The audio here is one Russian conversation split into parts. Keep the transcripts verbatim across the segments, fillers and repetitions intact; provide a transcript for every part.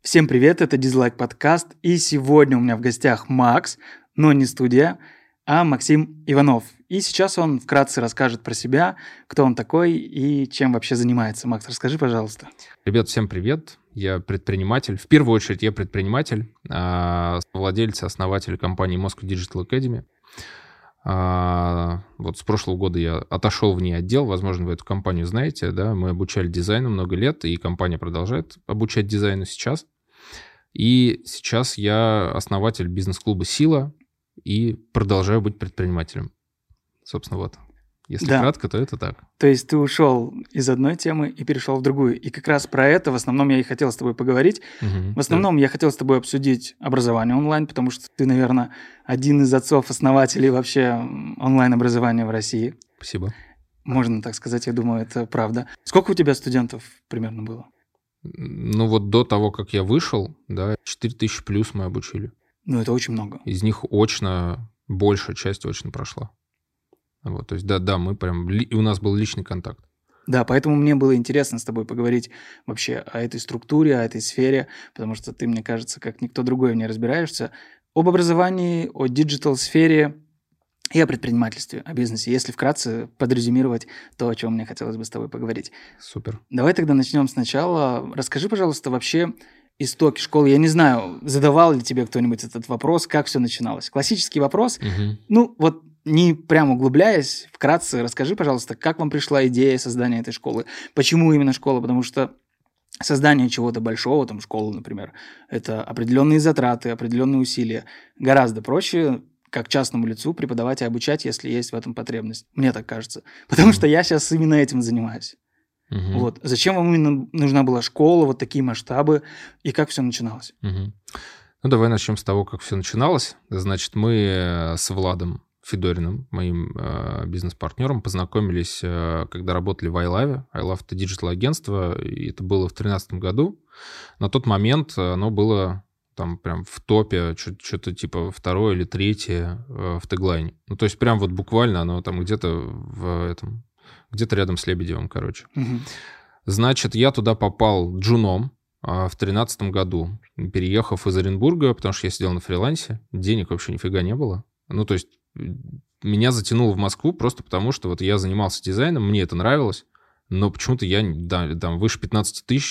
Всем привет, это Дизлайк подкаст, и сегодня у меня в гостях Макс, но не студия, а Максим Иванов. И сейчас он вкратце расскажет про себя, кто он такой и чем вообще занимается. Макс, расскажи, пожалуйста. Ребят, всем привет. Я предприниматель. В первую очередь я предприниматель, владелец и основатель компании Moscow Digital Academy. Вот с прошлого года я отошел в ней отдел, возможно, вы эту компанию знаете, да, мы обучали дизайну много лет, и компания продолжает обучать дизайну сейчас. И сейчас я основатель бизнес-клуба «Сила» и продолжаю быть предпринимателем. Собственно, вот. Если да. кратко, то это так. То есть ты ушел из одной темы и перешел в другую. И как раз про это в основном я и хотел с тобой поговорить. Угу, в основном да. я хотел с тобой обсудить образование онлайн, потому что ты, наверное, один из отцов-основателей вообще онлайн-образования в России. Спасибо. Можно так сказать, я думаю, это правда. Сколько у тебя студентов примерно было? Ну вот до того, как я вышел, да, четыре тысячи плюс мы обучили. Ну это очень много. Из них очно, большая часть очно прошла. Вот, то есть да, да, мы прям, и у нас был личный контакт. Да, поэтому мне было интересно с тобой поговорить вообще о этой структуре, о этой сфере, потому что ты, мне кажется, как никто другой в ней разбираешься. Об образовании, о диджитал-сфере и о предпринимательстве, о бизнесе, если вкратце подрезюмировать то, о чем мне хотелось бы с тобой поговорить. Супер. Давай тогда начнем сначала. Расскажи, пожалуйста, вообще истоки школы. Я не знаю, задавал ли тебе кто-нибудь этот вопрос, как все начиналось. Классический вопрос. Угу. Ну, вот не прям углубляясь, вкратце расскажи, пожалуйста, как вам пришла идея создания этой школы? Почему именно школа? Потому что создание чего-то большого, там школы, например, это определенные затраты, определенные усилия. Гораздо проще как частному лицу преподавать и обучать, если есть в этом потребность. Мне так кажется. Потому mm-hmm. что я сейчас именно этим занимаюсь. Mm-hmm. Вот. Зачем вам именно нужна была школа, вот такие масштабы, и как все начиналось? Mm-hmm. Ну, давай начнем с того, как все начиналось. Значит, мы с Владом Федориным, моим э, бизнес-партнером, познакомились, э, когда работали в iLove. iLove — это диджитал-агентство, и это было в две тысячи тринадцатом году. На тот момент оно было там прям в топе, что-то типа второе или третье э, в теглайне. Ну, то есть прям вот буквально оно там где-то в этом, где-то рядом с Лебедевым, короче. Угу. Значит, я туда попал джуном э, в две тысячи тринадцатом году, переехав из Оренбурга, потому что я сидел на фрилансе, денег вообще нифига не было. Ну, то есть меня затянуло в Москву просто потому, что вот я занимался дизайном, мне это нравилось, но почему-то я да, там выше пятнадцать тысяч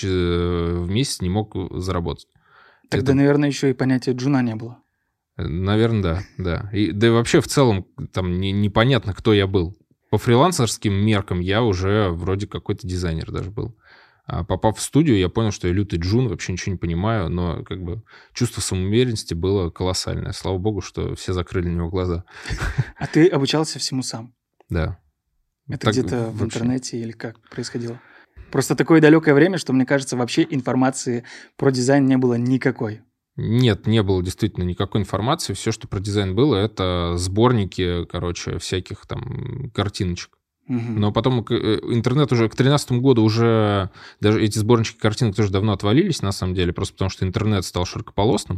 в месяц не мог заработать. Тогда, это... наверное, еще и понятия джуна не было. Наверное, да, да. И, да и вообще в целом там не, непонятно, кто я был. По фрилансерским меркам я уже вроде какой-то дизайнер даже был. А попав в студию, я понял, что я лютый джун, вообще ничего не понимаю, но как бы чувство самоуверенности было колоссальное. Слава богу, что все закрыли на него глаза. А ты обучался всему сам? Да. Это так где-то в интернете или как происходило? Просто такое далекое время, что, мне кажется, вообще информации про дизайн не было никакой. Нет, не было действительно никакой информации. Все, что про дизайн было, это сборники, короче, всяких там картиночек. Угу. Но потом интернет уже к тринадцатому году уже, даже эти сборнички картинок тоже давно отвалились, на самом деле, просто потому что интернет стал широкополосным.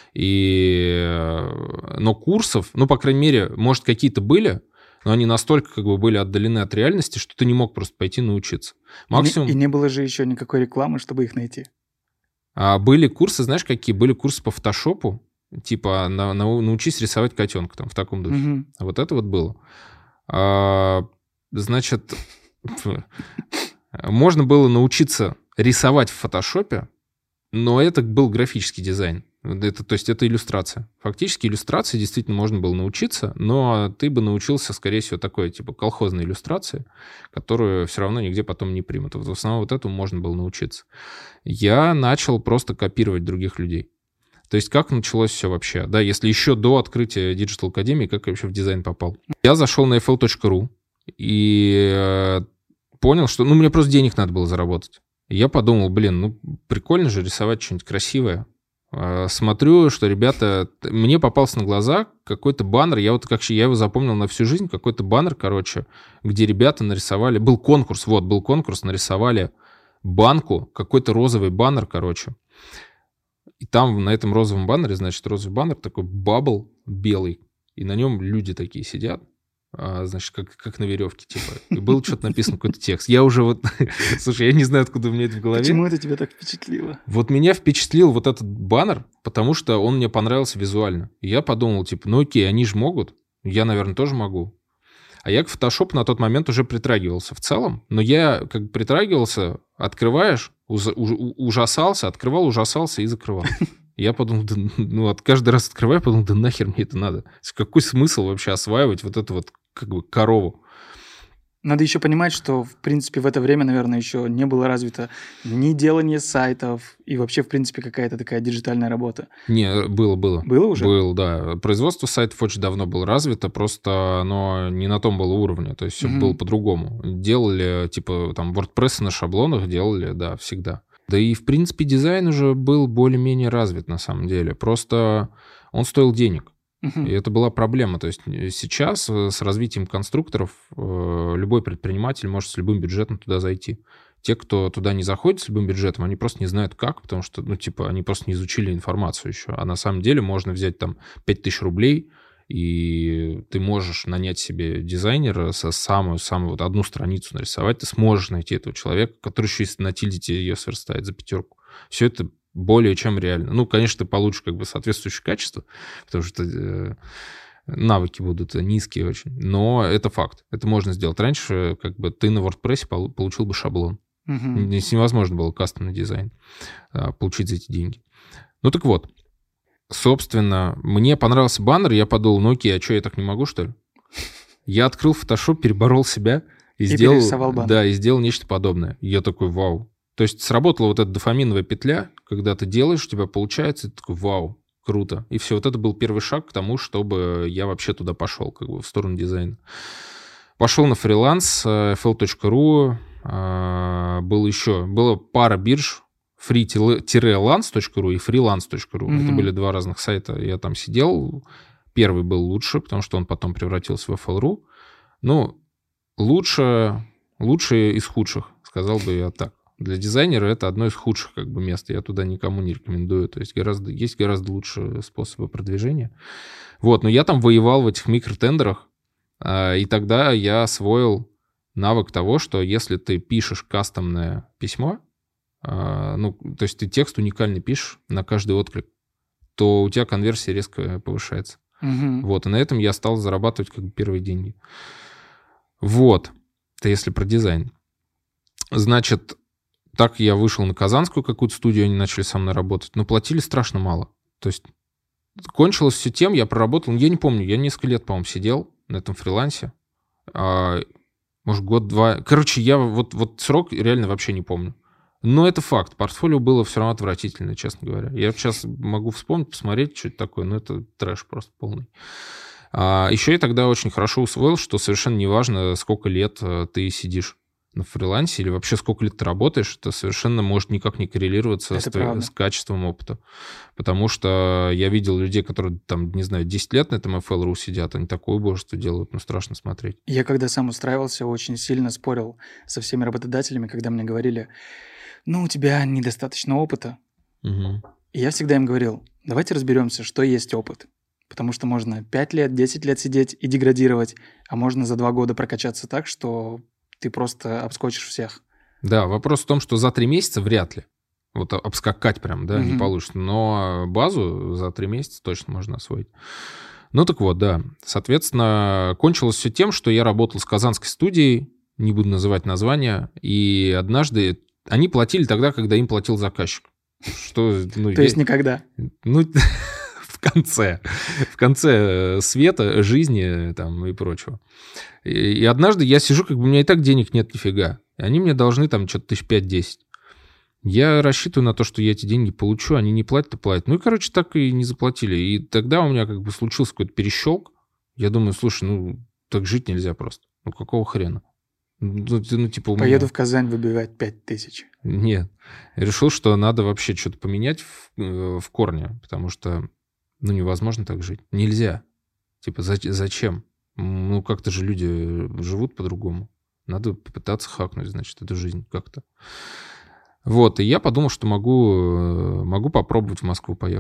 И... Но курсов, ну, по крайней мере, может, какие-то были, но они настолько как бы были отдалены от реальности, что ты не мог просто пойти научиться. Максимум... И, не, и не было же еще никакой рекламы, чтобы их найти. А были курсы, знаешь, какие? Были курсы по фотошопу, типа на, на, научись рисовать котенка, там, в таком духе. Угу. Вот это вот было. А, значит, можно было научиться рисовать в фотошопе, но это был графический дизайн. Это, то есть это иллюстрация. Фактически иллюстрации действительно можно было научиться, но ты бы научился, скорее всего, такой типа колхозной иллюстрации, которую все равно нигде потом не примут. Вот в основном вот этому можно было научиться. Я начал просто копировать других людей. То есть как началось все вообще? Да, если еще до открытия Digital Academy, как я вообще в дизайн попал? Я зашел на эф эл точка ру и понял, что ну, мне просто денег надо было заработать. И я подумал, блин, ну прикольно же рисовать что-нибудь красивое. Смотрю, что ребята... Мне попался на глаза какой-то баннер, я вот как я его запомнил на всю жизнь, какой-то баннер, короче, где ребята нарисовали... Был конкурс, вот, был конкурс, нарисовали банку, какой-то розовый баннер, короче. И там на этом розовом баннере, значит, розовый баннер такой бабл белый, и на нем люди такие сидят. а, значит, как, как на веревке, типа. И был что-то написано, какой-то текст. Я уже вот... Слушай, я не знаю, откуда у меня это в голове. Почему это тебя так впечатлило? Вот меня впечатлил вот этот баннер, потому что он мне понравился визуально. И я подумал, типа, ну окей, они же могут, я, наверное, тоже могу. А я к фотошопу на тот момент уже притрагивался в целом, но я как бы притрагивался, открываешь, уз- у- ужасался, открывал, ужасался и закрывал. Я подумал, да, ну, от каждый раз открываю, подумал, да нахер мне это надо? Какой смысл вообще осваивать вот эту вот как бы корову? Надо еще понимать, что, в принципе, в это время, наверное, еще не было развито ни делание сайтов и вообще, в принципе, какая-то такая диджитальная работа. Не, было, было. Было уже? Было, да. Производство сайтов очень давно было развито, просто оно не на том было уровне, то есть все Мгм. было по-другому. Делали, типа, там, WordPress на шаблонах делали, да, всегда. Да и, в принципе, дизайн уже был более-менее развит, на самом деле. Просто он стоил денег. Мгм. И это была проблема. То есть сейчас э, с развитием конструкторов э, любой предприниматель может с любым бюджетом туда зайти. Те, кто туда не заходит с любым бюджетом, они просто не знают как, потому что, ну, типа, они просто не изучили информацию еще. А на самом деле можно взять там пять тысяч рублей, и ты можешь нанять себе дизайнера со самую-самую вот одну страницу нарисовать, ты сможешь найти этого человека, который еще если на тильде тебе ее сверстает за пятерку. Все это более чем реально. Ну, конечно, ты получишь как бы соответствующее качество, потому что э, навыки будут низкие очень, но это факт. Это можно сделать. Раньше как бы ты на WordPress пол- получил бы шаблон. Мгм. Здесь невозможно было кастомный дизайн а, получить за эти деньги. Ну так вот, собственно, мне понравился баннер, я подумал, ну окей, а что, я так не могу, что ли? Я открыл Photoshop, переборол себя и, И сделал, перерисовал баннер. да, и сделал нечто подобное. И я такой, вау. То есть сработала вот эта дофаминовая петля, когда ты делаешь, у тебя получается, и ты такой, вау, круто. И все, вот это был первый шаг к тому, чтобы я вообще туда пошел, как бы в сторону дизайна. Пошел на фриланс, э, эф эл точка ру, э, был еще, было пара бирж, free-lance точка ру и freelance точка ру. Это Мгм. были два разных сайта. Я там сидел. Первый был лучше, потому что он потом превратился в эф эл точка ру. Ну, лучше, лучше из худших, сказал бы я так. Для дизайнера это одно из худших как бы мест. Я туда никому не рекомендую. То есть гораздо, есть гораздо лучшие способы продвижения. Вот, но я там воевал в этих микротендерах, а, и тогда я освоил навык того, что если ты пишешь кастомное письмо, а, ну, то есть ты текст уникальный пишешь на каждый отклик, то у тебя конверсия резко повышается. Мгм. Вот, и на этом я стал зарабатывать как бы первые деньги. Вот, это если про дизайн. Значит, так я вышел на казанскую какую-то студию, они начали со мной работать, но платили страшно мало. То есть кончилось все тем, я проработал, я не помню, я несколько лет, по-моему, сидел на этом фрилансе, а, может, год-два. Короче, я вот, вот срок реально вообще не помню. Но это факт. Портфолио было все равно отвратительное, честно говоря. Я сейчас могу вспомнить, посмотреть, что это такое, но это трэш просто полный. А, еще я тогда очень хорошо усвоил, что совершенно неважно, сколько лет э, ты сидишь на фрилансе или вообще сколько лет ты работаешь, это совершенно может никак не коррелироваться с, Это твоим- правда. с качеством опыта. Потому что я видел людей, которые там, не знаю, десять лет на этом эф эл точка ру сидят, они такое убожество делают, ну страшно смотреть. Я когда сам устраивался, очень сильно спорил со всеми работодателями, когда мне говорили, ну, у тебя недостаточно опыта. Мгм. И я всегда им говорил, давайте разберемся, что есть опыт. Потому что можно пять лет, десять лет сидеть и деградировать, а можно за два года прокачаться так, что ты просто обскочишь всех. Да, вопрос в том, что за три месяца вряд ли. Вот обскакать прям, да, не Мгм. получится. Но базу за три месяца точно можно освоить. Ну так вот, да. Соответственно, кончилось все тем, что я работал с казанской студией, не буду называть название, и однажды они платили тогда, когда им платил заказчик. Что, ну, То есть я- никогда. ну, в конце, в конце света, жизни там и прочего. И, и однажды я сижу, как бы у меня и так денег нет нифига. И они мне должны там что-то тысяч пять-десять. Я рассчитываю на то, что я эти деньги получу, они не платят, а платят. Ну и, короче, так и не заплатили. И тогда у меня как бы случился какой-то перещелк. Я думаю, слушай, ну так жить нельзя просто. Ну какого хрена? Ну, ты- ну, типа у меня... Поеду в Казань выбивать пять тысяч. Нет. Я решил, что надо вообще что-то поменять в, э, в корне, потому что, ну, невозможно так жить. Нельзя. Типа, за- зачем? М, Ну, как-то же люди живут по-другому. Надо попытаться хакнуть, значит, эту жизнь как-то. Вот, и я подумал, что могу, э, могу попробовать в Москву поехать.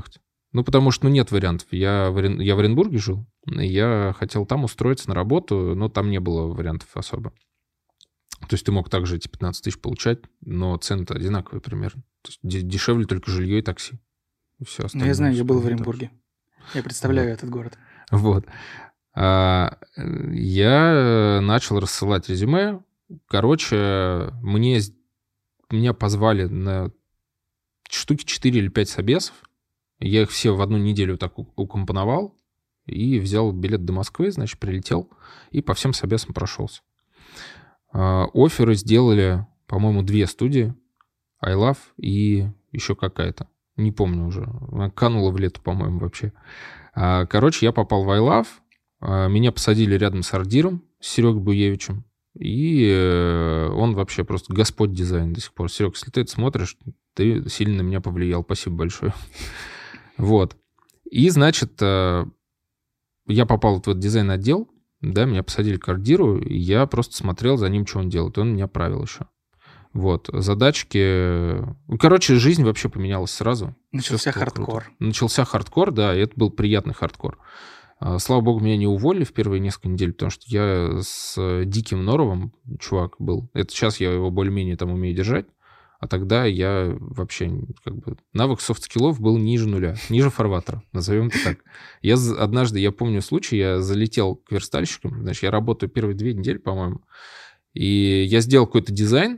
Ну, потому что ну, нет вариантов. Я в, Орен... я в Оренбурге жил, и я хотел там устроиться на работу, но там не было вариантов особо. То есть ты мог также эти пятнадцать тысяч получать, но цены-то одинаковые примерно. То есть дешевле только жилье и такси. И все остальное. Ну, я знаю, я был в Оренбурге. Я представляю вот. этот город. Вот. А, я начал рассылать резюме. Короче, мне, меня позвали на штуки четыре или пять собесов. Я их все в одну неделю так укомпоновал и взял билет до Москвы, значит, прилетел и по всем собесам прошелся. А, офферы сделали, по-моему, две студии. iLove и еще какая-то. Не помню уже. Она канула в лету, по-моему, вообще. А, короче, я попал в iLove. А, меня посадили рядом с ардиром, с Серегой Буевичем. И э, он вообще просто господь дизайна до сих пор. Серег, если ты это смотришь, ты сильно на меня повлиял. Спасибо большое. Вот. И, значит, э, я попал в этот дизайн-отдел, да, меня посадили к ардиру, и я просто смотрел за ним, что он делает. И он меня правил еще. Вот, задачки... Короче, жизнь вообще поменялась сразу. Начался хардкор. Круто. Начался хардкор, да, и это был приятный хардкор. Слава богу, меня не уволили в первые несколько недель, потому что я с Диким Норовым, чувак, был. Это сейчас я его более-менее там умею держать, а тогда я вообще как бы... Навык софт-скиллов был ниже нуля, ниже фарватера, назовем это так. Я однажды, я помню случай, я залетел к верстальщикам, значит, я работаю первые две недели, по-моему, и я сделал какой-то дизайн,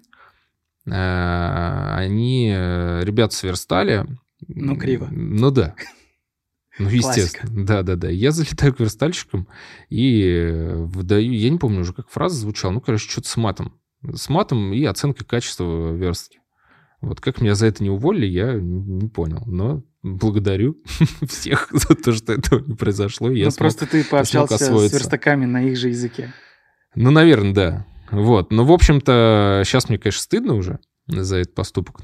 они, ребята сверстали. Ну, криво. Ну, да. Ну, естественно. Да-да-да. Я залетаю к верстальщикам и выдаю... Я не помню уже, как фраза звучала. Ну, короче, что-то с матом. С матом и оценкой качества верстки. Вот как меня за это не уволили, я не понял. Но благодарю всех за то, что этого не произошло. Ну, просто ты пообщался с верстаками на их же языке. Ну, наверное, да. Вот. Ну, в общем-то, сейчас мне, конечно, стыдно уже за этот поступок,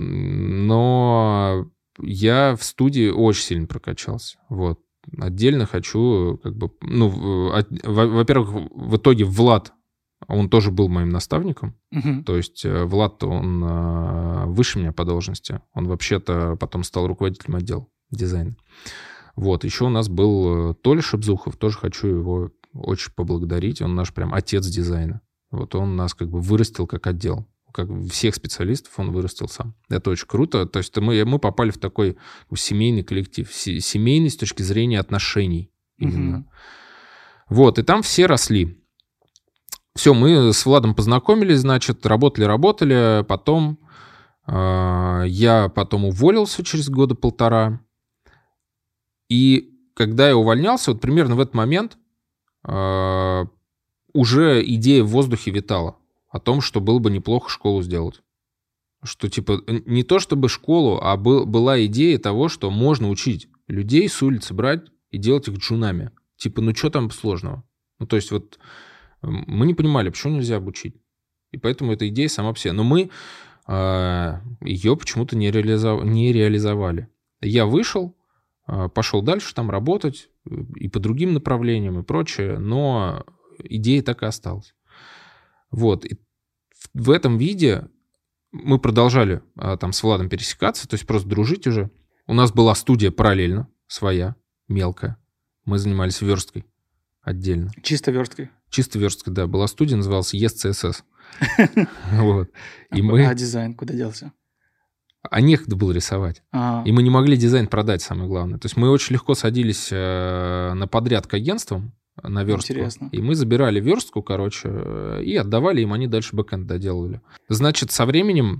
но я в студии очень сильно прокачался. Вот. Отдельно хочу, как бы, ну, во-первых, в итоге Влад, он тоже был моим наставником. Uh-huh. То есть Влад, он выше меня по должности. Он вообще-то потом стал руководителем отдела дизайна. Вот. Еще у нас был Толя Шебзухов, тоже хочу его очень поблагодарить. Он наш прям отец дизайна. Вот он нас как бы вырастил как отдел. Как всех специалистов он вырастил сам. Это очень круто. То есть мы, мы попали в такой семейный коллектив. Семейный с точки зрения отношений именно. Mm-hmm. Вот, и там все росли. Все, мы с Владом познакомились, значит, работали-работали. Потом э, я потом уволился через года полтора. И когда я увольнялся, вот примерно в этот момент... Э, уже идея в воздухе витала о том, что было бы неплохо школу сделать. Что, типа, не то чтобы школу, а был, была идея того, что можно учить людей с улицы брать и делать их джунами. Типа, ну что там сложного? Ну, то есть вот мы не понимали, почему нельзя обучить. И поэтому эта идея сама по себе. Но мы э, ее почему-то не, реализов... не реализовали. Я вышел, э, пошел дальше там работать и по другим направлениям и прочее, но... идея так и осталась. Вот. И в этом виде мы продолжали а, там с Владом пересекаться, то есть просто дружить уже. У нас была студия параллельно, своя, мелкая. Мы занимались версткой отдельно. Чисто версткой? Чисто версткой, да. Была студия, называлась и эс си эс эс. А дизайн куда делся? А некогда было рисовать. И мы не могли дизайн продать, самое главное. То есть мы очень легко садились на подряд к агентствам, на верстку. Интересно. И мы забирали верстку, короче, и отдавали им, они дальше бэкэнд доделывали. Значит, со временем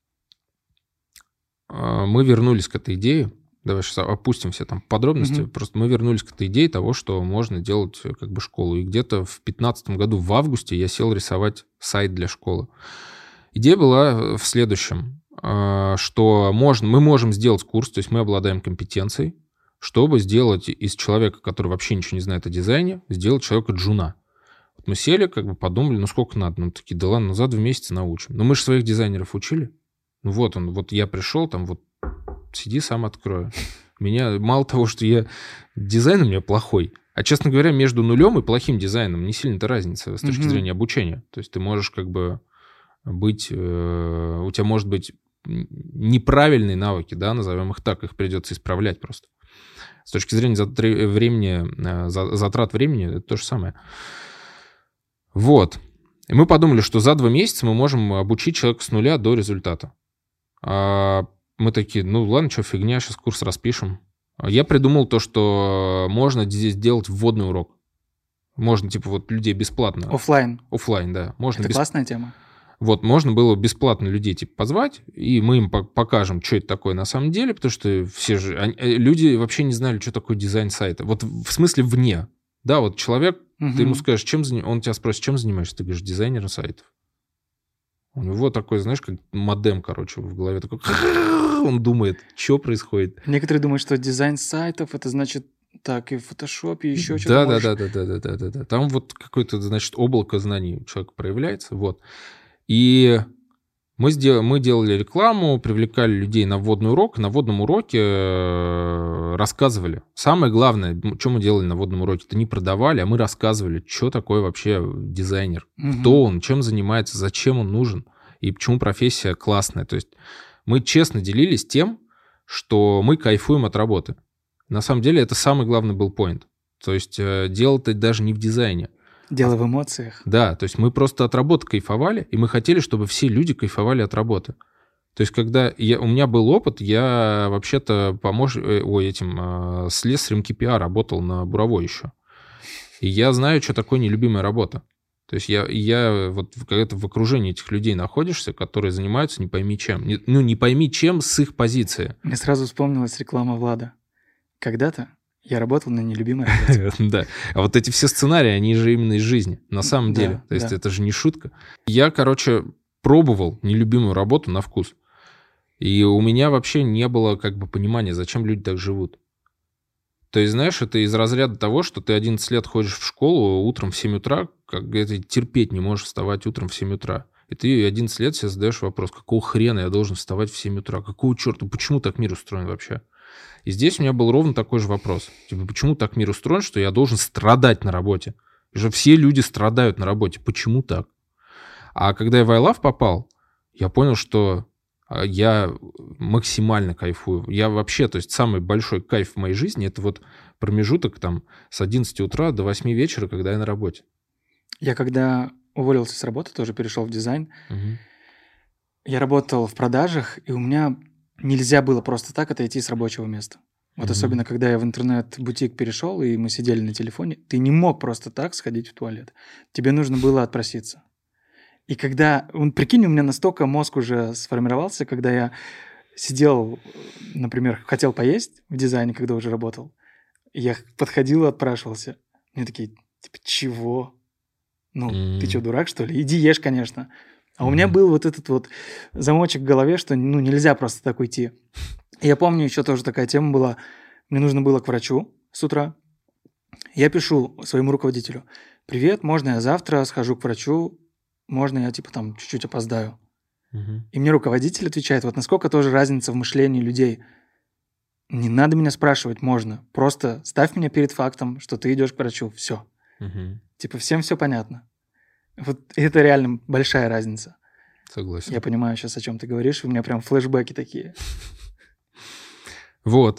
мы вернулись к этой идее. Давай сейчас опустим все там подробности. Mm-hmm. Просто мы вернулись к этой идее того, что можно делать как бы школу. И где-то в пятнадцатом году, в августе, я сел рисовать сайт для школы. Идея была в следующем, что можно, мы можем сделать курс, то есть мы обладаем компетенцией, чтобы сделать из человека, который вообще ничего не знает о дизайне, сделать человека джуна. Вот мы сели, как бы подумали, ну сколько надо? Ну такие, да ладно, ну за два месяца научим. Но мы же своих дизайнеров учили. Ну вот он, вот я пришел, там вот сиди, сам открою. Меня, мало того, что я дизайн у меня плохой, а, честно говоря, между нулем и плохим дизайном не сильно-то разница с точки mm-hmm. зрения обучения. То есть ты можешь как бы быть, э, у тебя может быть неправильные навыки, да, назовем их так, их придется исправлять просто. С точки зрения затр- времени, затрат времени, это то же самое. Вот. И мы подумали, что за два месяца мы можем обучить человека с нуля до результата. А мы такие, ну ладно, что фигня, сейчас курс распишем. Я придумал то, что можно здесь делать вводный урок. Можно, типа, вот людей бесплатно. Оффлайн. Оффлайн, да. Можно это бесп... классная тема. Вот, можно было бесплатно людей, типа, позвать, и мы им покажем, что это такое на самом деле, потому что все же... Они, люди вообще не знали, что такое дизайн сайта. Вот в смысле вне. Да, вот человек, угу. ты ему скажешь, чем занимаешься, он тебя спросит, чем занимаешься, ты говоришь, дизайнером сайтов. У него такой, знаешь, как модем, короче, в голове такой, он думает, что происходит. Некоторые думают, что дизайн сайтов, это значит, так, и в фотошопе еще да, что-то да, можешь... да, да, да, да, да, да, да. Там вот какое-то, значит, облако знаний у человека проявляется, вот. И мы, сделали, мы делали рекламу, привлекали людей на вводный урок. На вводном уроке рассказывали. Самое главное, что мы делали на вводном уроке, это не продавали, а мы рассказывали, что такое вообще дизайнер, угу. кто он, чем занимается, зачем он нужен и почему профессия классная. То есть мы честно делились тем, что мы кайфуем от работы. На самом деле это самый главный был поинт. То есть дело-то даже не в дизайне. Дело в эмоциях. Да, то есть мы просто от работы кайфовали, и мы хотели, чтобы все люди кайфовали от работы. То есть когда я, у меня был опыт, я вообще-то помощ... Ой, этим слесарем кей пи ай работал на буровой еще. И я знаю, что такое нелюбимая работа. То есть я, я вот когда ты в окружении этих людей находишься, которые занимаются не пойми чем. Не, ну, не пойми чем с их позиции. Мне сразу вспомнилась реклама Влада. Когда-то я работал на нелюбимой работе. Да. А вот эти все сценарии, они же именно из жизни, на самом деле. То есть это же не шутка. Я, короче, пробовал нелюбимую работу на вкус. И у меня вообще не было как бы понимания, зачем люди так живут. То есть, знаешь, это из разряда того, что ты одиннадцать лет ходишь в школу утром в семь утра, как ты терпеть не можешь вставать утром в семь утра. И ты одиннадцать лет себе задаешь вопрос, какого хрена я должен вставать в семь утра? Какого черта? Почему так мир устроен вообще? И здесь у меня был ровно такой же вопрос. Типа, почему так мир устроен, что я должен страдать на работе? И же все люди страдают на работе. Почему так? А когда я в iLove попал, я понял, что я максимально кайфую. Я вообще, то есть самый большой кайф в моей жизни, это вот промежуток там с одиннадцати утра до восьми вечера, когда я на работе. Я когда уволился с работы, тоже перешел в дизайн. Угу. Я работал в продажах, и у меня... Нельзя было просто так отойти с рабочего места. Вот mm-hmm. особенно, когда я в интернет-бутик перешел, и мы сидели на телефоне, ты не мог просто так сходить в туалет. Тебе нужно было отпроситься. И когда... Прикинь, у меня настолько мозг уже сформировался, когда я сидел, например, хотел поесть в дизайне, когда уже работал, я подходил и отпрашивался. Мне такие, типа, чего? Ну, mm-hmm. ты что, дурак, что ли? Иди ешь, конечно. А у меня был вот этот вот замочек в голове, что ну, нельзя просто так уйти. И я помню, еще тоже такая тема была. Мне нужно было к врачу с утра. Я пишу своему руководителю: «Привет, можно я завтра схожу к врачу? Можно я типа там чуть-чуть опоздаю?» Uh-huh. И мне руководитель отвечает: вот насколько тоже разница в мышлении людей. Не надо меня спрашивать, можно. Просто ставь меня перед фактом, что ты идешь к врачу. Все. Uh-huh. Типа всем все понятно. Вот это реально большая разница. Согласен. Я понимаю сейчас, о чем ты говоришь. У меня прям флешбеки такие. Вот.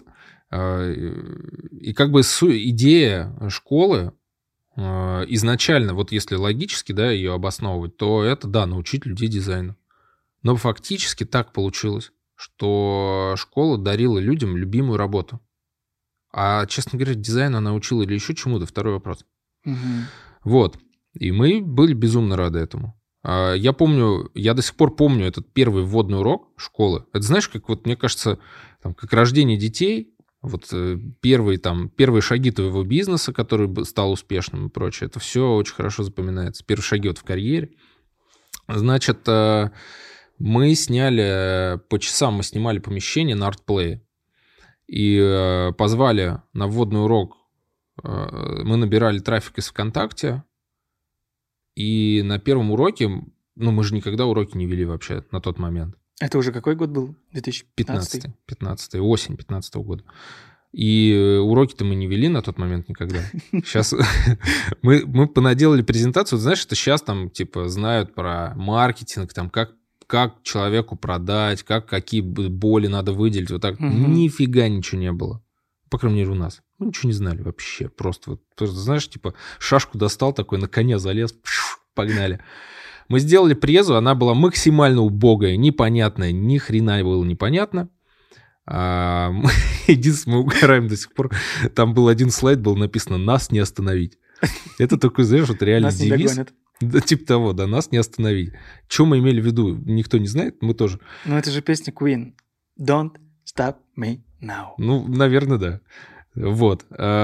И как бы идея школы изначально, вот если логически, да, ее обосновывать, то это, да, научить людей дизайну. Но фактически так получилось, что школа дарила людям любимую работу. А, честно говоря, дизайну она учила или еще чему-то? Второй вопрос. Угу. Вот. И мы были безумно рады этому. Я помню, я до сих пор помню этот первый вводный урок школы. Это знаешь, как вот, мне кажется, там, как рождение детей, вот первые, там, первые шаги твоего бизнеса, который стал успешным и прочее, это все очень хорошо запоминается. Первые шаги вот в карьере. Значит, мы сняли, по часам мы снимали помещение на артплее и позвали на вводный урок, мы набирали трафик из ВКонтакте. И на первом уроке, ну, мы же никогда уроки не вели вообще на тот момент. Это уже какой год был? две тысячи пятнадцатый? пятнадцатый. пятнадцатый, осень пятнадцатого года. И уроки-то мы не вели на тот момент никогда. Сейчас мы, мы понаделали презентацию. Знаешь, это сейчас там, типа, знают про маркетинг, там, как, как человеку продать, как, какие боли надо выделить. Вот так. Угу. Нифига ничего не было. По крайней мере, у нас. Мы ничего не знали вообще. Просто, вот, просто знаешь, типа шашку достал такой, на коня залез, пшу, погнали. Мы сделали презу, она была максимально убогая, непонятная, ни хрена было непонятно. А, мы, единственное, мы угораем до сих пор. Там был один слайд, был написано «Нас не остановить». Это такой, знаешь, вот реальный Нас не девиз. догонят. Да, типа того, да, нас не остановить. Что мы имели в виду, никто не знает, мы тоже. Ну, это же песня Queen. Don't stop me now. Ну, наверное, да. Вот.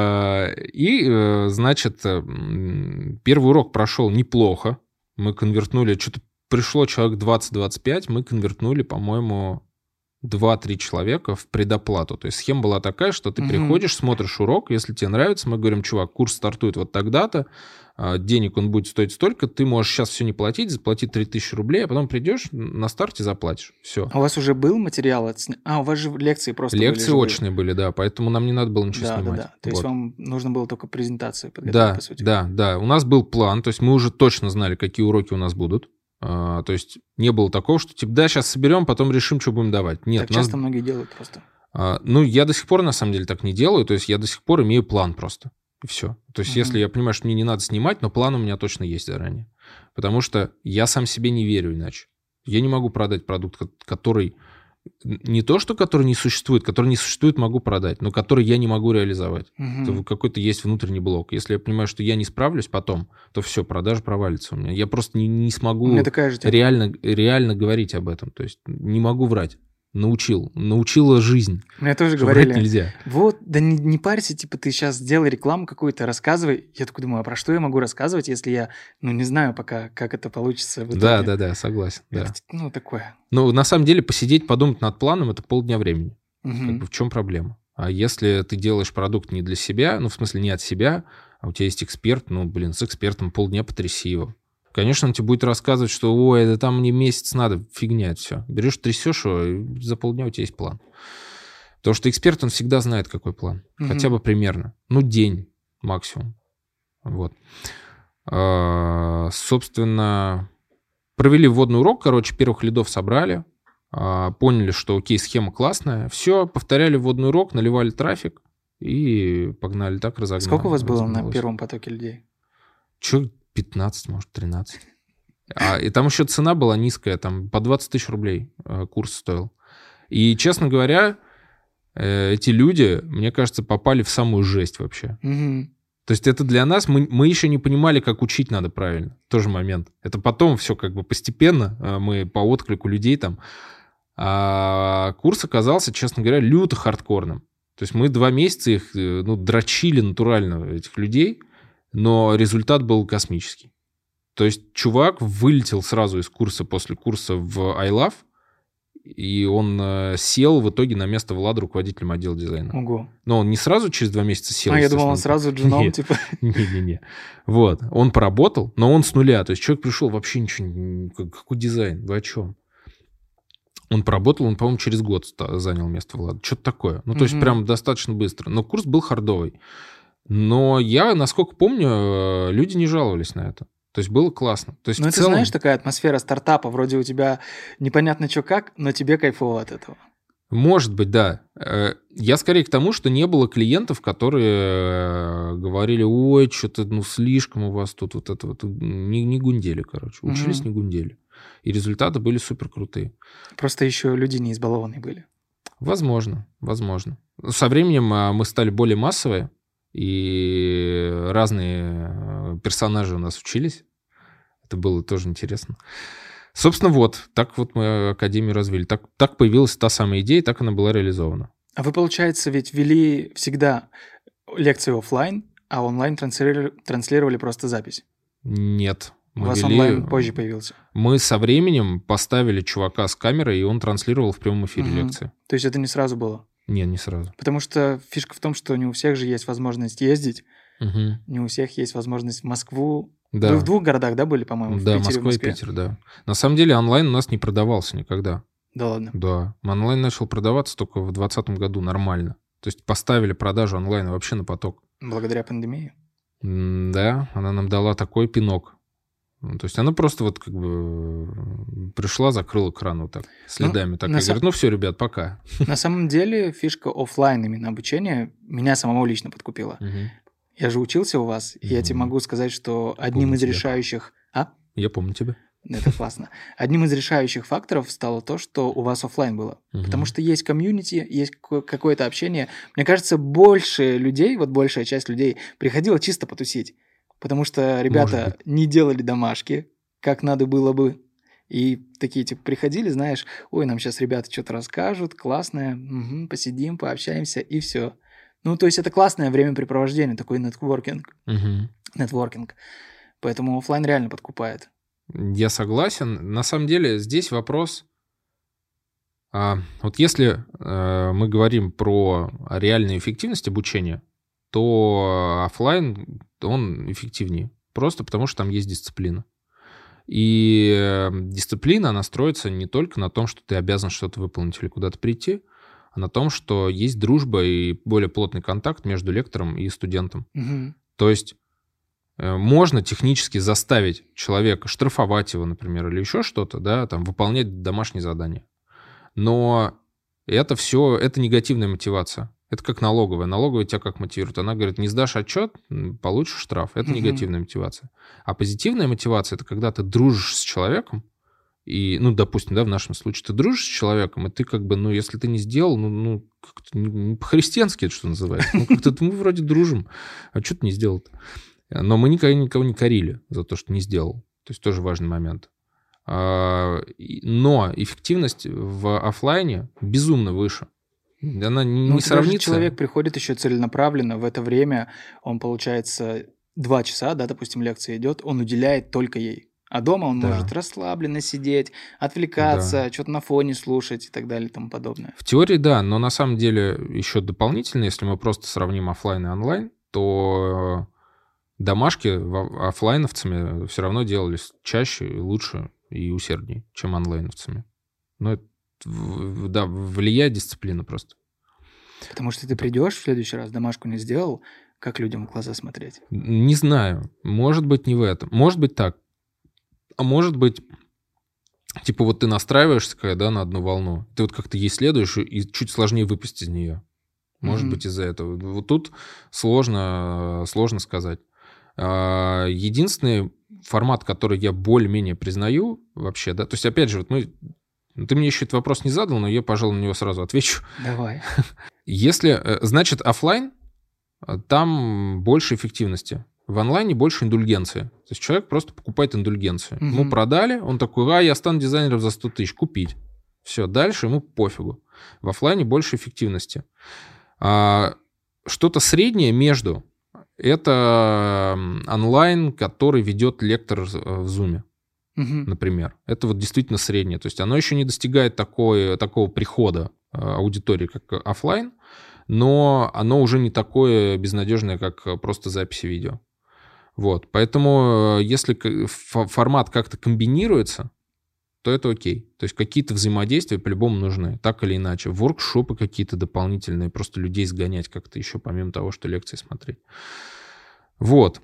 И, значит, первый урок прошел неплохо. Мы конвертнули, что-то пришло человек двадцать-двадцать пять, мы конвертнули, по-моему, два-три человека в предоплату. То есть схема была такая, что ты Мгм. приходишь, смотришь урок, если тебе нравится, мы говорим, чувак, курс стартует вот тогда-то, а, денег он будет стоить столько, ты можешь сейчас все не платить, заплатить три тысячи рублей, а потом придешь, на старте заплатишь. Все. А у вас уже был материал? отсня- А, у вас же лекции просто были Лекции живые. очные были, да, поэтому нам не надо было ничего Да, да, снимать. да. То есть Вот. вам нужно было только презентацию подготовить, Да, по сути. да, да. У нас был план, то есть мы уже точно знали, какие уроки у нас будут. А, то есть не было такого, что типа, да, сейчас соберем, потом решим, что будем давать. Нет, Так у нас- часто многие делают просто. а, ну, я до сих пор, на самом деле, так не делаю. То есть я до сих пор имею план просто. И все. То есть Мгм. если я понимаю, что мне не надо снимать, но план у меня точно есть заранее. Потому что я сам себе не верю иначе. Я не могу продать продукт, ко- который... Не то, что который не существует, который не существует, могу продать, но который я не могу реализовать. Мгм. Это какой-то есть внутренний блок. Если я понимаю, что я не справлюсь потом, то все, продажа провалится у меня. Я просто не, не У смогу меня такая же тема. реально, реально говорить об этом. То есть не могу врать. Научил. Научила жизнь. Мне тоже Что врать говорили, нельзя. вот, да не, не парься, типа, ты сейчас сделай рекламу какую-то, рассказывай. Я такой думаю, а про что я могу рассказывать, если я, ну, не знаю пока, как это получится в итоге. Да, да, да, согласен. Да. Это, ну, такое. Ну, на самом деле, посидеть, подумать над планом — это полдня времени. Мгм. Как бы в чем проблема? А если ты делаешь продукт не для себя, ну, в смысле, не от себя, а у тебя есть эксперт, ну, блин, с экспертом полдня потряси его. Конечно, он тебе будет рассказывать, что, ой, это там мне месяц надо, фигня это все. Берешь, трясешь его, и за полдня у тебя есть план. Потому что эксперт, он всегда знает, какой план. Мгм. Хотя бы примерно. Ну, день максимум. Вот. А, собственно, провели вводный урок, короче, первых лидов собрали, а, поняли, что окей, схема классная, все, повторяли вводный урок, наливали трафик и погнали так, разогнали. Сколько у вас было на разогналось. первом потоке людей? Че, пятнадцать, может, тринадцать. А, и там еще цена была низкая, там по двадцать тысяч рублей э, курс стоил. И, честно говоря, э, эти люди, мне кажется, попали в самую жесть вообще. Мгм. То есть это для нас, мы, мы еще не понимали, как учить надо правильно. Тоже момент. Это потом все как бы постепенно, э, мы по отклику людей там. А курс оказался, честно говоря, люто хардкорным. То есть мы два месяца их, э, ну, дрочили натурально, этих людей, но результат был космический. То есть чувак вылетел сразу из курса после курса в iLove, и он э, сел в итоге на место Влада руководителем отдела дизайна. Ого. Но он не сразу через два месяца сел. А, я думал, он естественно. сразу джуном, Нет. типа. Не-не-не. Вот. Он поработал, но он с нуля. То есть человек пришел вообще ничего... не- как- Какой дизайн? Вы о чем? Он поработал, он, по-моему, через год ста- занял место Влада. Что-то такое. Ну, то есть Мгм. прям достаточно быстро. Но курс был хардовый. Но я, насколько помню, э, люди не жаловались на это. То есть было классно. То есть Ну, в это, целом... знаешь, такая атмосфера стартапа. Вроде у тебя непонятно что как, но тебе кайфово от этого. Может быть, да. Э, Я скорее к тому, что не было клиентов, которые э, говорили, ой, что-то, ну, слишком у вас тут вот это вот. Не, не гундели, короче. Учились, Мгм. не гундели. И результаты были супер крутые. Просто еще люди не избалованные были. Возможно, возможно. Со временем а, мы стали более массовые, и разные э, персонажи у нас учились. Это было тоже интересно. Собственно, вот, так вот мы Академию развили. Так, так появилась та самая идея, так она была реализована. А вы, получается, ведь вели всегда лекции оффлайн, а онлайн транслировали, транслировали просто запись. Нет. У Мы вас вели- онлайн позже появился. Мы со временем поставили чувака с камерой, и он транслировал в прямом эфире Мгм. лекции. То есть это не сразу было. Не, не сразу. Потому что фишка в том, что не у всех же есть возможность ездить, Мгм. не у всех есть возможность в Москву. Да. Вы в двух городах, да, были, по-моему? В Да, Питере и в Москва и Москве? Питер, да. На самом деле онлайн у нас не продавался никогда. Да ладно. Да. Онлайн начал продаваться только в двадцатом году нормально. То есть поставили продажу онлайна вообще на поток. Благодаря пандемии. М, Да, она нам дала такой пинок. Ну, то есть она просто вот как бы пришла, закрыла кран вот так, следами. Ну, так и на говорит, са- ну все, ребят, пока. На самом деле фишка оффлайн именно обучения меня самого лично подкупила. Мгм. Я же учился у вас, и я тебе Мгм. могу сказать, что одним Помню из тебя. решающих... А? Я помню тебя. Это классно. Одним из решающих факторов стало то, что у вас оффлайн было. Мгм. Потому что есть комьюнити, есть ко- какое-то общение. Мне кажется, больше людей, вот большая часть людей приходила чисто потусить. Потому что ребята не делали домашки, как надо было бы. И такие, типа, приходили, знаешь, ой, нам сейчас ребята что-то расскажут, классное, мгм, посидим, пообщаемся, и все. Ну, то есть это классное времяпрепровождение, такой нетворкинг. Мгм. нетворкинг. Поэтому оффлайн реально подкупает. Я согласен. На самом деле здесь вопрос... а, вот если э, мы говорим про реальную эффективность обучения, то оффлайн, он эффективнее. Просто потому, что там есть дисциплина. И э, дисциплина, она строится не только на том, что ты обязан что-то выполнить или куда-то прийти, а на том, что есть дружба и более плотный контакт между лектором и студентом. Мгм. То есть э, можно технически заставить человека штрафовать его, например, или еще что-то, да, там, выполнять домашние задания. Но это все, это негативная мотивация. Это как налоговая. Налоговая тебя как мотивирует? Она говорит, не сдашь отчет, м, получишь штраф. Это Мгм. негативная мотивация. А позитивная мотивация — это когда ты дружишь с человеком, и, ну, допустим, да, в нашем случае, ты дружишь с человеком, и ты как бы, ну, если ты не сделал, ну, ну как-то не, не по-христиански это что называется. Ну, как-то мы вроде дружим, а что ты не сделал-то? Но мы никогда никого не корили за то, что не сделал. То есть тоже важный момент. А, и- Но эффективность в оффлайне безумно выше. Она не, Ну, не у тебя же сравнится. человек приходит еще целенаправленно. В это время он, получается, два часа, да, допустим, лекция идет, он уделяет только ей. А дома он Да. может расслабленно сидеть, отвлекаться, что-то на фоне слушать и так далее и тому подобное. В теории, да, но на самом деле еще дополнительно, если мы просто сравним оффлайн и онлайн, то домашки в- оффлайновцами все равно делались чаще, лучше и усерднее, чем онлайновцами. Но это, в- да, влияет дисциплина просто. Потому что ты придешь в следующий раз, домашку не сделал, как людям в глаза смотреть? Не знаю, может быть, не в этом. Может быть так. А может быть, типа вот ты настраиваешься, когда, да, на одну волну, ты вот как-то ей следуешь, и чуть сложнее выпасть из нее. Может Мгм. быть, из-за этого. Вот тут сложно, сложно сказать. А, Единственный формат, который я более-менее признаю вообще, да, то есть, опять же, вот мы... Ты мне еще этот вопрос не задал, но я, пожалуй, на него сразу отвечу. Давай. Если, э, значит, оффлайн, э, там больше эффективности. В онлайне больше индульгенции. То есть человек просто покупает индульгенцию. Мгм. Ему продали, он такой, а, я стану дизайнером за сто тысяч, купить. Все, дальше ему пофигу. В оффлайне больше эффективности. А, что-то среднее между — это м, онлайн, который ведет лектор э, в Zoom, Мгм. например. Это вот действительно среднее. То есть оно еще не достигает такой, такого прихода э, аудитории, как оффлайн, но оно уже не такое безнадежное, как э, просто записи видео. Вот. Поэтому э, если к- фо- формат как-то комбинируется, то это окей. То есть какие-то взаимодействия по-любому нужны, так или иначе. Воркшопы какие-то дополнительные, просто людей сгонять как-то еще, помимо того, что лекции смотреть. Вот.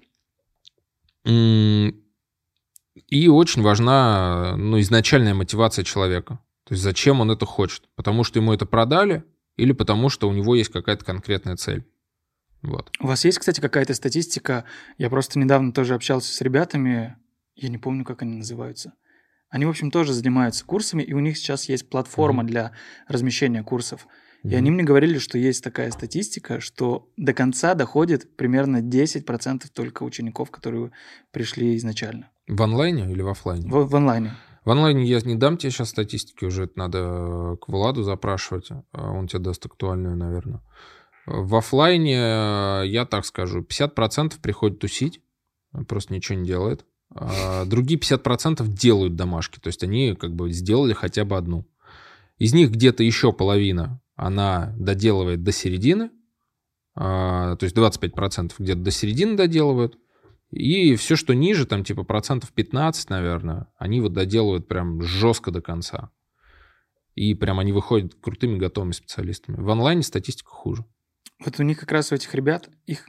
М, И очень важна, ну, изначальная мотивация человека. То есть зачем он это хочет? Потому что ему это продали или потому что у него есть какая-то конкретная цель? Вот. У вас есть, кстати, какая-то статистика? Я просто недавно тоже общался с ребятами, я не помню, как они называются. Они, в общем, тоже занимаются курсами, и у них сейчас есть платформа Мгм. для размещения курсов. И Мгм. они мне говорили, что есть такая статистика, что до конца доходит примерно десять процентов только учеников, которые пришли изначально. В онлайне или в оффлайне? В, в онлайне. В онлайне я не дам тебе сейчас статистики, уже это надо к Владу запрашивать. а Он тебе даст актуальную, наверное. В оффлайне, э, я так скажу, пятьдесят процентов приходит тусить, просто ничего не делает. А другие пятьдесят процентов делают домашки, то есть они как бы сделали хотя бы одну. Из них где-то еще половина, она доделывает до середины, а, то есть двадцать пять процентов где-то до середины доделывают. И все, что ниже, там типа процентов пятнадцать, наверное, они вот доделывают прям жестко до конца. И прям они выходят крутыми готовыми специалистами. В онлайне статистика хуже. Вот у них как раз у этих ребят, их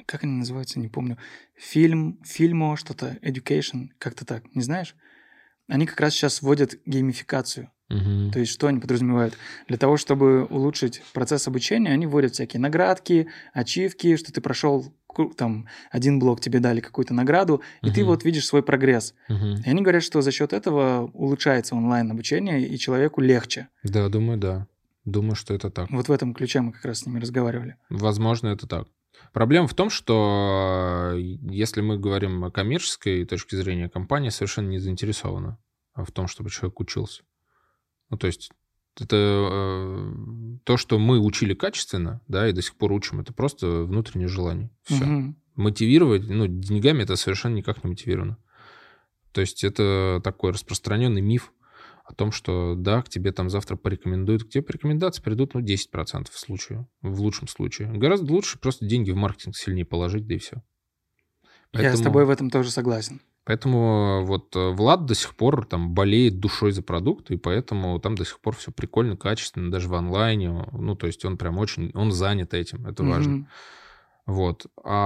как они называются, не помню. Фильм, фильмо, что-то, education, как-то так, не знаешь? Они как раз сейчас вводят геймификацию. Мгм. То есть что они подразумевают? Для того, чтобы улучшить процесс обучения, они вводят всякие наградки, ачивки, что ты прошел ку- там один блок, тебе дали какую-то награду, и ты Мгм. вот видишь свой прогресс. Мгм. И они говорят, что за счет этого улучшается онлайн-обучение, и человеку легче. Да, думаю, да. Думаю, что это так. Вот в этом ключе мы как раз с ними разговаривали. Возможно, это так. Проблема в том, что э, если мы говорим о коммерческой точке зрения, компания совершенно не заинтересована в том, чтобы человек учился. Ну, то есть это э, то, что мы учили качественно, да, и до сих пор учим, это просто внутреннее желание. Все. Мгм. Мотивировать, ну, деньгами это совершенно никак не мотивировано. То есть это такой распространенный миф о том, что да, к тебе там завтра порекомендуют, к тебе по рекомендации придут, ну, десять процентов в случае, в лучшем случае. Гораздо лучше просто деньги в маркетинг сильнее положить, да и все. Я с тобой в этом тоже согласен. Поэтому вот э, Влад до сих пор там болеет душой за продукт, и поэтому там до сих пор все прикольно, качественно, даже в онлайне. Ну, то есть он прям очень, он занят этим, это важно. Мгм. Вот.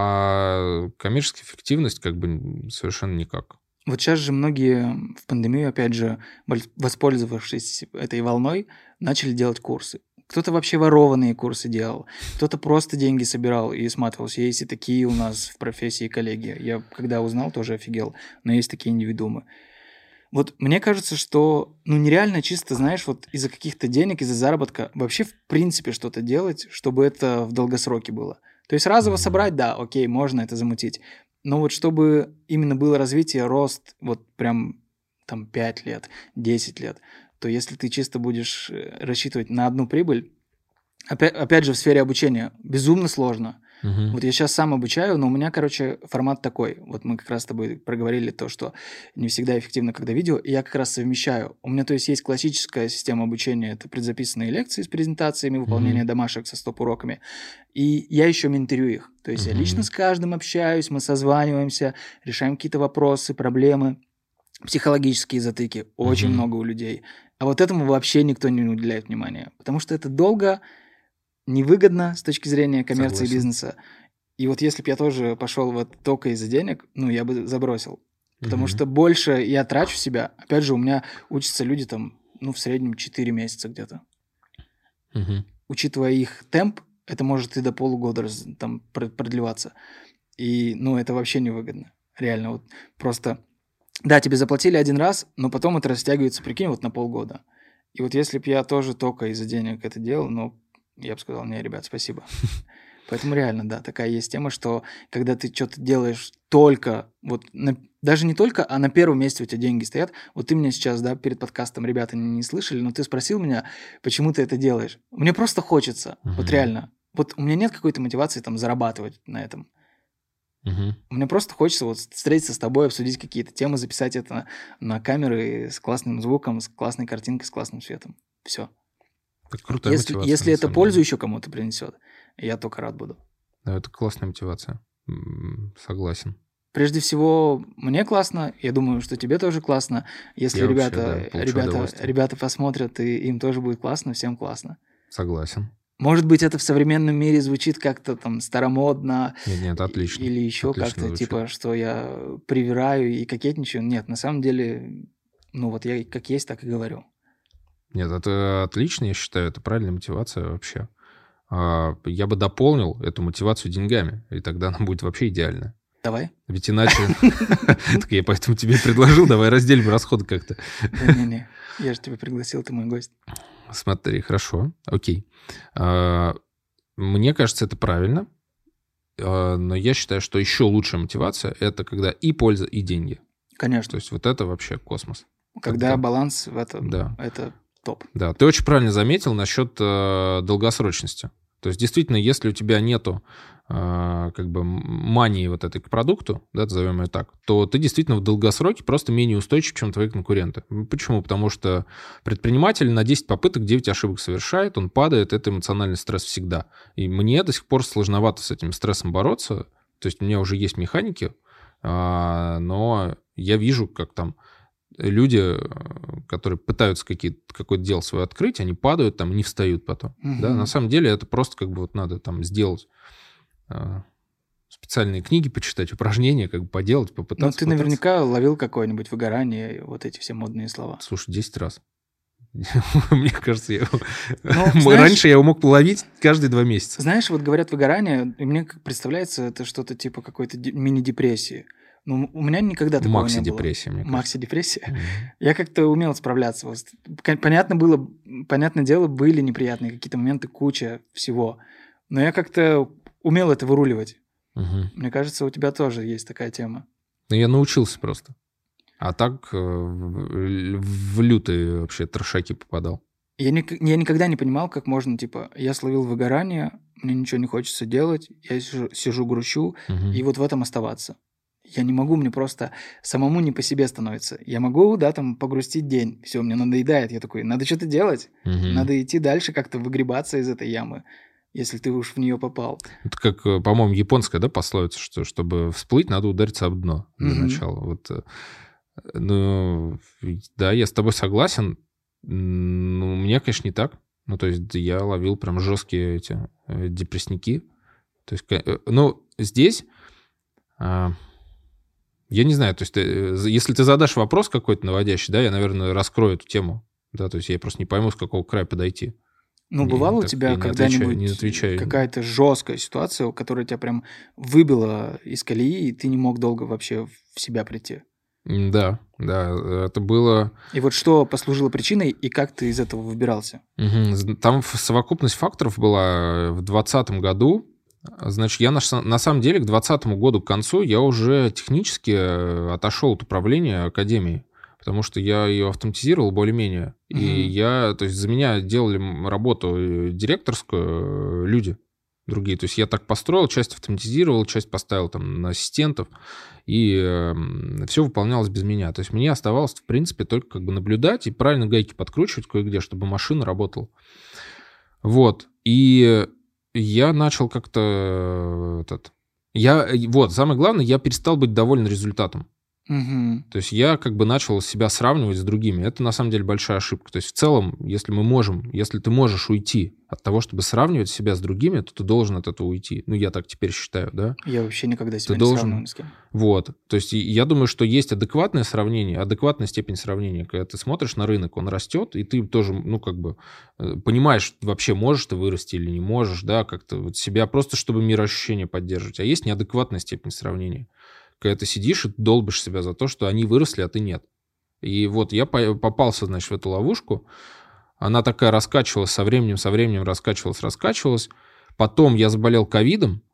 А коммерческая эффективность как бы совершенно никак. Вот сейчас же многие в пандемию, опять же, боль- воспользовавшись этой волной, начали делать курсы. Кто-то вообще ворованные курсы делал, кто-то просто деньги собирал и сматывался. Есть и такие у нас в профессии коллеги. Я когда узнал, тоже офигел, но есть такие индивидуумы. Вот мне кажется, что ну нереально чисто, знаешь, вот из-за каких-то денег, из-за заработка вообще в принципе что-то делать, чтобы это в долгосроке было. То есть разово Мгм. собрать, да, окей, можно это замутить. Но вот чтобы именно было развитие, рост, вот прям там пять лет, десять лет, то если ты чисто будешь э, рассчитывать на одну прибыль, опять, опять же в сфере обучения, безумно сложно. Мгм. Вот я сейчас сам обучаю, но у меня, короче, формат такой. Вот мы как раз с тобой проговорили то, что не всегда эффективно, когда видео, и я как раз совмещаю. У меня, то есть, есть классическая система обучения, это предзаписанные лекции с презентациями, выполнение Мгм. домашек со стоп-уроками, и я еще менторю их. То есть я лично Мгм. с каждым общаюсь, мы созваниваемся, решаем какие-то вопросы, проблемы, психологические затыки. Очень Мгм. много у людей. А вот этому вообще никто не уделяет внимания, потому что это долго, невыгодно с точки зрения коммерции и Согласен. бизнеса. И вот если бы я тоже пошел вот только из-за денег, ну, я бы забросил. Потому Мгм. что больше я трачу себя. Опять же, у меня учатся люди там, ну, в среднем четыре месяца где-то. Мгм. Учитывая их темп, это может и до полугода раз- там пр- продлеваться. И, ну, это вообще невыгодно. Реально, вот просто... Да, тебе заплатили один раз, но потом это растягивается, прикинь, вот на полгода. И вот если бы я тоже только из-за денег это делал, ну, я бы сказал, не, ребят, спасибо. Поэтому реально, да, такая есть тема, что когда ты что-то делаешь только, вот на- даже не только, а на первом месте у тебя деньги стоят. Вот ты меня сейчас, да, перед подкастом ребята не, не слышали, но ты спросил меня, почему ты это делаешь. Мне просто хочется, вот Мгм. реально. Вот у меня нет какой-то мотивации там зарабатывать на этом. Мгм. Мне просто хочется вот встретиться с тобой, обсудить какие-то темы, записать это на, на камеры с классным звуком, с классной картинкой, с классным светом. Все. Это крутая Если, мотивация, если на это самом пользу деле. еще кому-то принесет, я только рад буду. Да, это классная мотивация. М, Согласен. Прежде всего, мне классно, я думаю, что тебе тоже классно. Если Я вообще, да, ребята, получаю ребята, удовольствие. ребята посмотрят, и им тоже будет классно, всем классно. Согласен. Может быть, это в современном мире звучит как-то там старомодно Нет, нет, и- отлично. или еще Отлично как-то звучит. типа, что я привираю и кокетничаю. Нет, на самом деле, ну вот я как есть, так и говорю. Нет, это отлично, я считаю, это правильная мотивация вообще. А, Я бы дополнил эту мотивацию деньгами, и тогда она будет вообще идеальная. Давай. Ведь иначе... Так я поэтому тебе и предложил, давай разделим расходы как-то. Да не-не, я же тебя пригласил, ты мой гость. Смотри, хорошо, окей. А, Мне кажется, это правильно, а, но я считаю, что еще лучшая мотивация — это когда и польза, и деньги. То Конечно, есть вот это вообще космос. когда Это- баланс в этом, Да. это топ. Да, ты очень правильно заметил насчет э, долгосрочности. То есть действительно, если у тебя нету э, как бы м- мании вот этой к продукту, да, назовем ее так, то ты действительно в долгосроке просто менее устойчив, чем твои конкуренты. М, Почему? Потому что предприниматель на десять попыток девять ошибок совершает, он падает, это эмоциональный стресс всегда. И мне до сих пор сложновато с этим стрессом бороться. То есть у меня уже есть механики, а, но я вижу, как там люди, э, которые пытаются какие-то, какое-то дело свое открыть, они падают там и не встают потом. Да, Мгм. на самом деле это просто как бы вот надо там сделать э, специальные книги почитать, упражнения как бы поделать, попытаться. Ну, ты пытаться. наверняка ловил какое-нибудь выгорание, вот эти все модные слова. Слушай, десять раз. Мне кажется, я... Ну, раньше знаешь, я его мог ловить каждые два месяца. знаешь, вот говорят выгорание, и мне как представляется, это что-то типа какой-то ди- мини-депрессии. Ну, у меня никогда такого не было. Макси-депрессия, мне кажется. Макси-депрессия. Мгм. Я как-то умел справляться. Вот. Кон- Понятно было, понятное дело, были неприятные какие-то моменты, куча всего. Но я как-то умел это выруливать. Мгм. Мне кажется, у тебя тоже есть такая тема. Ну, я научился просто. А так э, в в лютые вообще трешаки попадал. Я, ник- я никогда не понимал, как можно, типа, я словил выгорание, мне ничего не хочется делать, я сижу, сижу грущу, Мгм. и вот в этом оставаться. Я не могу, мне просто самому не по себе становится. Я могу, да, там, погрустить день, все, мне надоедает. Я такой, надо что-то делать, Мгм. надо идти дальше, как-то выгребаться из этой ямы, если ты уж в нее попал. Это как, э, по-моему, японская, да, пословица, что чтобы всплыть, надо удариться об дно для Мгм. начала. Вот, э, ну, да, я с тобой согласен. М, Ну, у меня, конечно, не так. Ну, то есть я ловил прям жесткие эти э, депрессники. То есть, ка- э, ну, здесь, а, я не знаю, то есть э, за- если ты задашь вопрос какой-то наводящий, да, я, наверное, раскрою эту тему. Да, то есть я просто не пойму, с какого края подойти. Ну, Не, бывало у так тебя я не отвечаю, не когда-нибудь отвечаю. какая-то жесткая ситуация, которая тебя прям выбила из колеи, и ты не мог долго вообще в себя прийти? М, Да, да, это было... И вот что послужило причиной, и как ты из этого выбирался? Мгм. З- Там ф- совокупность факторов была в двадцатом году. Значит, я на, са- на самом деле к двадцатому году к концу я уже технически э, отошел от управления академией, потому что я ее автоматизировал более-менее. И Мгм. я, то есть за меня делали м, работу э, директорскую э, люди другие. То есть я так построил, часть автоматизировал, часть поставил там на ассистентов, и все выполнялось без меня. То есть мне оставалось, в принципе, только как бы наблюдать и правильно гайки подкручивать кое-где, чтобы машина работала. Вот. И я начал как-то... э, Этот, я, э, вот, самое главное, я перестал быть доволен результатом. Мгм. То есть я как бы начал себя сравнивать с другими. Это на самом деле большая ошибка. То есть в целом, если мы можем, если ты можешь уйти от того, чтобы сравнивать себя с другими, то ты должен от этого уйти. Ну, я так теперь считаю, да? Я вообще никогда себя не должен- сравниваю ни с кем. Вот. То есть и я думаю, что есть адекватное сравнение, адекватная степень сравнения. Когда ты смотришь на рынок, он растет, и ты тоже, ну, как бы э, понимаешь, вообще можешь ты вырасти или не можешь, да, как-то вот себя просто, чтобы мироощущение поддерживать. А есть неадекватная степень сравнения. Когда ты сидишь и долбишь себя за то, что они выросли, а ты нет. И вот я по- попался, значит, в эту ловушку. Она такая раскачивалась со временем, со временем раскачивалась, раскачивалась. Потом я заболел ковидом.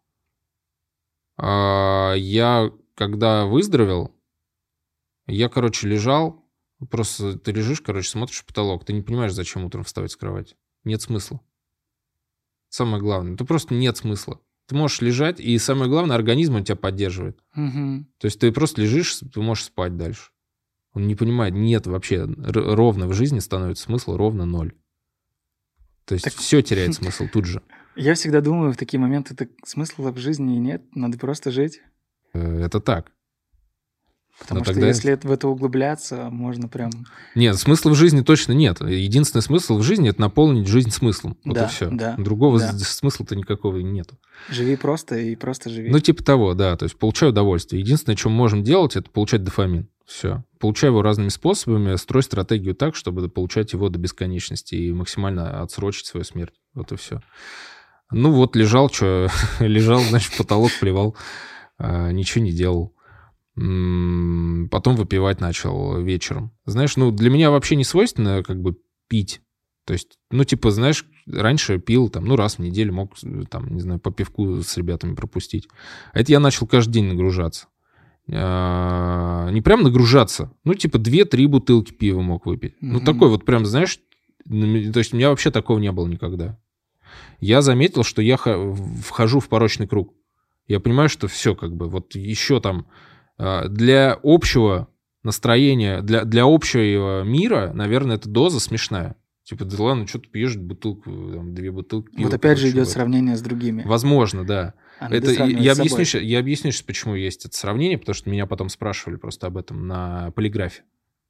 А, Я, когда выздоровел, я, короче, лежал. Просто ты лежишь, короче, смотришь в потолок. Ты не понимаешь, зачем утром вставать с кровати. Нет смысла. Самое главное. Это просто нет смысла. Ты можешь лежать, и самое главное, организм он тебя поддерживает. Мгм. То есть ты просто лежишь, ты можешь спать дальше. Он не понимает, нет вообще, р- ровно в жизни становится смысл ровно ноль. То есть Так- все теряет смысл тут же. Я всегда думаю, в такие моменты так смысла в жизни и нет, надо просто жить. Э, Это так. Потому Но что тогда- если это- в это углубляться, можно прям... Нет, смысла в жизни точно нет. Единственный смысл в жизни — это наполнить жизнь смыслом. Вот Да, и все. да, Другого да. с- смысла-то никакого нету. Живи просто и просто живи. Ну, типа того, да. То есть получай удовольствие. Единственное, что мы можем делать, это получать дофамин. Все. Получай его разными способами, строй стратегию так, чтобы получать его до бесконечности и максимально отсрочить свою смерть. Вот и все. Ну вот, лежал, что, лежал, значит, в потолок плевал, а, ничего не делал. М, Потом выпивать начал вечером. Знаешь, ну, для меня вообще не свойственно как бы пить. То есть, ну, типа, знаешь, раньше пил, там, ну, раз в неделю мог, там, не знаю, по пивку с ребятами пропустить. А это я начал каждый день нагружаться. А, Не прям нагружаться, ну, типа, две-три бутылки пива мог выпить. Ну, Мгм. такой вот прям, знаешь, м, то есть у меня вообще такого не было никогда. Я заметил, что я ха- вхожу в порочный круг. Я понимаю, что все, как бы, вот еще там а, для общего настроения, для, для общего мира, наверное, эта доза смешная. Типа, да ладно, что ты пьешь бутылку, там, две бутылки пива. Вот опять же короче, идет вот. сравнение с другими. Возможно, да. А надо Это, сравнивать я, с собой. объясню, щас- я объясню сейчас, почему есть это сравнение, потому что меня потом спрашивали просто об этом на полиграфе.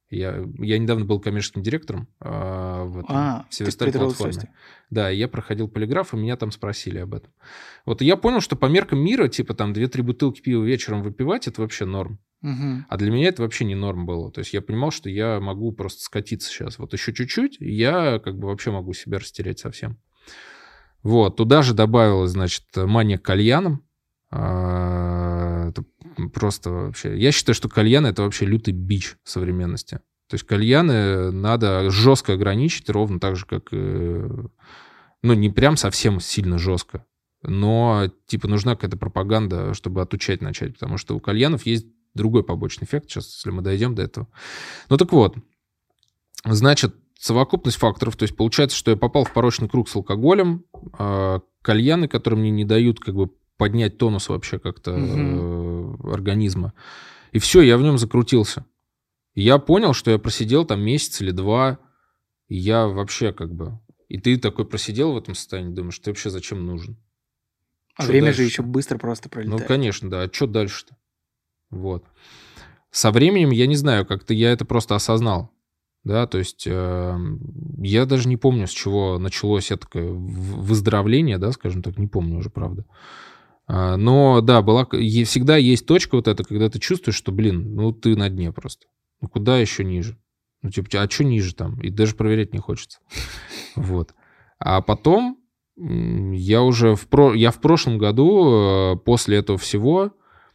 Я, я недавно был коммерческим директором а, в, этом, а, в Северсталь платформе. Да, я проходил полиграф, и меня там спросили об этом. Вот я понял, что по меркам мира, типа там две-три бутылки пива вечером выпивать, это вообще норм. Угу. А для меня это вообще не норм было. То есть я понимал, что я могу просто скатиться сейчас. Вот еще чуть-чуть, и я как бы вообще могу себя растерять совсем. Вот, туда же добавилась, значит, мания к кальянам. Это просто вообще... Я считаю, что кальяны — это вообще лютый бич современности. То есть кальяны надо жестко ограничить, ровно так же, как... Ну, не прям совсем сильно жестко, но, типа, нужна какая-то пропаганда, чтобы отучать начать, потому что у кальянов есть другой побочный эффект, сейчас, если мы дойдем до этого. Ну, так вот, значит, совокупность факторов, то есть получается, что я попал в порочный круг с алкоголем, кальяны, которые мне не дают, как бы, поднять тонус вообще как-то угу. организма. И все, я в нем закрутился. И я понял, что я просидел там месяц или два, и я вообще как бы... И ты такой просидел в этом состоянии, думаешь, ты вообще зачем нужен? А что время дальше-то? Же еще быстро просто пролетает. Ну, конечно, да. А что дальше-то? Вот. Со временем, я не знаю, как-то я это просто осознал. Да, то есть э, я даже не помню, с чего началось это выздоровление, да, скажем так, не помню уже, правда. Но, да, была, всегда есть точка вот эта, когда ты чувствуешь, что, блин, ну ты на дне просто. Ну куда еще ниже? Ну типа, а что ниже там? И даже проверять не хочется. Вот. А потом я уже в, про... я в прошлом году, после этого всего,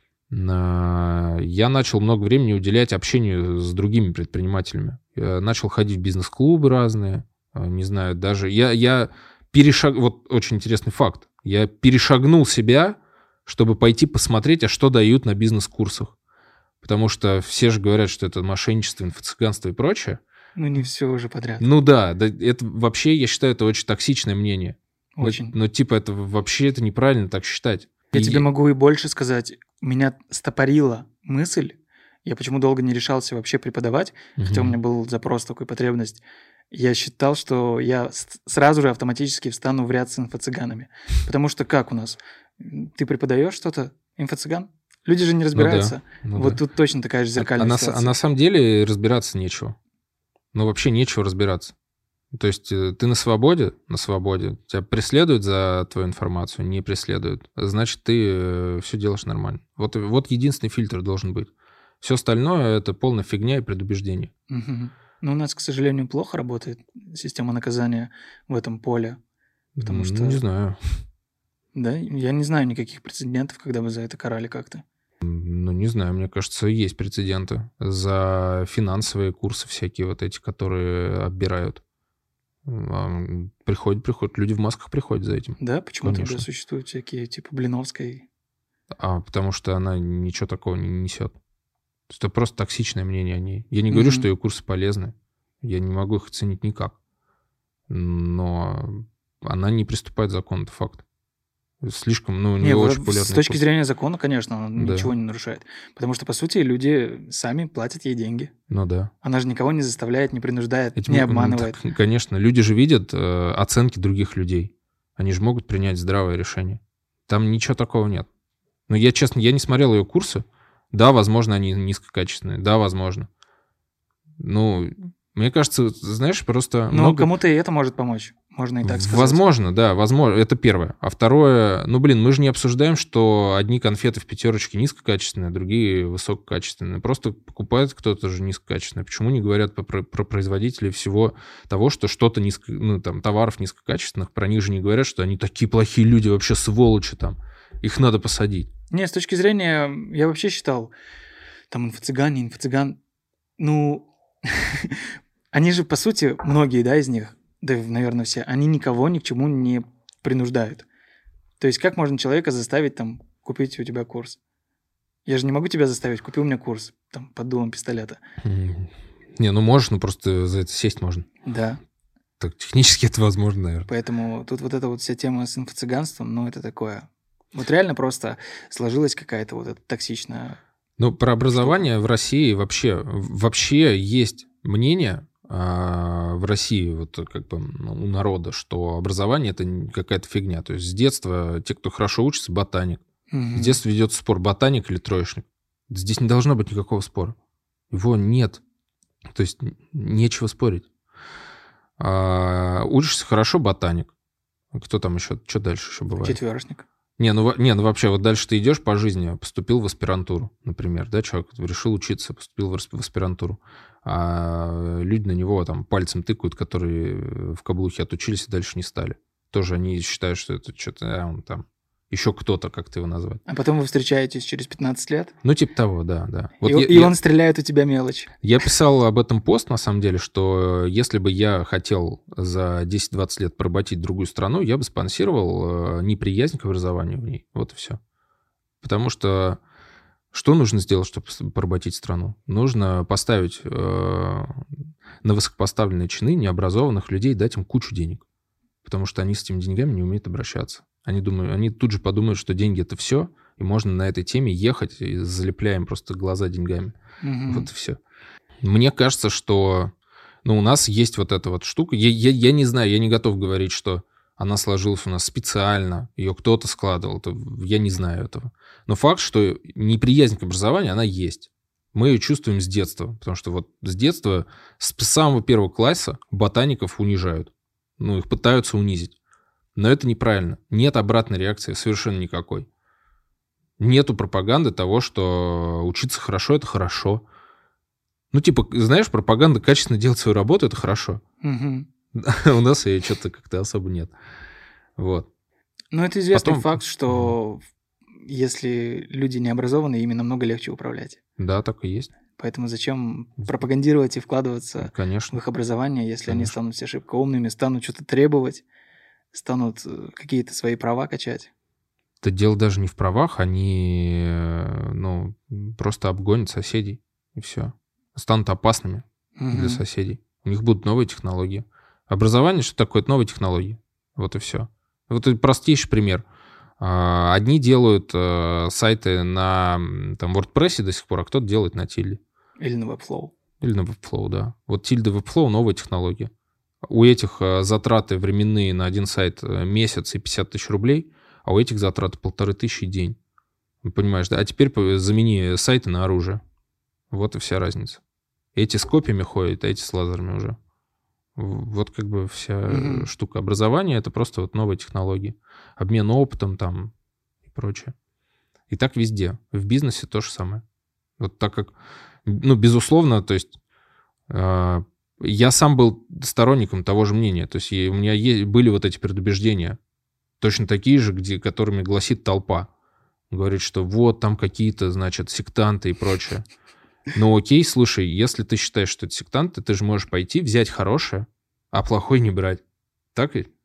я начал много времени уделять общению с другими предпринимателями. Я начал ходить в бизнес-клубы разные, не знаю, даже... Я, я перешаг... Вот очень интересный факт. Я перешагнул себя, чтобы пойти посмотреть, а что дают на бизнес-курсах. Потому что все же говорят, что это мошенничество, инфо-цыганство и прочее. Ну, не все уже подряд. Ну да, да, это вообще, я считаю, это очень токсичное мнение. Очень. Но, но типа это вообще это неправильно так считать. Я и... тебе могу и больше сказать. Меня стопорила мысль, я почему долго не решался вообще преподавать, угу. хотя у меня был запрос, такой потребность. Я считал, что я сразу же автоматически встану в ряд с инфо-цыганами. Потому что как у нас? Ты преподаешь что-то? Инфо-цыган? Люди же не разбираются. Ну да, ну вот да. Тут точно такая же зеркальная а, ситуация. А на, а на самом деле разбираться нечего. Ну вообще нечего разбираться. То есть ты на свободе? На свободе. Тебя преследуют за твою информацию? Не преследуют. Значит, ты все делаешь нормально. Вот, вот единственный фильтр должен быть. Все остальное — это полная фигня и предубеждение. Угу. Но у нас, к сожалению, плохо работает система наказания в этом поле. Потому ну, что... Не знаю. Да, я не знаю никаких прецедентов, когда бы за это карали как-то. Ну, не знаю, мне кажется, есть прецеденты за финансовые курсы всякие вот эти, которые оббирают. Приходят, приходят, люди в масках приходят за этим. Да? Почему Конечно. Тогда существуют всякие, типа Блиновской? А, потому что она ничего такого не несет. Это просто токсичное мнение о ней. Я не говорю, mm-hmm. что ее курсы полезны. Я не могу их оценить никак. Но она не приступает к закону, это факт. Слишком, ну, не, не очень популярный. С точки курс. зрения закона, конечно, она да. ничего не нарушает. Потому что, по сути, люди сами платят ей деньги. Ну да. Она же никого не заставляет, не принуждает, Этим, не обманывает. Так, конечно, люди же видят э, оценки других людей. Они же могут принять здравое решение. Там ничего такого нет. Но я, честно, я не смотрел ее курсы. Да, возможно, они низкокачественные. Да, возможно. Ну, мне кажется, знаешь, просто... Ну, много... кому-то и это может помочь. Можно и так сказать. Возможно, да, возможно. Это первое. А второе, ну, блин, мы же не обсуждаем, что одни конфеты в пятерочке низкокачественные, а другие высококачественные. Просто покупает кто-то же низкокачественное. Почему не говорят про, про производителей всего того, что что-то низко... Ну, там, товаров низкокачественных, про них же не говорят, что они такие плохие люди, вообще сволочи там. Их надо посадить. Не, с точки зрения... Я вообще считал, там, инфо-цыгане, инфо-цыган... Ну... Они же, по сути, многие, да, из них, да, наверное, все, они никого ни к чему не принуждают. То есть как можно человека заставить, там, купить у тебя курс? Я же не могу тебя заставить, купи у меня курс, там, под дулом пистолета. Не, ну можешь, но просто за это сесть можно. Да. Так технически это возможно, наверное. Поэтому тут вот эта вот вся тема с инфо-цыганством, ну, это такое... Вот реально просто сложилась какая-то вот эта токсичная... Ну, про образование штука. В России вообще, вообще есть мнение а, в России вот как бы ну, у народа, что образование — это какая-то фигня. То есть с детства те, кто хорошо учится, ботаник. Угу. С детства ведется спор, ботаник или троечник. Здесь не должно быть никакого спора. Его нет. То есть нечего спорить. А, учишься хорошо — ботаник. Кто там еще? Что дальше еще бывает? Четверошник. Не ну, не, ну вообще, вот дальше ты идешь по жизни, поступил в аспирантуру, например, да, человек решил учиться, поступил в аспирантуру, а люди на него там пальцем тыкают, которые в каблуке отучились и дальше не стали. Тоже они считают, что это что-то, а он там, еще кто-то, как ты его назвать. А потом вы встречаетесь через пятнадцать лет? Ну, типа того, да, да. Вот и я, и я, он стреляет у тебя мелочь. Я писал об этом пост, на самом деле, что если бы я хотел за десять-двадцать лет поработить другую страну, я бы спонсировал неприязнь к образованию в ней. Вот и все. Потому что что нужно сделать, чтобы поработить страну? Нужно поставить э, на высокопоставленные чины необразованных людей, дать им кучу денег. Потому что они с этими деньгами не умеют обращаться. Они, думают, они тут же подумают, что деньги — это все, и можно на этой теме ехать, и залепляем просто глаза деньгами. Mm-hmm. Вот и все. Мне кажется, что ну, у нас есть вот эта вот штука. Я, я, я не знаю, я не готов говорить, что она сложилась у нас специально, ее кто-то складывал. Это, я не знаю этого. Но факт, что неприязнь к образованию, она есть. Мы ее чувствуем с детства. Потому что вот с детства, с самого первого класса ботаников унижают. Ну, их пытаются унизить. Но это неправильно. Нет обратной реакции совершенно никакой. Нету пропаганды того, что учиться хорошо — это хорошо. Ну, типа, знаешь, пропаганда качественно делать свою работу — это хорошо. Угу. У нас ее что-то как-то особо нет. Вот. Ну, это известный Потом... факт, что если люди не образованы, ими намного легче управлять. Да, так и есть. Поэтому зачем пропагандировать и вкладываться Конечно. в их образование, если Конечно. они станут все шибко умными, станут что-то требовать, станут какие-то свои права качать? Это дело даже не в правах, они ну, просто обгонят соседей, и все. Станут опасными mm-hmm. для соседей. У них будут новые технологии. Образование, что такое? Это новые технологии. Вот и все. Вот это простейший пример. Одни делают сайты на там, WordPress до сих пор, а кто-то делает на Тильде. Или на Webflow. Или на Webflow, да. Вот Тильда, Webflow — новая технология. У этих затраты временные на один сайт месяц и пятьдесят тысяч рублей, а у этих затраты полторы тысячи в день. Понимаешь, да? А теперь замени сайты на оружие. Вот и вся разница. Эти с копьями ходят, а эти с лазерами уже. Вот как бы вся mm-hmm. штука. Образования — это просто вот новые технологии. Обмен опытом там и прочее. И так везде. В бизнесе то же самое. Вот так как, ну, безусловно, то есть э, я сам был сторонником того же мнения. То есть я, у меня есть, были вот эти предубеждения. Точно такие же, где, которыми гласит толпа. Говорит, что вот там какие-то, значит, сектанты и прочее. Ну окей, слушай, если ты считаешь, что это сектанты, ты же можешь пойти, взять хорошее, а плохое не брать. Так ведь?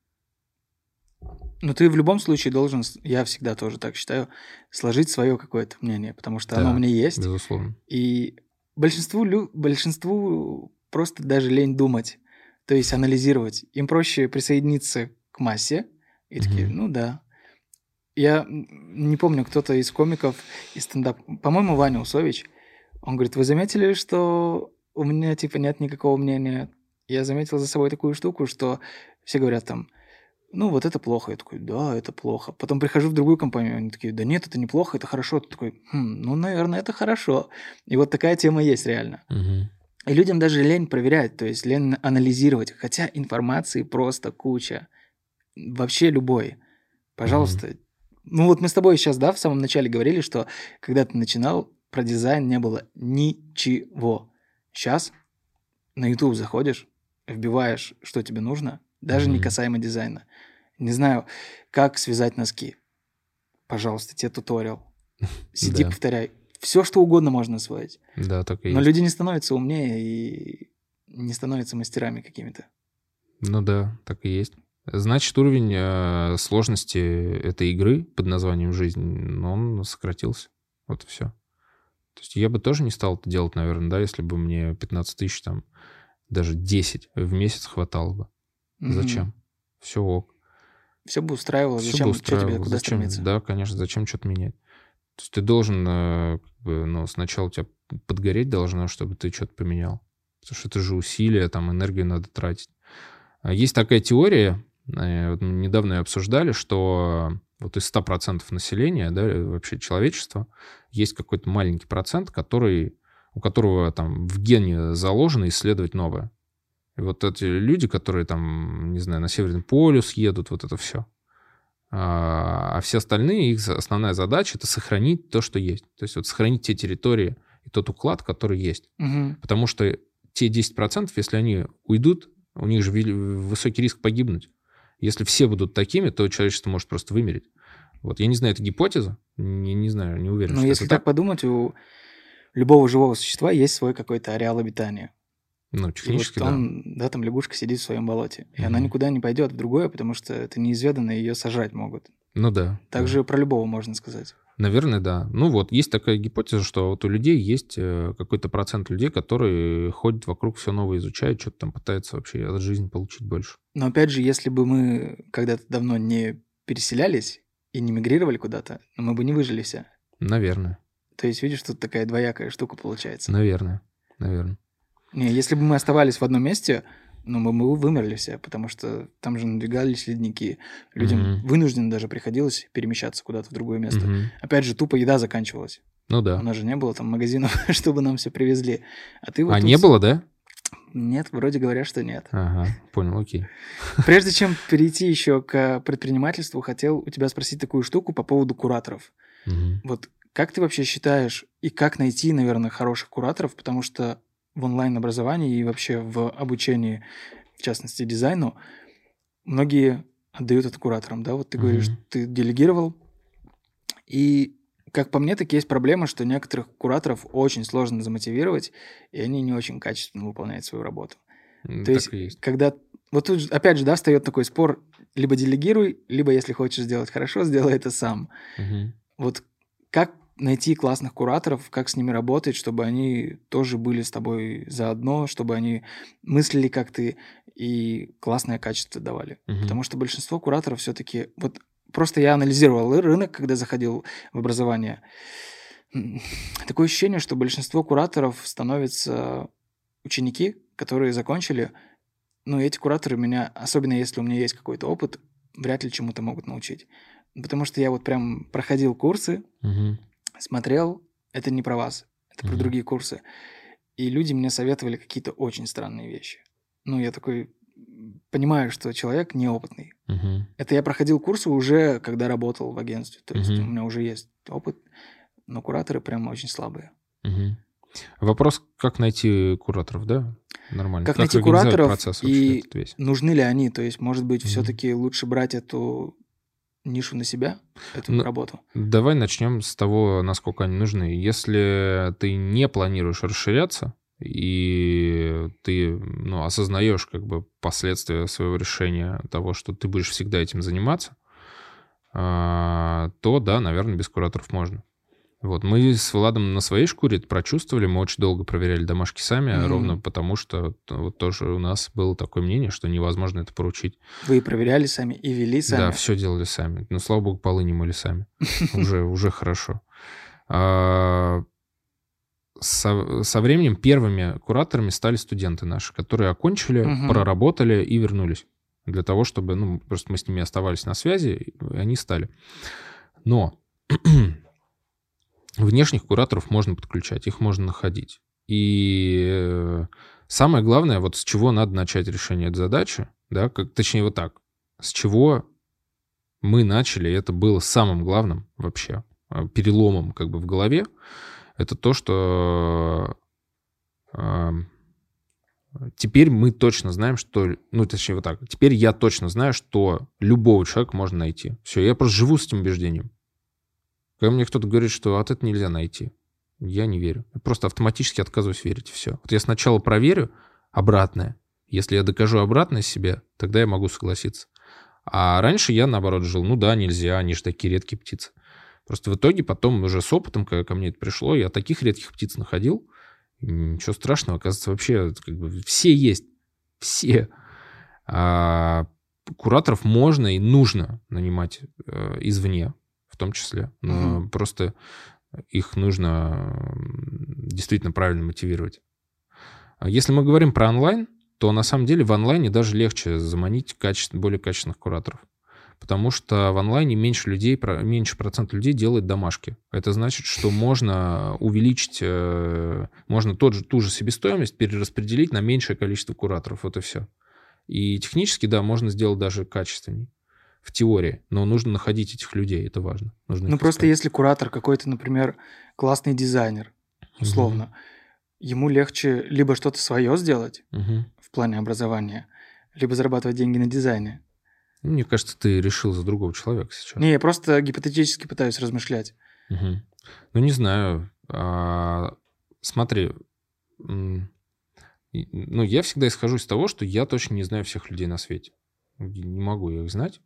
Ну ты в любом случае должен, я всегда тоже так считаю, сложить свое какое-то мнение, потому что да, оно у меня есть. Безусловно. И большинству, лю... большинству просто даже лень думать, то есть анализировать. Им проще присоединиться к массе и такие, mm-hmm. ну да. Я не помню, кто-то из комиков, из стендап, по-моему, Ваня Усович, он говорит, вы заметили, что у меня, типа, нет никакого мнения? Я заметил за собой такую штуку, что все говорят там, ну, вот это плохо. Я такой, да, это плохо. Потом прихожу в другую компанию, они такие, да нет, это неплохо, это хорошо. Ты такой, хм, ну, наверное, это хорошо. И вот такая тема есть реально. Угу. И людям даже лень проверять, то есть лень анализировать. Хотя информации просто куча. Вообще любой. Пожалуйста. Угу. Ну, вот мы с тобой сейчас, да, в самом начале говорили, что когда ты начинал, про дизайн не было ничего. Сейчас на YouTube заходишь, вбиваешь, что тебе нужно, даже mm-hmm. не касаемо дизайна. Не знаю, как связать носки. Пожалуйста, тебе туториал. Сиди, да. повторяй. Все, что угодно можно освоить. Да, так и Но есть. люди не становятся умнее и не становятся мастерами какими-то. Ну да, так и есть. Значит, уровень э, сложности этой игры под названием «Жизнь», он сократился. Вот и все. То есть я бы тоже не стал это делать, наверное, да, если бы мне пятнадцать тысяч, там, даже десять в месяц хватало бы. Mm-hmm. Зачем? Все ок. Все бы устраивало. Все зачем бы устраивало. Что тебе, куда зачем? стремиться? Да, конечно, зачем что-то менять? То есть ты должен, как бы, ну, сначала у тебя подгореть должно, чтобы ты что-то поменял. Потому что это же усилия, там, энергию надо тратить. Есть такая теория, вот мы недавно ее обсуждали, что вот из ста процентов населения, да, вообще человечества, есть какой-то маленький процент, который у которого там в гене заложено исследовать новое. И вот эти люди, которые там, не знаю, на Северный полюс едут, вот это все. А, а все остальные, их основная задача — это сохранить то, что есть. То есть вот сохранить те территории и тот уклад, который есть. Угу. Потому что те десять процентов, если они уйдут, у них же высокий риск погибнуть. Если все будут такими, то человечество может просто вымереть. Вот. Я не знаю, это гипотеза? Не, не знаю, не уверен, Но что если это так так. подумать, у любого живого существа есть свой какой-то ареал обитания. Ну, И технически, вот да. он, да, там лягушка сидит в своем болоте. И она Мгм. никуда не пойдет в другое, потому что это неизведанно, ее сожрать могут. Ну да. Так да. же про любого можно сказать. Наверное, да. Ну вот, есть такая гипотеза, что вот у людей есть э, какой-то процент людей, которые ходят вокруг, все новое изучают, что-то там пытаются вообще от жизни получить больше. Но опять же, если бы мы когда-то давно не переселялись и не мигрировали куда-то, мы бы не выжили все. Наверное. То есть, видишь, тут такая двоякая штука получается. Наверное. Наверное. Не, если бы мы оставались в одном месте, ну, мы бы вымерли все, потому что там же надвигались ледники. Людям Мгм. вынужденно даже приходилось перемещаться куда-то в другое место. Мгм. Опять же, тупо еда заканчивалась. Ну У да. нас же не было там магазинов, чтобы нам все привезли. А ты вот А тут не с- было, да? Нет, вроде говорят, что нет. Ага, понял, окей. Прежде чем перейти еще к предпринимательству, хотел у тебя спросить такую штуку по поводу кураторов. Мгм. Вот как ты вообще считаешь, и как найти, наверное, хороших кураторов, потому что в онлайн-образовании и вообще в обучении, в частности, дизайну, многие отдают это кураторам, да? Вот ты говоришь, Мгм. ты делегировал, и, как по мне, так есть проблема, что некоторых кураторов очень сложно замотивировать, и они не очень качественно выполняют свою работу. М, То есть, Так и есть. когда... Вот тут, же, опять же, да, встает такой спор, либо делегируй, либо, если хочешь сделать хорошо, сделай это сам. Мгм. Вот как найти классных кураторов, как с ними работать, чтобы они тоже были с тобой заодно, чтобы они мыслили как ты и классное качество давали. Мгм. Потому что большинство кураторов все-таки... Вот просто я анализировал ры- рынок, когда заходил в образование. М, Такое ощущение, что большинство кураторов становятся ученики, которые закончили. Ну, эти кураторы меня, особенно если у меня есть какой-то опыт, вряд ли чему-то могут научить. Потому что я вот прям проходил курсы, Мгм. смотрел, это не про вас, это про Мгм. другие курсы. И люди мне советовали какие-то очень странные вещи. Ну, я такой м, понимаю, что человек неопытный. Мгм. Это я проходил курсы уже, когда работал в агентстве. То есть Мгм. у меня уже есть опыт, но кураторы прям очень слабые. Мгм. Вопрос, как найти кураторов, да? Нормально. Как Как найти организовать кураторов процесс вообще и этот весь? нужны ли они? То есть, может быть, Мгм. все-таки лучше брать эту нишу на себя, эту Ну, работу? Давай начнем с того, насколько они нужны. Если ты не планируешь расширяться, и ты ну, осознаешь как бы последствия своего решения того, что ты будешь всегда этим заниматься, а, то да, наверное, без кураторов можно. Вот, мы с Владом на своей шкуре это прочувствовали, мы очень долго проверяли домашки сами, Мгм. ровно потому, что т- вот тоже у нас было такое мнение, что невозможно это поручить. Вы и проверяли сами, и вели Да, сами. все делали сами. Ну, слава богу, полы не мыли сами. Уже, уже хорошо. А, Со, со временем первыми кураторами стали студенты наши, которые окончили, Мгм. проработали и вернулись. Для того, чтобы, ну, просто мы с ними оставались на связи, и они стали. Но внешних кураторов можно подключать, их можно находить. И э, самое главное, вот с чего надо начать решение этой задачи, да, как, точнее вот так, с чего мы начали, это было самым главным вообще, э, переломом как бы в голове, это то, что э, теперь мы точно знаем, что, ну, точнее вот так, теперь я точно знаю, что любого человека можно найти. Все, я просто живу с этим убеждением. Когда мне кто-то говорит, что от этого нельзя найти, я не верю. Я просто автоматически отказываюсь верить, и все. Вот я сначала проверю обратное. Если я докажу обратное себе, тогда я могу согласиться. А раньше я, наоборот, жил, ну да, нельзя, они же такие редкие птицы. Просто в итоге потом уже с опытом, когда ко мне это пришло, я таких редких птиц находил. Ничего страшного, оказывается, вообще как бы все есть. Все. А кураторов можно и нужно нанимать э, извне. В том числе. Но Мгм. просто их нужно действительно правильно мотивировать. А если мы говорим про онлайн, то на самом деле в онлайне даже легче заманить каче... более качественных кураторов. потому что в онлайне меньше людей, меньше процент людей делает домашки. Это значит, что можно увеличить, можно тот же, ту же себестоимость перераспределить на меньшее количество кураторов. Вот и все. И технически, да, можно сделать даже качественней. В теории, но нужно находить этих людей, это важно. Нужно ну, просто искать. Если куратор какой-то, например, классный дизайнер, условно, угу. ему легче либо что-то свое сделать угу. в плане образования, либо зарабатывать деньги на дизайне. Мне кажется, ты решил за другого человека сейчас. Не, я просто гипотетически пытаюсь размышлять. Угу. Ну, не знаю. А, смотри, ну, я всегда исхожу из того, что я точно не знаю всех людей на свете. Не могу я их знать.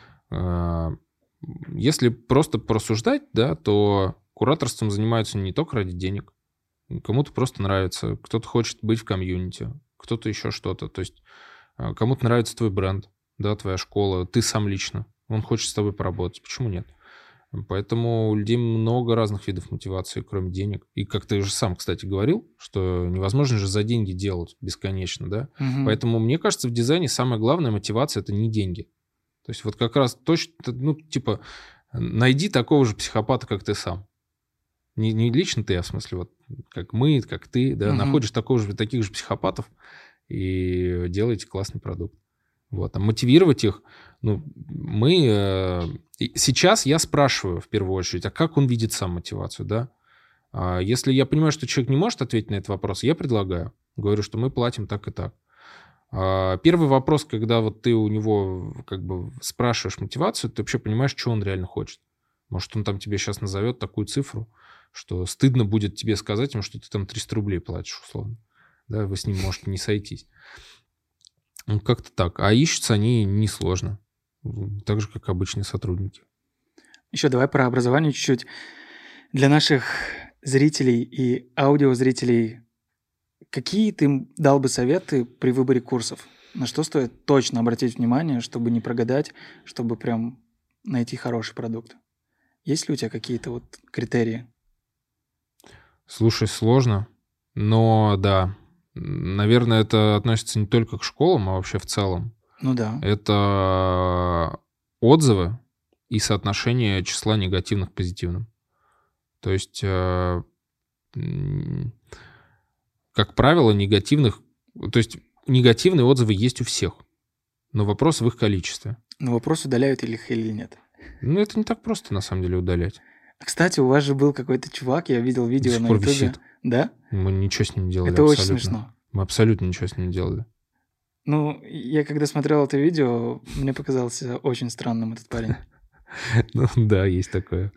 Если просто порассуждать, да, то кураторством занимаются не только ради денег. Кому-то просто нравится, кто-то хочет быть в комьюнити, кто-то еще что-то. То есть кому-то нравится твой бренд, да, твоя школа, ты сам лично. Он хочет с тобой поработать. Почему нет? Поэтому у людей много разных видов мотивации, кроме денег. И как ты уже сам, кстати, говорил, что невозможно же за деньги делать бесконечно, да? Угу. Поэтому, мне кажется, в дизайне самая главная мотивация – это не деньги. То есть вот как раз точно, ну, типа, найди такого же психопата, как ты сам. Не, не лично ты, а в смысле, вот как мы, как ты, да, угу. находишь такого же, таких же психопатов и делаете классный продукт. Вот. А мотивировать их, ну, мы... Э, сейчас я спрашиваю в первую очередь, а как он видит сам мотивацию, да? А если я понимаю, что человек не может ответить на этот вопрос, я предлагаю. Говорю, что мы платим так и так. А первый вопрос, когда вот ты у него как бы спрашиваешь мотивацию, ты вообще понимаешь, что он реально хочет. Может, он там тебе сейчас назовет такую цифру, что стыдно будет тебе сказать ему, что ты там триста рублей платишь, условно. Да, вы с ним можете не сойтись. Ну, как-то так. А ищутся они несложно. Так же, как обычные сотрудники. Еще давай про образование чуть-чуть. Для наших зрителей и аудиозрителей, какие ты дал бы советы при выборе курсов? На что стоит точно обратить внимание, чтобы не прогадать, чтобы прям найти хороший продукт? Есть ли у тебя какие-то вот критерии? Слушай, сложно, но да. Наверное, это относится не только к школам, а вообще в целом. Ну да. Это отзывы и соотношение числа негативных к позитивным. То есть, э, как правило, негативных... То есть негативные отзывы есть у всех, но вопрос в их количестве. Но вопрос, удаляют их или нет. Ну, это не так просто, на самом деле, удалять. Кстати, у вас же был какой-то чувак, я видел видео на ютубе. Висит. Да? Мы ничего с ним не делали. Это абсолютно. Очень смешно. Мы абсолютно ничего с ним не делали. Ну, я когда смотрел это видео, мне показался очень странным этот парень. Ну да, есть такое.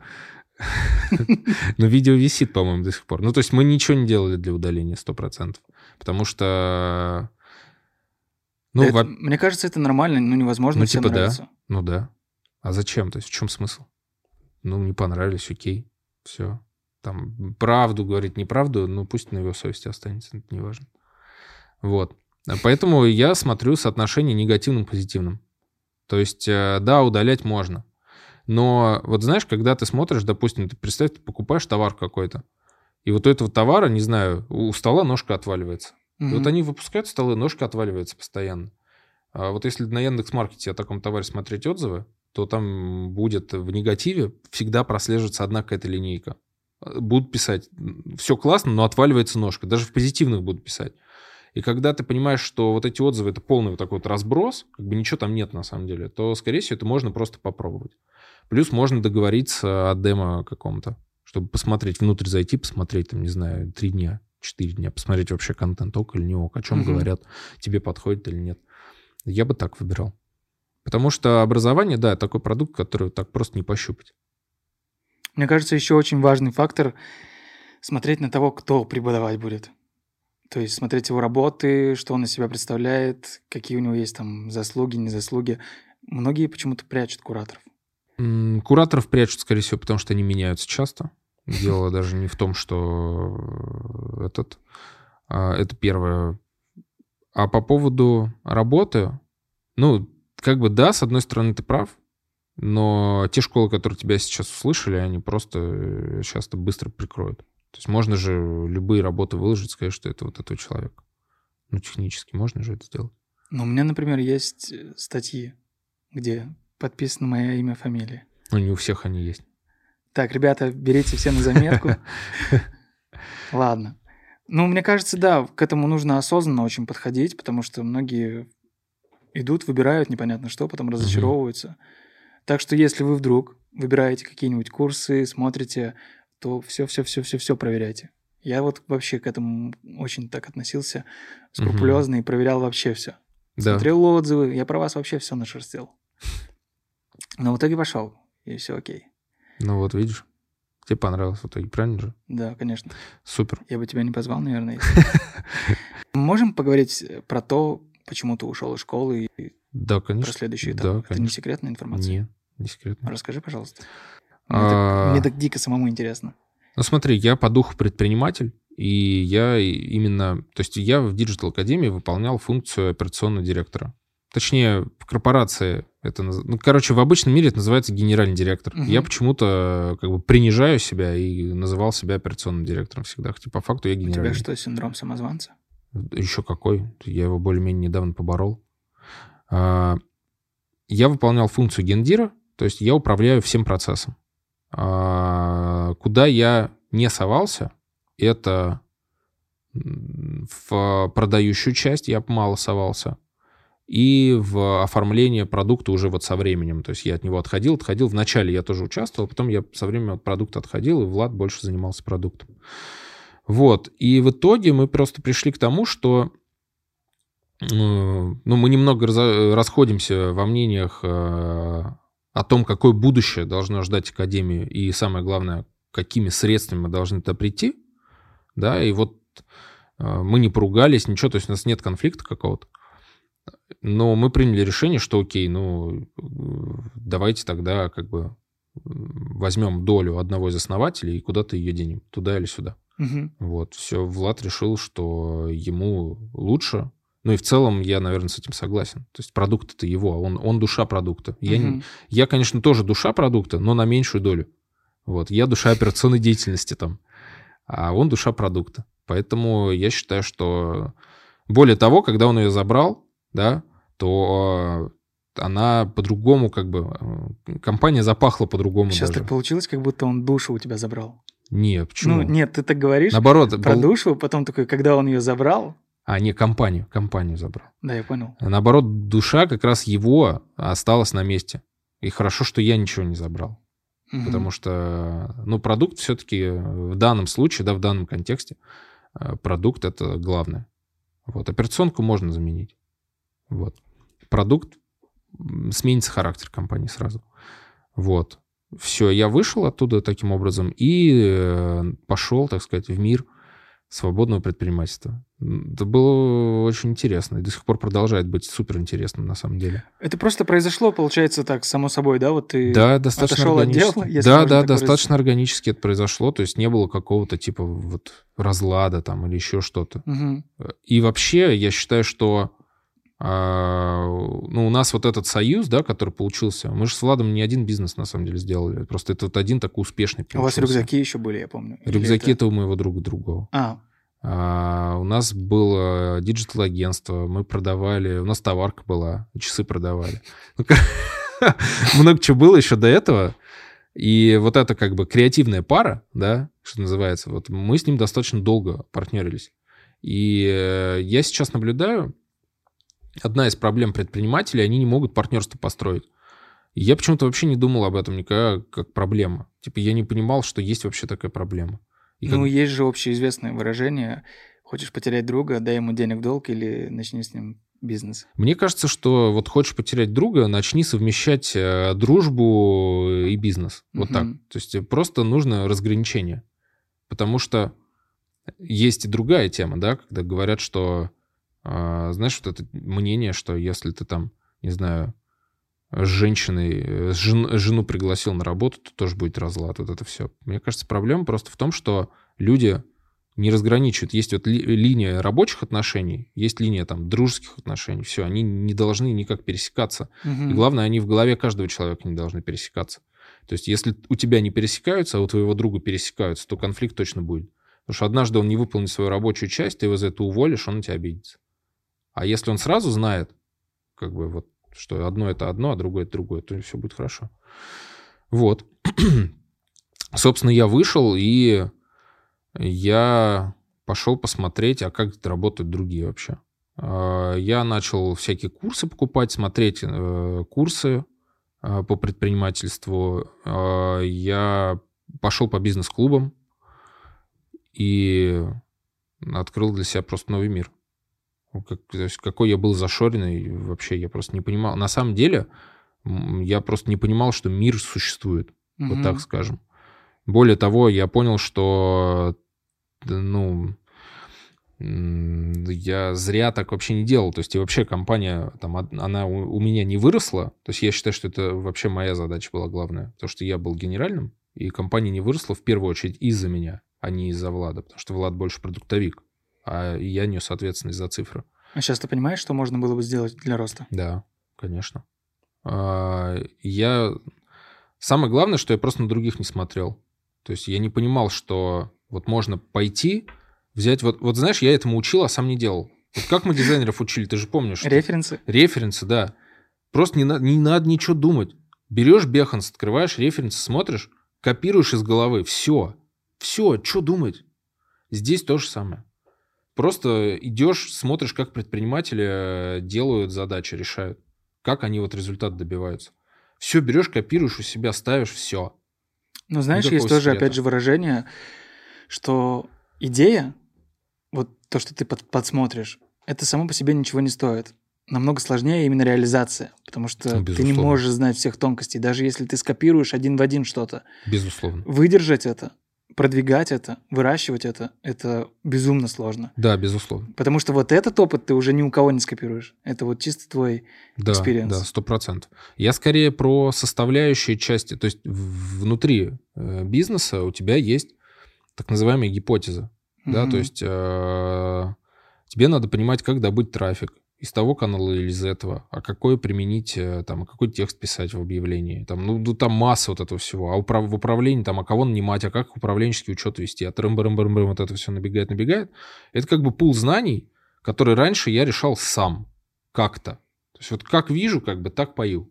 Но видео висит, по-моему, до сих пор. Ну, то есть мы ничего не делали для удаления, сто процентов. Потому что... Ну, да во... это, мне кажется, это нормально, ну, невозможно ну, всем типа, нравится. Да. Ну да. А зачем? То есть в чем смысл? Ну, не понравились, окей, все. Там правду говорить, неправду, ну, пусть на его совести останется, это не важно. Вот. Поэтому я смотрю соотношение негативным к позитивным. То есть, да, удалять можно. Но вот знаешь, когда ты смотришь, допустим, ты представь, ты покупаешь товар какой-то, и вот у этого товара, не знаю, у стола ножка отваливается. Mm-hmm. И вот они выпускают столы, ножка отваливается постоянно. А вот если на Яндекс.Маркете о таком товаре смотреть отзывы, то там будет в негативе всегда прослеживаться одна какая-то линейка. Будут писать, все классно, но отваливается ножка. Даже в позитивных будут писать. И когда ты понимаешь, что вот эти отзывы — это полный вот такой вот разброс, как бы ничего там нет на самом деле, то, скорее всего, это можно просто попробовать. Плюс можно договориться о демо каком-то, чтобы посмотреть, внутрь зайти, посмотреть, там, не знаю, три дня, четыре дня, посмотреть вообще контент ок или не ок, о чем угу. говорят, тебе подходит или нет. Я бы так выбирал. Потому что образование, да, такой продукт, который так просто не пощупать. Мне кажется, еще очень важный фактор — смотреть на того, кто преподавать будет. То есть смотреть его работы, что он из себя представляет, какие у него есть там заслуги, незаслуги. Многие почему-то прячут кураторов. Кураторов прячут, скорее всего, потому что они меняются часто. Дело даже не в том, что этот... Это первое. А по поводу работы, ну, как бы да, с одной стороны, ты прав, но те школы, которые тебя сейчас услышали, они просто часто быстро прикроют. То есть можно же любые работы выложить, сказать, что это вот этого человека. Ну, технически можно же это сделать. Но у меня, например, есть статьи, где подписано мое имя, фамилия. Ну, не у всех они есть. Так, ребята, берите все на заметку. Ладно. Ну, мне кажется, да, к этому нужно осознанно очень подходить, потому что многие идут, выбирают непонятно что, потом разочаровываются. Так что если вы вдруг выбираете какие-нибудь курсы, смотрите, то все-все-все-все-все проверяйте. Я вот вообще к этому очень так относился скрупулезно и проверял вообще все. Да. Смотрел отзывы, я про вас вообще все нашерстил. Но в итоге пошел, и все окей. Ну вот, видишь, тебе понравилось в итоге, правильно же? Да, конечно. Супер. Я бы тебя не позвал, наверное. Если... Можем поговорить про то, почему ты ушел из школы и да, конечно. про следующий этап? Да, Это конечно. не секретная информация? Нет, не секретная. Расскажи, пожалуйста. Мне, А... так, мне так дико самому интересно. Ну смотри, я по духу предприниматель, и я именно... То есть я в Digital Академии выполнял функцию операционного директора. Точнее, в корпорации это... Ну, короче, в обычном мире это называется генеральный директор. Угу. Я почему-то как бы принижаю себя и называл себя операционным директором всегда. Хотя по факту я генеральный. У тебя что, синдром самозванца? Еще какой? Я его более-менее недавно поборол. Я выполнял функцию гендира, то есть я управляю всем процессом. Куда я не совался, это в продающую часть я мало совался, и в оформление продукта уже вот со временем. То есть я от него отходил, отходил. Вначале я тоже участвовал, потом я со временем от продукта отходил, и Влад больше занимался продуктом. Вот. И в итоге мы просто пришли к тому, что ну, мы немного расходимся во мнениях о том, какое будущее должно ждать Академию, и самое главное, какими средствами мы должны туда прийти. Да, и вот мы не поругались, ничего, то есть у нас нет конфликта какого-то. Но мы приняли решение, что окей, ну, давайте тогда как бы возьмем долю одного из основателей и куда-то ее денем, туда или сюда. Угу. Вот, все, Влад решил, что ему лучше. Ну и в целом я, наверное, с этим согласен. То есть продукт это его, он, он душа продукта. Я, Угу. не, я, конечно, тоже душа продукта, но на меньшую долю. Вот, я душа операционной деятельности там, а он душа продукта. Поэтому я считаю, что... Более того, когда он ее забрал, да, то она по-другому как бы... Компания запахла по-другому. Сейчас даже. так получилось, как будто он душу у тебя забрал. Не, почему? Ну, нет, ты так говоришь. Наоборот. Про был... душу, потом такой, когда он ее забрал... А, не, компанию, компанию забрал. Да, я понял. Наоборот, душа как раз его осталась на месте. И хорошо, что я ничего не забрал. Угу. Потому что, ну, продукт все-таки в данном случае, да, в данном контексте, продукт — это главное. Вот, операционку можно заменить. Вот. Продукт, сменится характер компании сразу. Вот. Все, я вышел оттуда таким образом и пошел, так сказать, в мир свободного предпринимательства. Это было очень интересно. И до сих пор продолжает быть суперинтересным на самом деле. Это просто произошло, получается, так, само собой, да? Вот ты да, достаточно отошел от дела? Да, да, достаточно органически это произошло. То есть не было какого-то типа вот разлада там или еще что-то. Угу. И вообще я считаю, что а, ну, у нас вот этот союз, да, который получился, мы же с Владом не один бизнес на самом деле сделали. Просто это вот один такой успешный получился. У вас рюкзаки еще были, я помню. Рюкзаки это... это у моего друга другого. А. А, у нас было диджитал-агентство, мы продавали, у нас товарка была, часы продавали. Много чего было еще до этого. И вот эта как бы креативная пара, да, что называется, вот мы с ним достаточно долго партнерились. И я сейчас наблюдаю, одна из проблем предпринимателей, они не могут партнерство построить. И я почему-то вообще не думал об этом никогда как проблема. Типа я не понимал, что есть вообще такая проблема. И ну, как... есть же общеизвестное выражение: хочешь потерять друга, дай ему денег в долг или начни с ним бизнес. Мне кажется, что вот хочешь потерять друга, начни совмещать э, дружбу и бизнес. Вот uh-huh. так. То есть просто нужно разграничение. Потому что есть и другая тема, да, когда говорят, что, э, знаешь, вот это мнение, что если ты там, не знаю, с женщиной, с жен, жену пригласил на работу, то тоже будет разлад. Вот это все. Мне кажется, проблема просто в том, что люди не разграничивают. Есть вот ли, линия рабочих отношений, есть линия там дружеских отношений. Все, они не должны никак пересекаться. Угу. И главное, они в голове каждого человека не должны пересекаться. То есть если у тебя не пересекаются, а у твоего друга пересекаются, то конфликт точно будет. Потому что однажды он не выполнит свою рабочую часть, ты его за это уволишь, он на тебя обидится. А если он сразу знает, как бы вот, что одно это одно, а другое это другое, то все будет хорошо. Вот. Собственно, я вышел, и я пошел посмотреть, а как это работают другие вообще. Я начал всякие курсы покупать, смотреть курсы по предпринимательству. Я пошел по бизнес-клубам и открыл для себя просто новый мир. Как, то есть какой я был зашоренный, вообще я просто не понимал. На самом деле я просто не понимал, что мир существует, mm-hmm. вот так скажем. Более того, я понял, что ну, я зря так вообще не делал. То есть и вообще компания, там, она у меня не выросла. То есть я считаю, что это вообще моя задача была главная. Потому что я был генеральным, и компания не выросла в первую очередь из-за меня, а не из-за Влада. Потому что Влад больше продуктовик, а я нес ответственность за цифры. А сейчас ты понимаешь, что можно было бы сделать для роста? Да, конечно. Я... Самое главное, что я просто на других не смотрел. То есть я не понимал, что вот можно пойти, взять... Вот, вот знаешь, я этому учил, а сам не делал. Вот как мы дизайнеров учили, ты же помнишь? Что... Референсы? Референсы, да. Просто не, на... не надо ничего думать. Берешь Behance, открываешь референсы, смотришь, копируешь из головы. Все. Все. Что думать? Здесь то же самое. Просто идешь, смотришь, как предприниматели делают задачи, решают. Как они вот результат добиваются. Все берешь, копируешь у себя, ставишь, все. Ну, знаешь, Никакого есть тоже, секрета. Опять же, выражение, что идея, вот то, что ты под, подсмотришь, это само по себе ничего не стоит. Намного сложнее именно реализация, потому что ну, ты не можешь знать всех тонкостей, даже если ты скопируешь один в один что-то. Безусловно. Выдержать это, продвигать это, выращивать это, это безумно сложно. Да, безусловно. Потому что вот этот опыт ты уже ни у кого не скопируешь. Это вот чисто твой экспириенс. Да, да, сто процентов. Я скорее про составляющие части. То есть внутри э, бизнеса у тебя есть так называемая гипотеза. Mm-hmm. Да, то есть э, тебе надо понимать, как добыть трафик из того канала или из этого, а какой применить, там, какой текст писать в объявлении. Там, ну, там масса вот этого всего. А управ- в управлении, там, а кого нанимать, а как управленческий учет вести, а трым-брым-брым-брым, вот это все набегает, набегает. Это как бы пул знаний, который раньше я решал сам. Как-то. То есть вот как вижу, как бы так пою.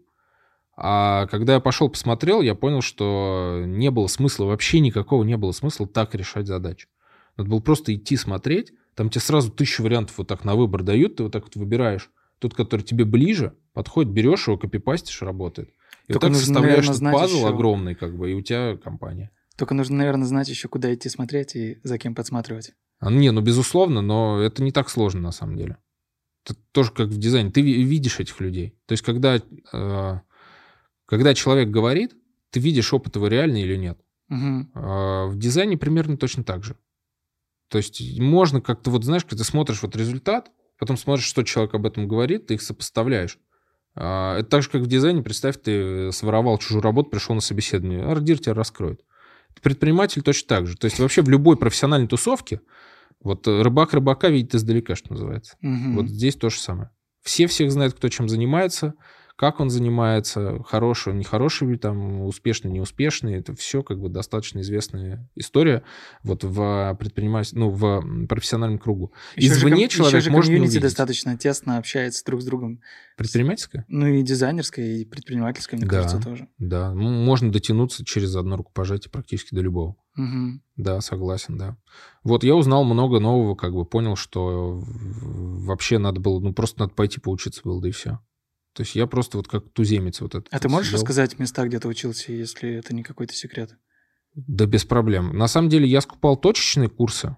А когда я пошел посмотрел, я понял, что не было смысла, вообще никакого не было смысла так решать задачи. Надо было просто идти смотреть. Там тебе сразу тысячу вариантов вот так на выбор дают, ты вот так вот выбираешь. Тот, который тебе ближе, подходит, берешь его, копипастишь, работает. И Только вот так нужно, составляешь наверное, этот пазл еще... огромный, как бы, и у тебя компания. Только нужно, наверное, знать еще, куда идти смотреть и за кем подсматривать. А, не, ну, безусловно, но это не так сложно, на самом деле. Это тоже как в дизайне. Ты видишь этих людей. То есть, когда, э, когда человек говорит, ты видишь, опыт его реальный или нет. Угу. А в дизайне примерно точно так же. То есть можно как-то, вот знаешь, когда ты смотришь вот результат, потом смотришь, что человек об этом говорит, ты их сопоставляешь. Это так же, как в дизайне. Представь, ты своровал чужую работу, пришел на собеседование, ардир тебя раскроет. Предприниматель точно так же. То есть вообще в любой профессиональной тусовке вот рыбак рыбака видит издалека, что называется. Угу. Вот здесь то же самое. Все всех знают, кто чем занимается, как он занимается, хороший, нехороший, там, успешный, неуспешный. Это все как бы достаточно известная история вот в предпринимательстве, ну, в профессиональном кругу. Еще Извне же, человек еще может не комьюнити увидеть. достаточно тесно общается друг с другом. Предпринимательское? Ну и дизайнерское, и предпринимательское, мне да, кажется, тоже. Да, можно дотянуться через одно рукопожатие практически до любого. Угу. Да, согласен, да. Вот я узнал много нового, как бы понял, что вообще надо было, ну, просто надо пойти поучиться было, да и все. То есть я просто вот как туземец вот это. А ты можешь сидел. рассказать места, где ты учился, если это не какой-то секрет? Да без проблем. На самом деле я скупал точечные курсы.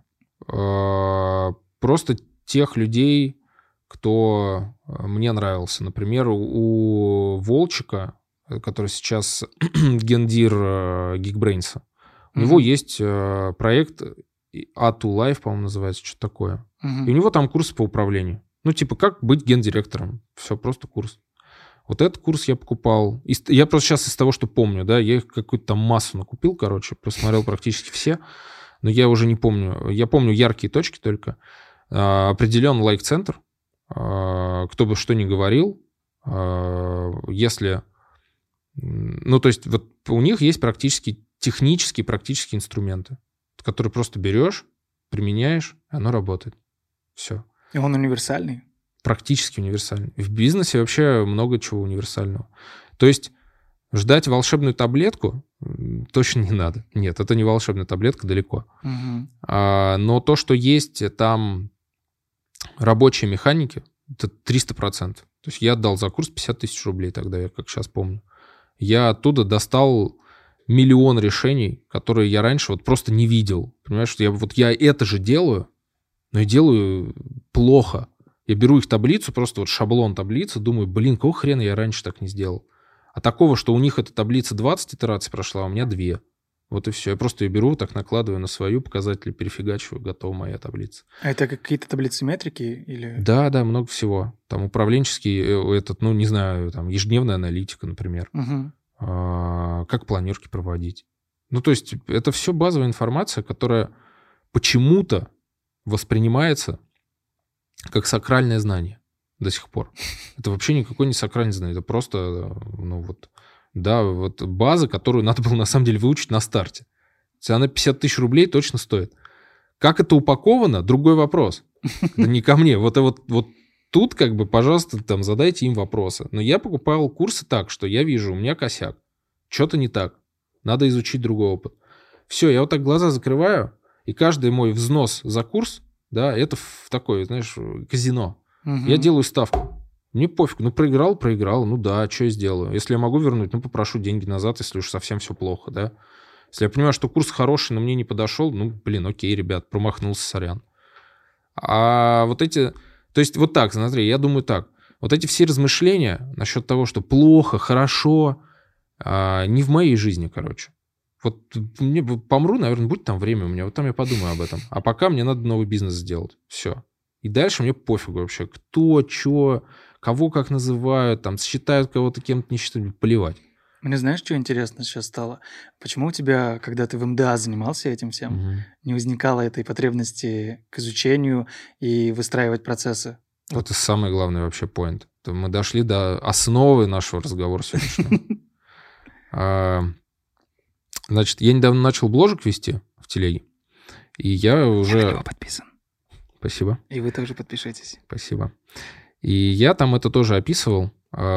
Просто тех людей, кто мне нравился. Например, у Волчика, который сейчас гендир Geekbrains, у mm-hmm. него есть проект эй ту Life, по-моему, называется, что-то такое. Mm-hmm. И у него там курсы по управлению. Ну, типа, как быть гендиректором. Все, просто курс. Вот этот курс я покупал. Я просто сейчас из того, что помню, да, я их какую-то там массу накупил, короче, просмотрел практически все, но я уже не помню. Я помню яркие точки только. А, определен лайк-центр. А, кто бы что ни говорил, а, если... Ну, то есть вот у них есть практически технические, практические инструменты, которые просто берешь, применяешь, и оно работает. Все. И он универсальный? практически универсальный. В бизнесе вообще много чего универсального. То есть ждать волшебную таблетку точно не надо. Нет, это не волшебная таблетка, далеко. Угу. А, но то, что есть там рабочие механики, это триста процентов. То есть я отдал за курс пятьдесят тысяч рублей тогда, я как сейчас помню. Я оттуда достал миллион решений, которые я раньше вот просто не видел. Понимаешь, я, вот я это же делаю, но я делаю плохо. Я беру их таблицу, просто вот шаблон таблицы, думаю, блин, какого хрена я раньше так не сделал? А такого, что у них эта таблица двадцать итераций прошла, а у меня две. Вот и все. Я просто ее беру, так накладываю на свою, показатели перефигачиваю, готова моя таблица. А это какие-то таблицы метрики или... Да, да, много всего. Там управленческий, этот, ну, не знаю, там ежедневная аналитика, например. Угу. А, как планерки проводить. Ну, то есть это все базовая информация, которая почему-то воспринимается как сакральное знание до сих пор. Это вообще никакое не сакральное знание, это просто, ну вот, да, вот база, которую надо было на самом деле выучить на старте. Она пятьдесят тысяч рублей точно стоит. Как это упаковано, другой вопрос. Это не ко мне. Вот, вот, вот тут, как бы, пожалуйста, там, задайте им вопросы. Но я покупал курсы так, что я вижу, у меня косяк. Что-то не так. Надо изучить другой опыт. Все, я вот так глаза закрываю, и каждый мой взнос за курс, да, это в такое, знаешь, казино. Угу. Я делаю ставку. Мне пофиг. Ну, проиграл, проиграл. Ну да, что я сделаю? Если я могу вернуть, ну, попрошу деньги назад, если уж совсем все плохо, да. Если я понимаю, что курс хороший, но мне не подошел, ну, блин, окей, ребят, промахнулся, сорян. А вот эти... То есть вот так, смотри, я думаю так. Вот эти все размышления насчет того, что плохо, хорошо, а, не в моей жизни, короче. Вот мне помру, наверное, будет там время у меня, вот там я подумаю об этом. А пока мне надо новый бизнес сделать. Все. И дальше мне пофигу вообще, кто, что, кого как называют, там, считают кого-то кем-то, не считают, плевать. Мне знаешь, что интересно сейчас стало? Почему у тебя, когда ты в эм дэ а занимался этим всем, Угу. не возникало этой потребности к изучению и выстраивать процессы? Вот это самый главный вообще поинт. Мы дошли до основы нашего разговора сегодняшнего. Значит, я недавно начал бложек вести в телеге, и я уже... Я на него подписан. Спасибо. И вы также подпишитесь. Спасибо. И я там это тоже описывал.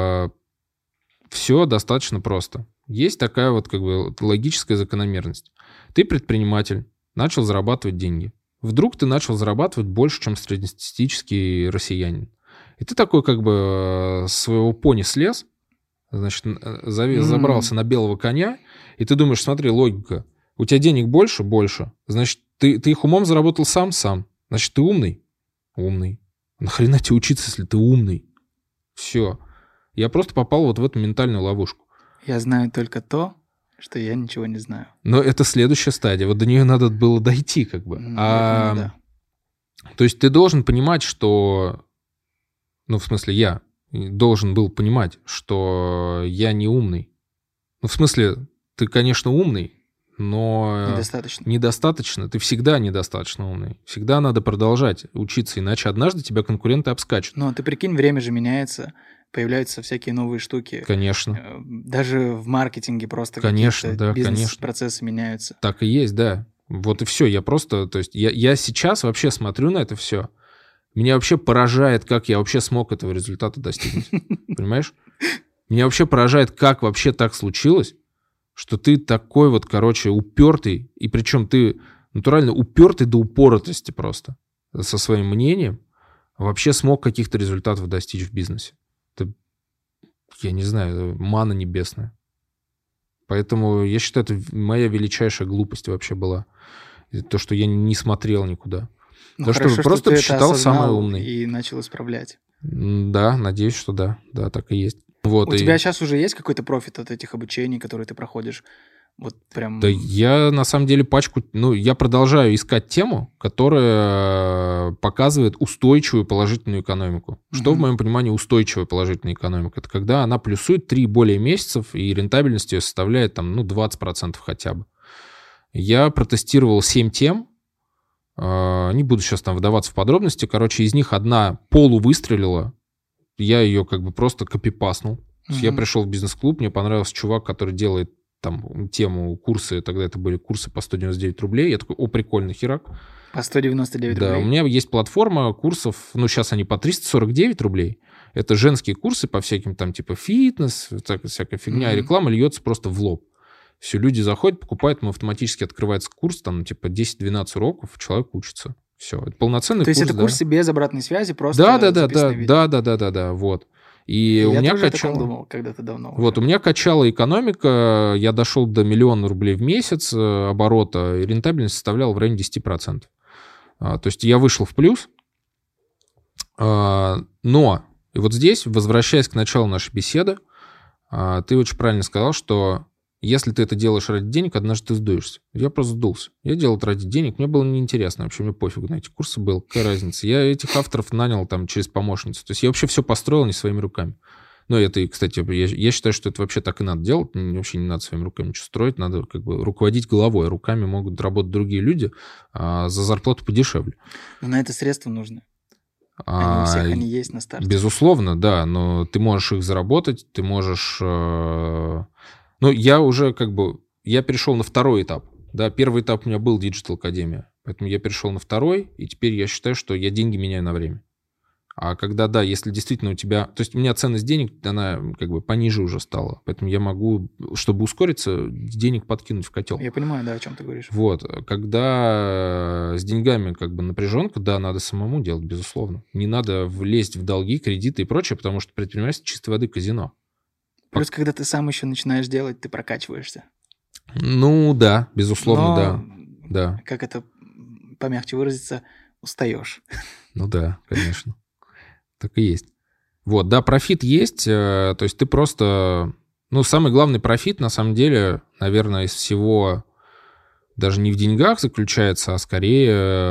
Все достаточно просто. Есть такая вот как бы логическая закономерность. Ты предприниматель, начал зарабатывать деньги. Вдруг ты начал зарабатывать больше, чем среднестатистический россиянин. И ты такой как бы с своего пони слез, значит, забрался mm. на белого коня, и ты думаешь, смотри, логика. У тебя денег больше? Больше. Значит, ты, ты их умом заработал сам? Сам. Значит, ты умный? Умный. Нахрена тебе учиться, если ты умный? Все. Я просто попал вот в эту ментальную ловушку. Я знаю только то, что я ничего не знаю. Но это следующая стадия. Вот до нее надо было дойти, как бы. Mm, а, да. То есть ты должен понимать, что... Ну, в смысле, я должен был понимать, что я не умный. Ну, в смысле, ты, конечно, умный, но... Недостаточно. Недостаточно. Ты всегда недостаточно умный. Всегда надо продолжать учиться, иначе однажды тебя конкуренты обскачут. Но ты прикинь, время же меняется, появляются всякие новые штуки. Конечно. Даже в маркетинге просто конечно, какие-то да, бизнес-процессы меняются. Так и есть, да. Вот и все. Я просто... То есть я, я сейчас вообще смотрю на это все. Меня вообще поражает, как я вообще смог этого результата достигнуть. Понимаешь? Меня вообще поражает, как вообще так случилось, что ты такой вот, короче, упертый, и причем ты натурально упертый до упоротости просто со своим мнением, вообще смог каких-то результатов достичь в бизнесе. Это, я не знаю, это мана небесная. Поэтому я считаю, это моя величайшая глупость вообще была. То, что я не смотрел никуда. Ну, То, хорошо, что просто что считал самый умный. И начал исправлять. Да, надеюсь, что да. Да, так и есть. Вот, У и... тебя сейчас уже есть какой-то профит от этих обучений, которые ты проходишь? Вот прям... Да я на самом деле пачку... Ну, я продолжаю искать тему, которая показывает устойчивую положительную экономику. Что, mm-hmm. в моем понимании, устойчивая положительная экономика? Это когда она плюсует три более месяцев, и рентабельность ее составляет там, ну, двадцать процентов хотя бы. Я протестировал семь тем. Не буду сейчас там вдаваться в подробности. Короче, из них одна полувыстрелила. Я ее как бы просто копипаснул. Mm-hmm. Я пришел в бизнес-клуб, мне понравился чувак, который делает там тему, курсы, тогда это были курсы по сто девяносто девять рублей. Я такой, о, прикольно, херак. По сто девяносто девять Да, рублей? у меня есть платформа курсов, ну, сейчас они по триста сорок девять рублей. Это женские курсы по всяким там типа фитнес, всякая фигня, mm-hmm. реклама льется просто в лоб. Все, люди заходят, покупают, ему автоматически открывается курс, там типа десять-двенадцать уроков, человек учится. Все, это полноценный То курс. То есть это да. курсы без обратной связи, просто да, да, да, да, видео. да, да, да, да, да, вот. И я у меня тоже качало... о таком думал когда-то давно. Вот, уже. У меня качала экономика, я дошел до миллиона рублей в месяц оборота, и рентабельность составляла в районе десять процентов. А, то есть я вышел в плюс, а, но и вот здесь, возвращаясь к началу нашей беседы, а, ты очень правильно сказал, что если ты это делаешь ради денег, однажды ты сдуешься. Я просто сдулся. Я делал это ради денег, мне было неинтересно. Вообще мне пофигу на эти курсы было, какая разница. Я этих авторов нанял там через помощницу. То есть я вообще все построил не своими руками. Ну, это, кстати, я, я считаю, что это вообще так и надо делать. Вообще не надо своими руками ничего строить, надо как бы руководить головой. Руками могут работать другие люди а за зарплату подешевле. Но на это средства нужны. Они у всех, а, они есть на старте. Безусловно, да, но ты можешь их заработать, ты можешь... Э, ну, я уже как бы... Я перешел на второй этап. Да, первый этап у меня был Digital Academy, поэтому я перешел на второй, и теперь я считаю, что я деньги меняю на время. А когда, да, если действительно у тебя... То есть у меня ценность денег, она как бы пониже уже стала. Поэтому я могу, чтобы ускориться, денег подкинуть в котел. Я понимаю, да, о чем ты говоришь. Вот. Когда с деньгами как бы напряженка, да, надо самому делать, безусловно. Не надо влезть в долги, кредиты и прочее, потому что предпринимательство чистой воды казино. Плюс, когда ты сам еще начинаешь делать, ты прокачиваешься. Ну, да, безусловно, Но, да. да. Как это помягче выразиться, устаешь. Ну да, конечно. Так и есть. Вот, да, профит есть, то есть ты просто... Ну, самый главный профит, на самом деле, наверное, из всего даже не в деньгах заключается, а скорее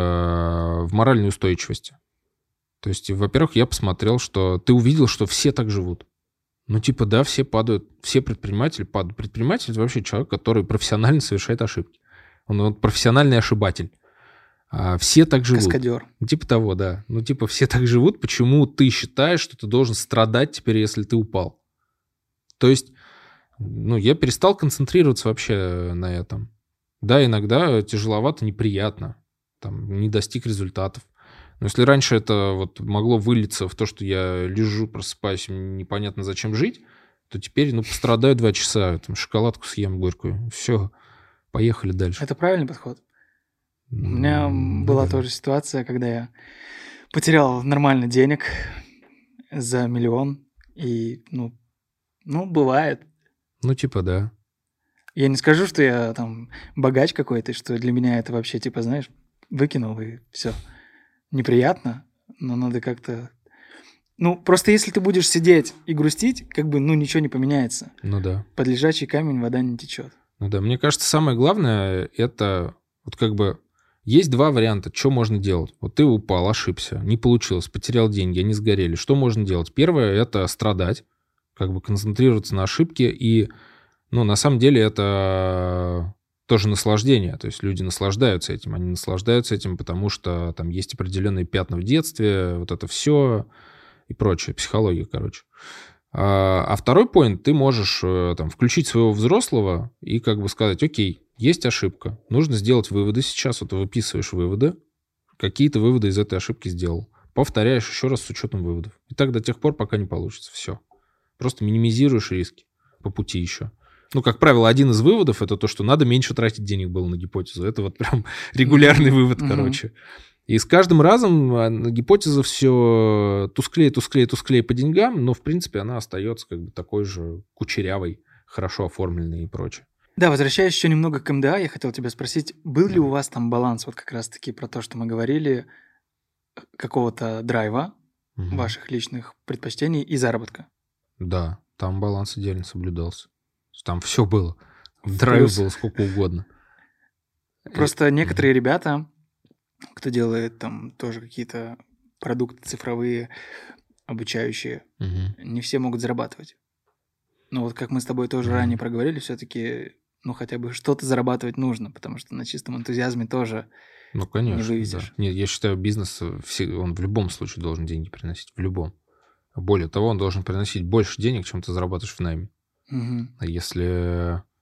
в моральной устойчивости. То есть, во-первых, я посмотрел, что ты увидел, что все так живут. Ну, типа, да, все падают, все предприниматели падают. Предприниматель — это вообще человек, который профессионально совершает ошибки. Он, он профессиональный ошибатель. А все так живут. Каскадер. Типа того, да. Ну, типа, все так живут. Почему ты считаешь, что ты должен страдать теперь, если ты упал? То есть, ну, я перестал концентрироваться вообще на этом. Да, иногда тяжеловато, неприятно. Там, не достиг результатов. Но если раньше это вот могло вылиться в то, что я лежу, просыпаюсь, непонятно зачем жить, то теперь, ну, пострадаю два часа, там, шоколадку съем горькую. Все, поехали дальше. Это правильный подход. У меня Наверное. была тоже ситуация, когда я потерял нормально денег за миллион. И, ну, ну, бывает. Ну, типа, да. Я не скажу, что я там богач какой-то, что для меня это вообще, типа, знаешь, выкинул и все. Неприятно, но надо как-то... Ну, просто если ты будешь сидеть и грустить, как бы, ну, ничего не поменяется. Ну, да. Под лежачий камень вода не течет. Ну, да. Мне кажется, самое главное, это вот как бы... Есть два варианта, что можно делать. Вот ты упал, ошибся, не получилось, потерял деньги, они сгорели. Что можно делать? Первое — это страдать, как бы концентрироваться на ошибке. И, ну, на самом деле это тоже наслаждение. То есть люди наслаждаются этим. Они наслаждаются этим, потому что там есть определенные пятна в детстве, вот это все и прочее. Психология, короче. А второй поинт, ты можешь там включить своего взрослого и как бы сказать: окей, есть ошибка, нужно сделать выводы сейчас. Вот ты выписываешь выводы, какие ты выводы из этой ошибки сделал. Повторяешь еще раз с учетом выводов. И так до тех пор, пока не получится. Все. Просто минимизируешь риски по пути еще. Ну, как правило, один из выводов — это то, что надо меньше тратить денег было на гипотезу. Это вот прям регулярный вывод, короче. И с каждым разом гипотеза все тусклее, тусклее, тусклее по деньгам, но, в принципе, она остается как бы такой же кучерявой, хорошо оформленной и прочее. Да, возвращаясь еще немного к эм дэ а, я хотел тебя спросить, был ли у вас там баланс, вот как раз-таки про то, что мы говорили, какого-то драйва, угу. ваших личных предпочтений и заработка? Да, там баланс идеально соблюдался. Там все было. Драйв было сколько угодно. Просто некоторые ребята, кто делает там тоже какие-то продукты цифровые, обучающие, угу. не все могут зарабатывать. Но вот как мы с тобой тоже угу. ранее проговорили, все-таки ну хотя бы что-то зарабатывать нужно, потому что на чистом энтузиазме тоже ну, конечно, не вывезешь. Да. Нет, я считаю, бизнес, он в любом случае должен деньги приносить, в любом. Более того, он должен приносить больше денег, чем ты зарабатываешь в найме. Угу. А если...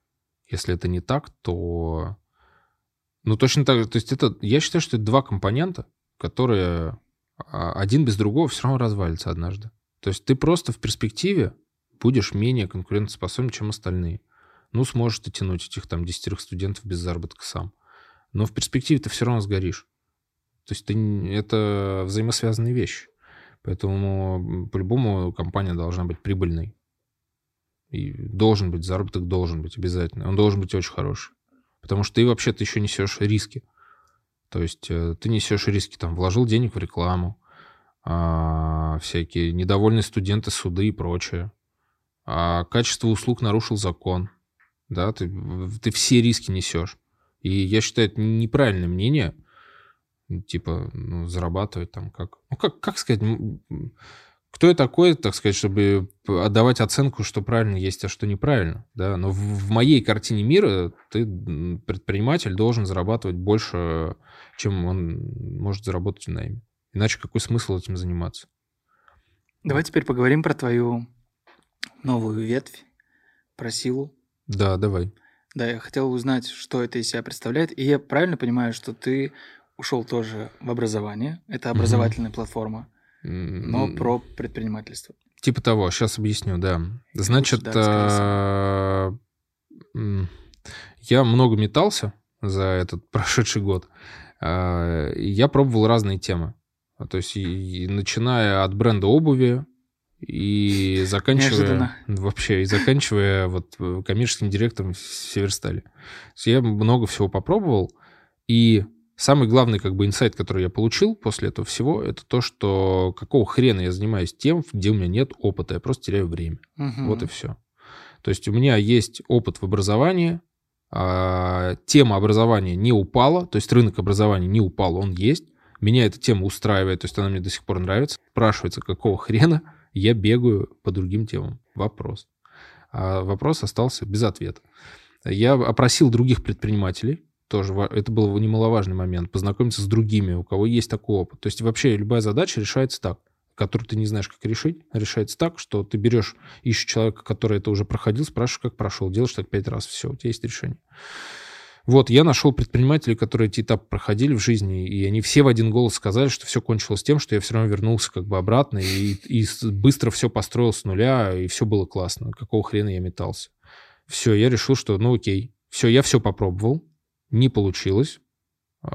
Если это не так, то... Ну, точно так же. То есть это... Я считаю, что это два компонента, которые один без другого все равно развалится однажды. То есть ты просто в перспективе будешь менее конкурентоспособен, чем остальные. Ну, сможешь ты тянуть этих там десятерых студентов без заработка сам. Но в перспективе ты все равно сгоришь. То есть ты... это взаимосвязанные вещи. Поэтому по-любому компания должна быть прибыльной. И должен быть, заработок должен быть обязательно. Он должен быть очень хороший. Потому что ты вообще-то еще несешь риски. То есть ты несешь риски, там, вложил денег в рекламу, а, всякие недовольные студенты, суды и прочее. А качество услуг нарушил закон. Да, ты, ты все риски несешь. И я считаю, это неправильное мнение, типа, ну, зарабатывать там как... Ну, как, как сказать... Кто я такой, так сказать, чтобы отдавать оценку, что правильно есть, а что неправильно, да? Но в, в моей картине мира ты, предприниматель, должен зарабатывать больше, чем он может заработать в найме. Иначе какой смысл этим заниматься? Давай теперь поговорим про твою новую ветвь, про силу. Да, давай. Да, я хотел узнать, что это из себя представляет. И я правильно понимаю, что ты ушел тоже в образование. Это образовательная угу. платформа. Но про предпринимательство. Типа того, сейчас объясню, да. Значит, Лучше, да, я много метался за этот прошедший год. Я пробовал разные темы. То есть, и, начиная от бренда обуви и заканчивая... Вообще, и заканчивая вот коммерческим директором в Северстале. Я много всего попробовал, и... Самый главный как бы инсайт, который я получил после этого всего, это то, что какого хрена я занимаюсь тем, где у меня нет опыта, я просто теряю время. Угу. Вот и все. То есть у меня есть опыт в образовании, а, тема образования не упала, то есть рынок образования не упал, он есть. Меня эта тема устраивает, то есть она мне до сих пор нравится. Спрашивается, какого хрена я бегаю по другим темам. Вопрос. А вопрос остался без ответа. Я опросил других предпринимателей, тоже это был немаловажный момент, познакомиться с другими, у кого есть такой опыт. То есть вообще любая задача решается так, которую ты не знаешь, как решить, решается так, что ты берешь, ищешь человека, который это уже проходил, спрашиваешь, как прошел, делаешь так пять раз, все, у тебя есть решение. Вот, я нашел предпринимателей, которые эти этапы проходили в жизни, и они все в один голос сказали, что все кончилось тем, что я все равно вернулся как бы обратно и, и быстро все построил с нуля, и все было классно. Какого хрена я метался? Все, я решил, что ну окей, все, я все попробовал. Не получилось. И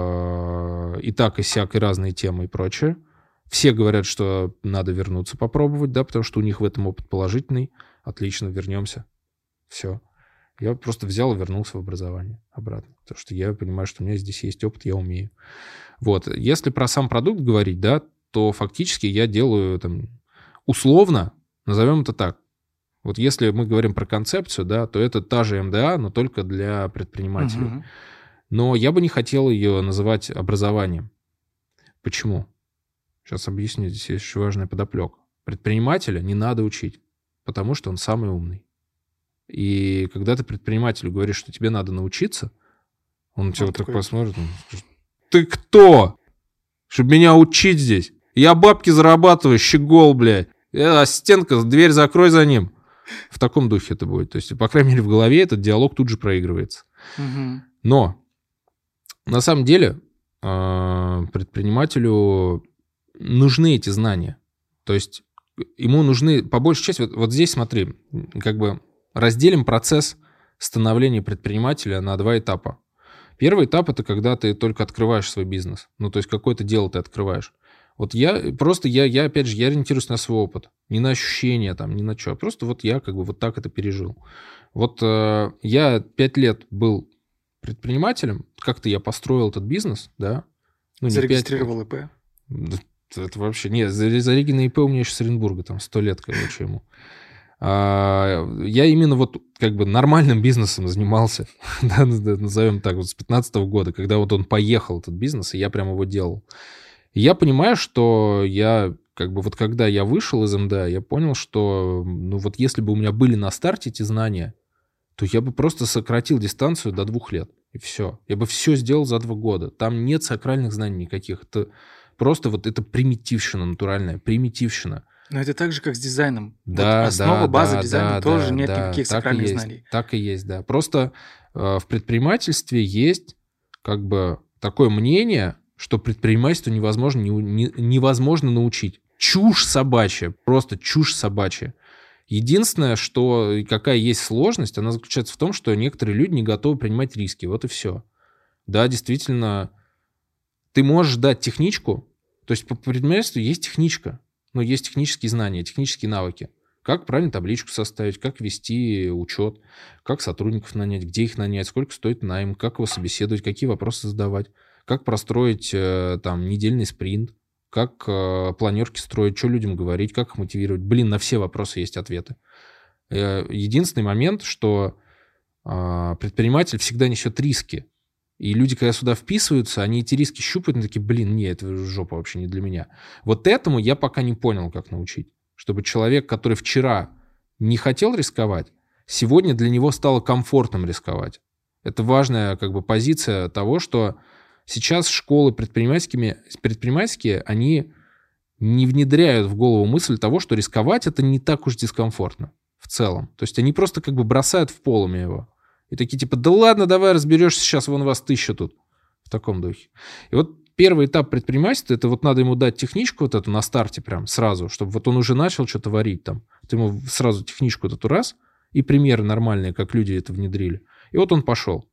так, и сяк, и разные темы, и прочее. Все говорят, что надо вернуться попробовать, да, потому что у них в этом опыт положительный. Отлично, вернемся. Все. Я просто взял и вернулся в образование обратно. Потому что я понимаю, что у меня здесь есть опыт, я умею. Вот. Если про сам продукт говорить, да, то фактически я делаю там условно, назовем это так. Вот если мы говорим про концепцию, да, то это та же эм дэ а, но только для предпринимателей. Uh-huh. Но я бы не хотел ее называть образованием. Почему? Сейчас объясню, здесь есть еще важная подоплека. Предпринимателя не надо учить, потому что он самый умный. И когда ты предпринимателю говоришь, что тебе надо научиться, он вот тебя вот так посмотрит, он скажет: ты кто? Чтобы меня учить здесь? Я бабки зарабатываю, щегол, блядь. А стенка, дверь закрой за ним. В таком духе это будет. То есть, по крайней мере, в голове этот диалог тут же проигрывается. Угу. Но на самом деле предпринимателю нужны эти знания. То есть ему нужны, по большей части, вот, вот здесь смотри, как бы разделим процесс становления предпринимателя на два этапа. Первый этап — это когда ты только открываешь свой бизнес. Ну, то есть какое-то дело ты открываешь. Вот я просто, я, я опять же, я ориентируюсь на свой опыт. Не на ощущения, там, ни на что. Просто вот я как бы вот так это пережил. Вот э, я пять лет был предпринимателем. Как-то я построил этот бизнес, да. Ну, зарегистрировал ИП? Это вообще... Нет, зарегистрированный ИП у меня еще с Оренбурга, там, сто лет, короче, ему. А, я именно вот как бы нормальным бизнесом занимался, да, назовем так, вот с пятнадцатого года, когда вот он поехал, этот бизнес, и я прям его делал. И я понимаю, что я, как бы вот когда я вышел из эм дэ а, я понял, что, ну вот если бы у меня были на старте эти знания, то я бы просто сократил дистанцию до двух лет, и все. Я бы все сделал за два года. Там нет сакральных знаний никаких. Это просто вот это примитивщина натуральная, примитивщина. Но это так же, как с дизайном. Да, вот основа, да, база да, дизайна да, тоже да, нет да, никаких так и сакральных есть, знаний. Так и есть, да. Просто э, в предпринимательстве есть как бы такое мнение, что предпринимательству невозможно, не, не, невозможно научить. Чушь собачья, просто чушь собачья. Единственное, что какая есть сложность, она заключается в том, что некоторые люди не готовы принимать риски. Вот и все. Да, действительно, ты можешь дать техничку, то есть по предпринимательству есть техничка, но есть технические знания, технические навыки. Как правильно табличку составить, как вести учет, как сотрудников нанять, где их нанять, сколько стоит найм, как его собеседовать, какие вопросы задавать, как простроить там недельный спринт, как э, планерки строить, что людям говорить, как их мотивировать. Блин, на все вопросы есть ответы. Э, единственный момент, что э, предприниматель всегда несет риски. И люди, когда сюда вписываются, они эти риски щупают, и такие, блин, нет, это жопа вообще не для меня. Вот этому я пока не понял, как научить. Чтобы человек, который вчера не хотел рисковать, сегодня для него стало комфортным рисковать. Это важная как бы позиция того, что сейчас школы предпринимательские, предпринимательские, они не внедряют в голову мысль того, что рисковать это не так уж дискомфортно в целом. То есть они просто как бы бросают в полами его. И такие типа, да ладно, давай разберешься, сейчас вон вас тысяча тут. В таком духе. И вот первый этап предпринимательства, это вот надо ему дать техничку вот эту на старте прям сразу, чтобы вот он уже начал что-то варить там. Ты ему сразу техничку вот эту раз, и примеры нормальные, как люди это внедрили. И вот он пошел.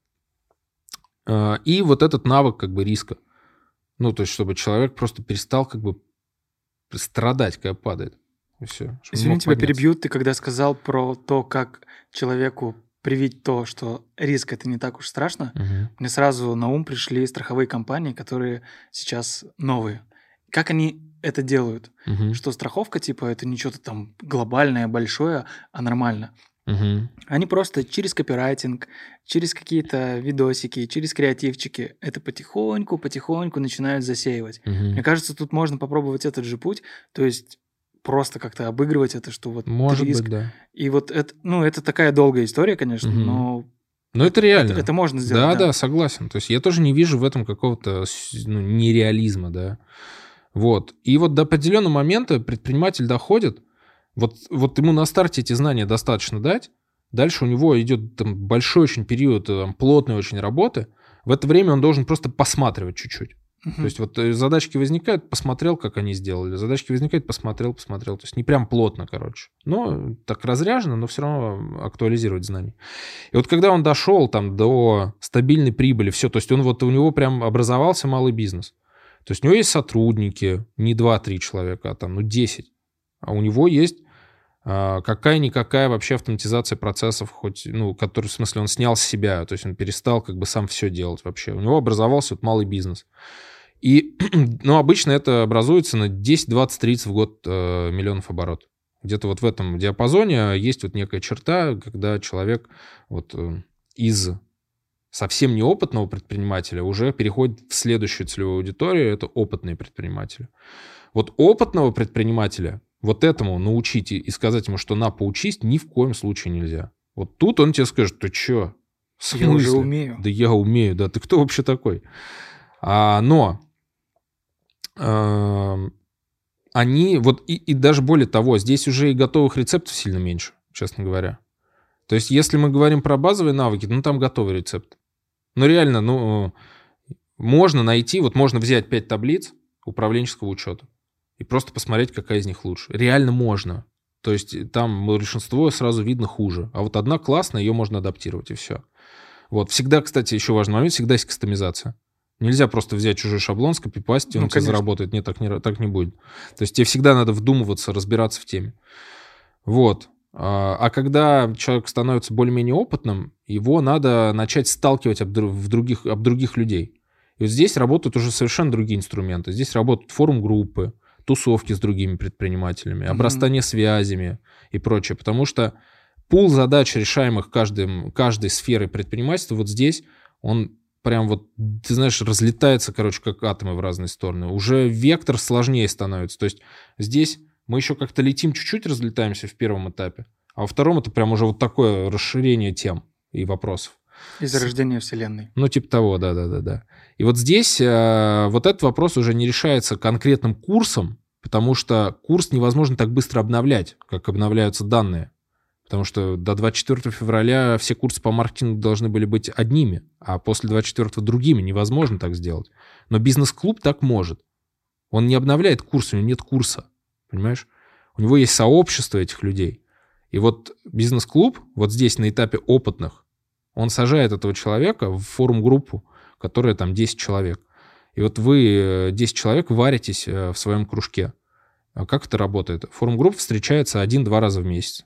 И вот этот навык как бы риска. Ну, то есть, чтобы человек просто перестал как бы страдать, когда падает. И все. Извини, тебя перебью. Ты когда сказал про то, как человеку привить то, что риск — это не так уж страшно, угу. мне сразу на ум пришли страховые компании, которые сейчас новые. Как они это делают? Угу. Что страховка, типа, это не что-то там глобальное, большое, а нормально. Угу. Они просто через копирайтинг, через какие-то видосики, через креативчики это потихоньку-потихоньку начинают засеивать. Угу. Мне кажется, тут можно попробовать этот же путь, то есть просто как-то обыгрывать это, что вот Может риск. быть, да. И вот это, ну, это такая долгая история, конечно, угу. но... Но это реально. Это, это можно сделать, да. Да, да, согласен. То есть я тоже не вижу в этом какого-то ну, нереализма, да. Вот. И вот до определенного момента предприниматель доходит, Вот, вот ему на старте эти знания достаточно дать, дальше у него идет там, большой очень период там, плотной очень работы, в это время он должен просто посматривать чуть-чуть. Uh-huh. То есть вот задачки возникают, посмотрел, как они сделали, задачки возникают, посмотрел, посмотрел. То есть не прям плотно, короче. Но так разряжено, но все равно актуализировать знания. И вот когда он дошел там, до стабильной прибыли, все, то есть он, вот, у него прям образовался малый бизнес. То есть у него есть сотрудники, не два-три человека, а там ну, десять. А у него есть а, какая-никакая вообще автоматизация процессов, хоть, ну, который, в смысле, он снял с себя, то есть он перестал как бы сам все делать вообще. У него образовался вот малый бизнес. И, ну, обычно это образуется на десять, двадцать, тридцать в год э, миллионов оборотов. Где-то вот в этом диапазоне есть вот некая черта, когда человек вот э, из совсем неопытного предпринимателя уже переходит в следующую целевую аудиторию, это опытные предприниматели. Вот опытного предпринимателя вот этому научить и сказать ему, что на, поучись, ни в коем случае нельзя. Вот тут он тебе скажет, ты чё? Я уже умею. Да я умею, да. Ты кто вообще такой? А, но э, они, вот и, и даже более того, здесь уже и готовых рецептов сильно меньше, честно говоря. То есть если мы говорим про базовые навыки, ну там готовый рецепт. Ну реально, ну можно найти, вот можно взять пять таблиц управленческого учета и просто посмотреть, какая из них лучше. Реально можно. То есть там большинство сразу видно хуже. А вот одна классная, ее можно адаптировать, и все. Вот. Всегда, кстати, еще важный момент, всегда есть кастомизация. Нельзя просто взять чужой шаблон, скопипастить, он ну, тебе заработает. Нет, так не, так не будет. То есть тебе всегда надо вдумываться, разбираться в теме. Вот. А когда человек становится более-менее опытным, его надо начать сталкивать об других, об других людей. И вот здесь работают уже совершенно другие инструменты. Здесь работают форум-группы, тусовки с другими предпринимателями, обрастание mm-hmm. связями и прочее. Потому что пул задач, решаемых каждым, каждой сферой предпринимательства, вот здесь он прям вот, ты знаешь, разлетается, короче, как атомы в разные стороны. Уже вектор сложнее становится. То есть здесь мы еще как-то летим, чуть-чуть разлетаемся в первом этапе, а во втором это прям уже вот такое расширение тем и вопросов. И зарождение Вселенной. Ну, типа того, да-да-да. И вот здесь э, вот этот вопрос уже не решается конкретным курсом, потому что курс невозможно так быстро обновлять, как обновляются данные. Потому что до двадцать четвёртого февраля все курсы по маркетингу должны были быть одними, а после двадцать четвёртого другими. Невозможно так сделать. Но бизнес-клуб так может. Он не обновляет курс, у него нет курса. Понимаешь? У него есть сообщество этих людей. И вот бизнес-клуб вот здесь на этапе опытных, он сажает этого человека в форум-группу, которая там десять человек. И вот вы десять человек варитесь в своем кружке. Как это работает? Форум-группа встречается один-два раза в месяц.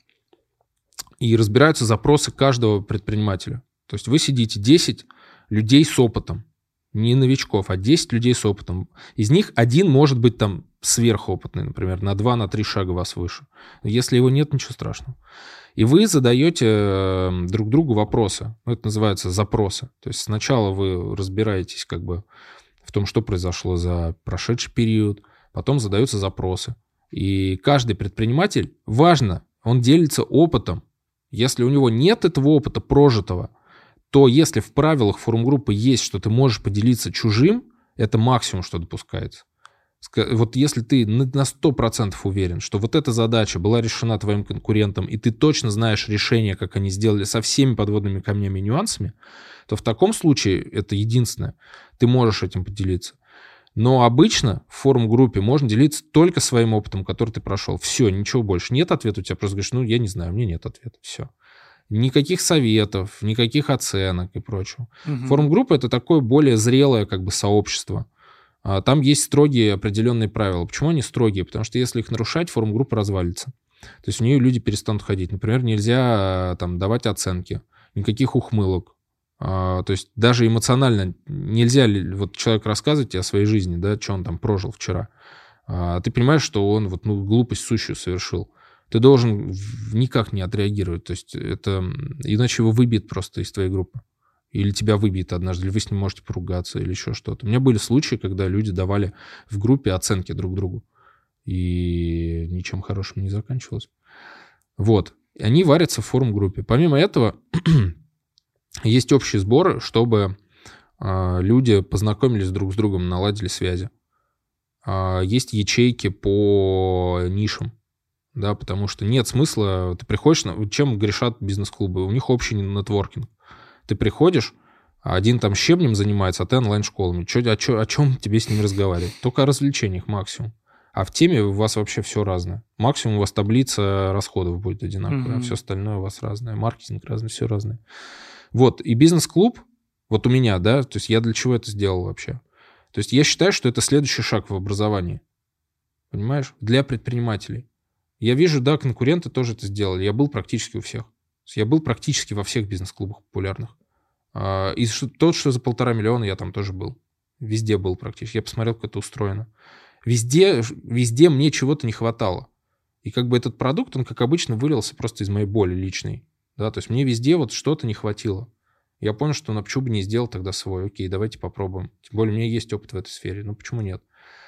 И разбираются запросы каждого предпринимателя. То есть вы сидите десять людей с опытом. Не новичков, а десять людей с опытом. Из них один может быть там сверхопытный, например, на два-три шага вас выше. Если его нет, ничего страшного. И вы задаете друг другу вопросы. Это называется запросы. То есть сначала вы разбираетесь как бы в том, что произошло за прошедший период, потом задаются запросы. И каждый предприниматель, важно, он делится опытом. Если у него нет этого опыта прожитого, то если в правилах форум-группы есть, что ты можешь поделиться чужим, это максимум, что допускается. Вот если ты на сто процентов уверен, что вот эта задача была решена твоим конкурентом, и ты точно знаешь решение, как они сделали со всеми подводными камнями и нюансами, то в таком случае это единственное. Ты можешь этим поделиться. Но обычно в форум-группе можно делиться только своим опытом, который ты прошел. Все, ничего больше. Нет ответа, у тебя просто говоришь, ну, я не знаю, у меня нет ответа. Все. Никаких советов, никаких оценок и прочего. Угу. Форум-группа — это такое более зрелое как бы сообщество. Там есть строгие определенные правила. Почему они строгие? Потому что если их нарушать, форум-группа развалится. То есть в нее люди перестанут ходить. Например, нельзя там давать оценки, никаких ухмылок. То есть даже эмоционально нельзя, вот человек рассказывает тебе о своей жизни, да, что он там прожил вчера. А ты понимаешь, что он вот, ну, глупость сущую совершил. Ты должен никак не отреагировать. То есть это иначе его выбьет просто из твоей группы. Или тебя выбьет однажды, или вы с ним можете поругаться, или еще что-то. У меня были случаи, когда люди давали в группе оценки друг другу. И ничем хорошим не заканчивалось. Вот. И они варятся в форум-группе. Помимо этого, есть общие сборы, чтобы э, люди познакомились друг с другом, наладили связи. Э, есть ячейки по нишам. Да, потому что нет смысла, ты приходишь, чем грешат бизнес-клубы, у них общий нетворкинг. Ты приходишь, один там щебнем занимается, а ты онлайн-школами. Чё, о, чё, о чем тебе с ним разговаривать? Только о развлечениях максимум. А в теме у вас вообще все разное. Максимум у вас таблица расходов будет одинаковая, mm-hmm. а все остальное у вас разное. Маркетинг разный, все разное. Вот, и бизнес-клуб, вот у меня, да, то есть я для чего это сделал вообще? То есть я считаю, что это следующий шаг в образовании. Понимаешь? Для предпринимателей. Я вижу, да, конкуренты тоже это сделали. Я был практически у всех. Я был практически во всех бизнес-клубах популярных. И тот, что за полтора миллиона, я там тоже был. Везде был практически. Я посмотрел, как это устроено. Везде, везде мне чего-то не хватало. И как бы этот продукт, он, как обычно, вылился просто из моей боли личной. Да? То есть мне везде вот что-то не хватило. Я понял, что ну, почему бы не сделал тогда свой. Окей, давайте попробуем. Тем более у меня есть опыт в этой сфере. Ну почему нет?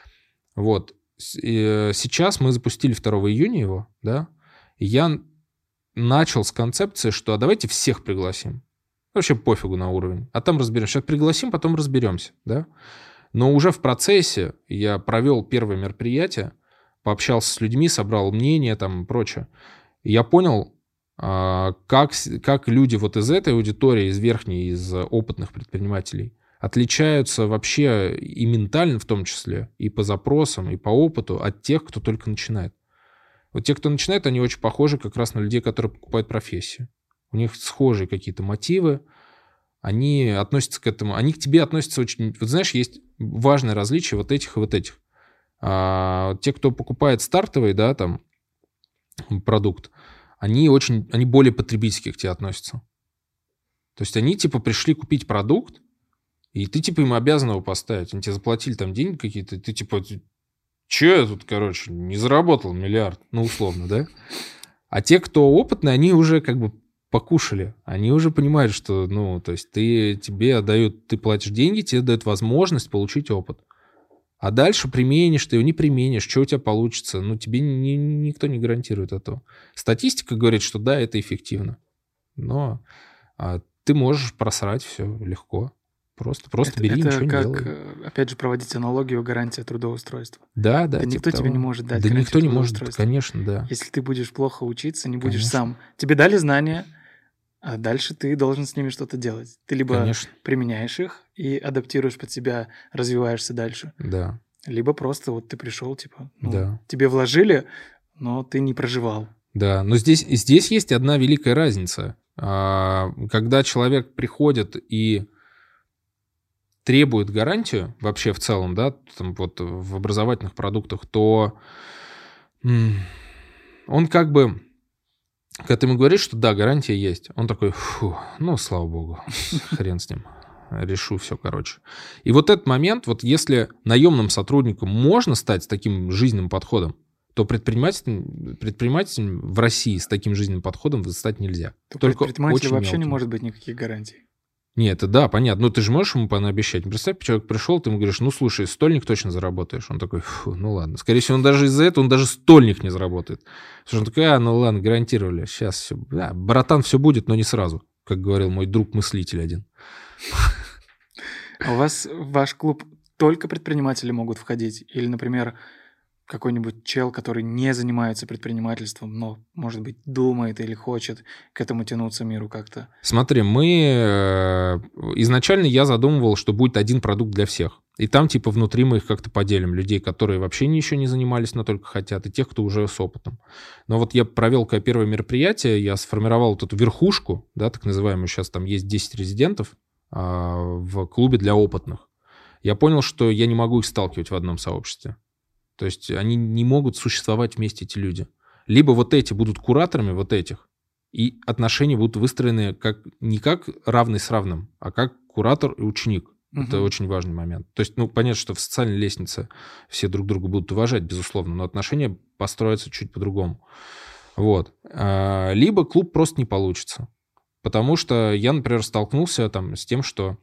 Вот. Сейчас мы запустили второго июня его, да, и я начал с концепции, что а давайте всех пригласим. Вообще пофигу на уровень. А там разберемся. Сейчас пригласим, потом разберемся, да. Но уже в процессе я провел первое мероприятие, пообщался с людьми, собрал мнение там и прочее. И я понял, как, как люди вот из этой аудитории, из верхней, из опытных предпринимателей отличаются вообще и ментально в том числе, и по запросам, и по опыту от тех, кто только начинает. Вот те, кто начинает, они очень похожи как раз на людей, которые покупают профессию. У них схожие какие-то мотивы, они относятся к этому, они к тебе относятся очень... Вот знаешь, есть важное различие вот этих и вот этих. А, те, кто покупает стартовый, да, там, продукт, они очень, они более потребительски к тебе относятся. То есть они типа пришли купить продукт, и ты, типа, им обязан его поставить. Они тебе заплатили там деньги какие-то, и ты, типа, че я тут, короче, не заработал миллиард? Ну, условно, да? А те, кто опытные, они уже как бы покушали. Они уже понимают, что, ну, то есть ты, тебе дают, ты платишь деньги, тебе дают возможность получить опыт. А дальше применишь ты его, не применишь, что у тебя получится. Ну, тебе ни, никто не гарантирует этого. Статистика говорит, что да, это эффективно. Но а, ты можешь просрать все легко. Просто, просто Это, бери, это ничего не как, делай. э, опять же, проводить аналогию гарантия трудоустройства. Да, да, Да типа никто тебе не того. может дать Да гарантию никто не может, трудоустройства. конечно, да. Если ты будешь плохо учиться, не будешь Конечно. сам. Тебе дали знания, а дальше ты должен с ними что-то делать. Ты либо Конечно, применяешь их и адаптируешь под себя, развиваешься дальше, да, либо просто вот ты пришел, типа, ну, да. тебе вложили, но ты не проживал. Да, но здесь, здесь есть одна великая разница. А, Когда человек приходит и требует гарантию вообще в целом, да, там вот в образовательных продуктах, то м, он как бы, когда ты ему говоришь, что да, гарантия есть, он такой, фу, ну, слава богу, хрен с ним, решу все, короче. И вот этот момент, вот если наемным сотрудникам можно стать с таким жизненным подходом, то предпринимателем, предпринимателем в России с таким жизненным подходом стать нельзя. То Только предпринимателя очень вообще не мелким. может быть никаких гарантий. Нет, это да, понятно. Ну, ты же можешь ему пообещать. Представь, человек пришел, ты ему говоришь, ну, слушай, стольник точно заработаешь. Он такой, фу, ну, ладно. Скорее всего, он даже из-за этого, он даже стольник не заработает. Потому что он такой, а, ну, ладно, гарантировали. Сейчас все, да, братан, все будет, но не сразу. Как говорил мой друг-мыслитель один. А у вас в ваш клуб только предприниматели могут входить? Или, например, какой-нибудь чел, который не занимается предпринимательством, но, может быть, думает или хочет к этому тянуться миру как-то? Смотри, мы... э, Изначально я задумывал, что будет один продукт для всех. И там, типа, внутри мы их как-то поделим. Людей, которые вообще ничего не занимались, но только хотят, и тех, кто уже с опытом. Но вот я провел как первое мероприятие, я сформировал вот эту верхушку, да, так называемую, сейчас там есть десять резидентов а, в клубе для опытных. Я понял, что я не могу их сталкивать в одном сообществе. То есть они не могут существовать вместе, эти люди. Либо вот эти будут кураторами вот этих, и отношения будут выстроены как, не как равный с равным, а как куратор и ученик. Uh-huh. Это очень важный момент. То есть, ну, понятно, что в социальной лестнице все друг друга будут уважать, безусловно, но отношения построятся чуть по-другому. Вот. Либо клуб просто не получится. Потому что я, например, столкнулся там с тем, что...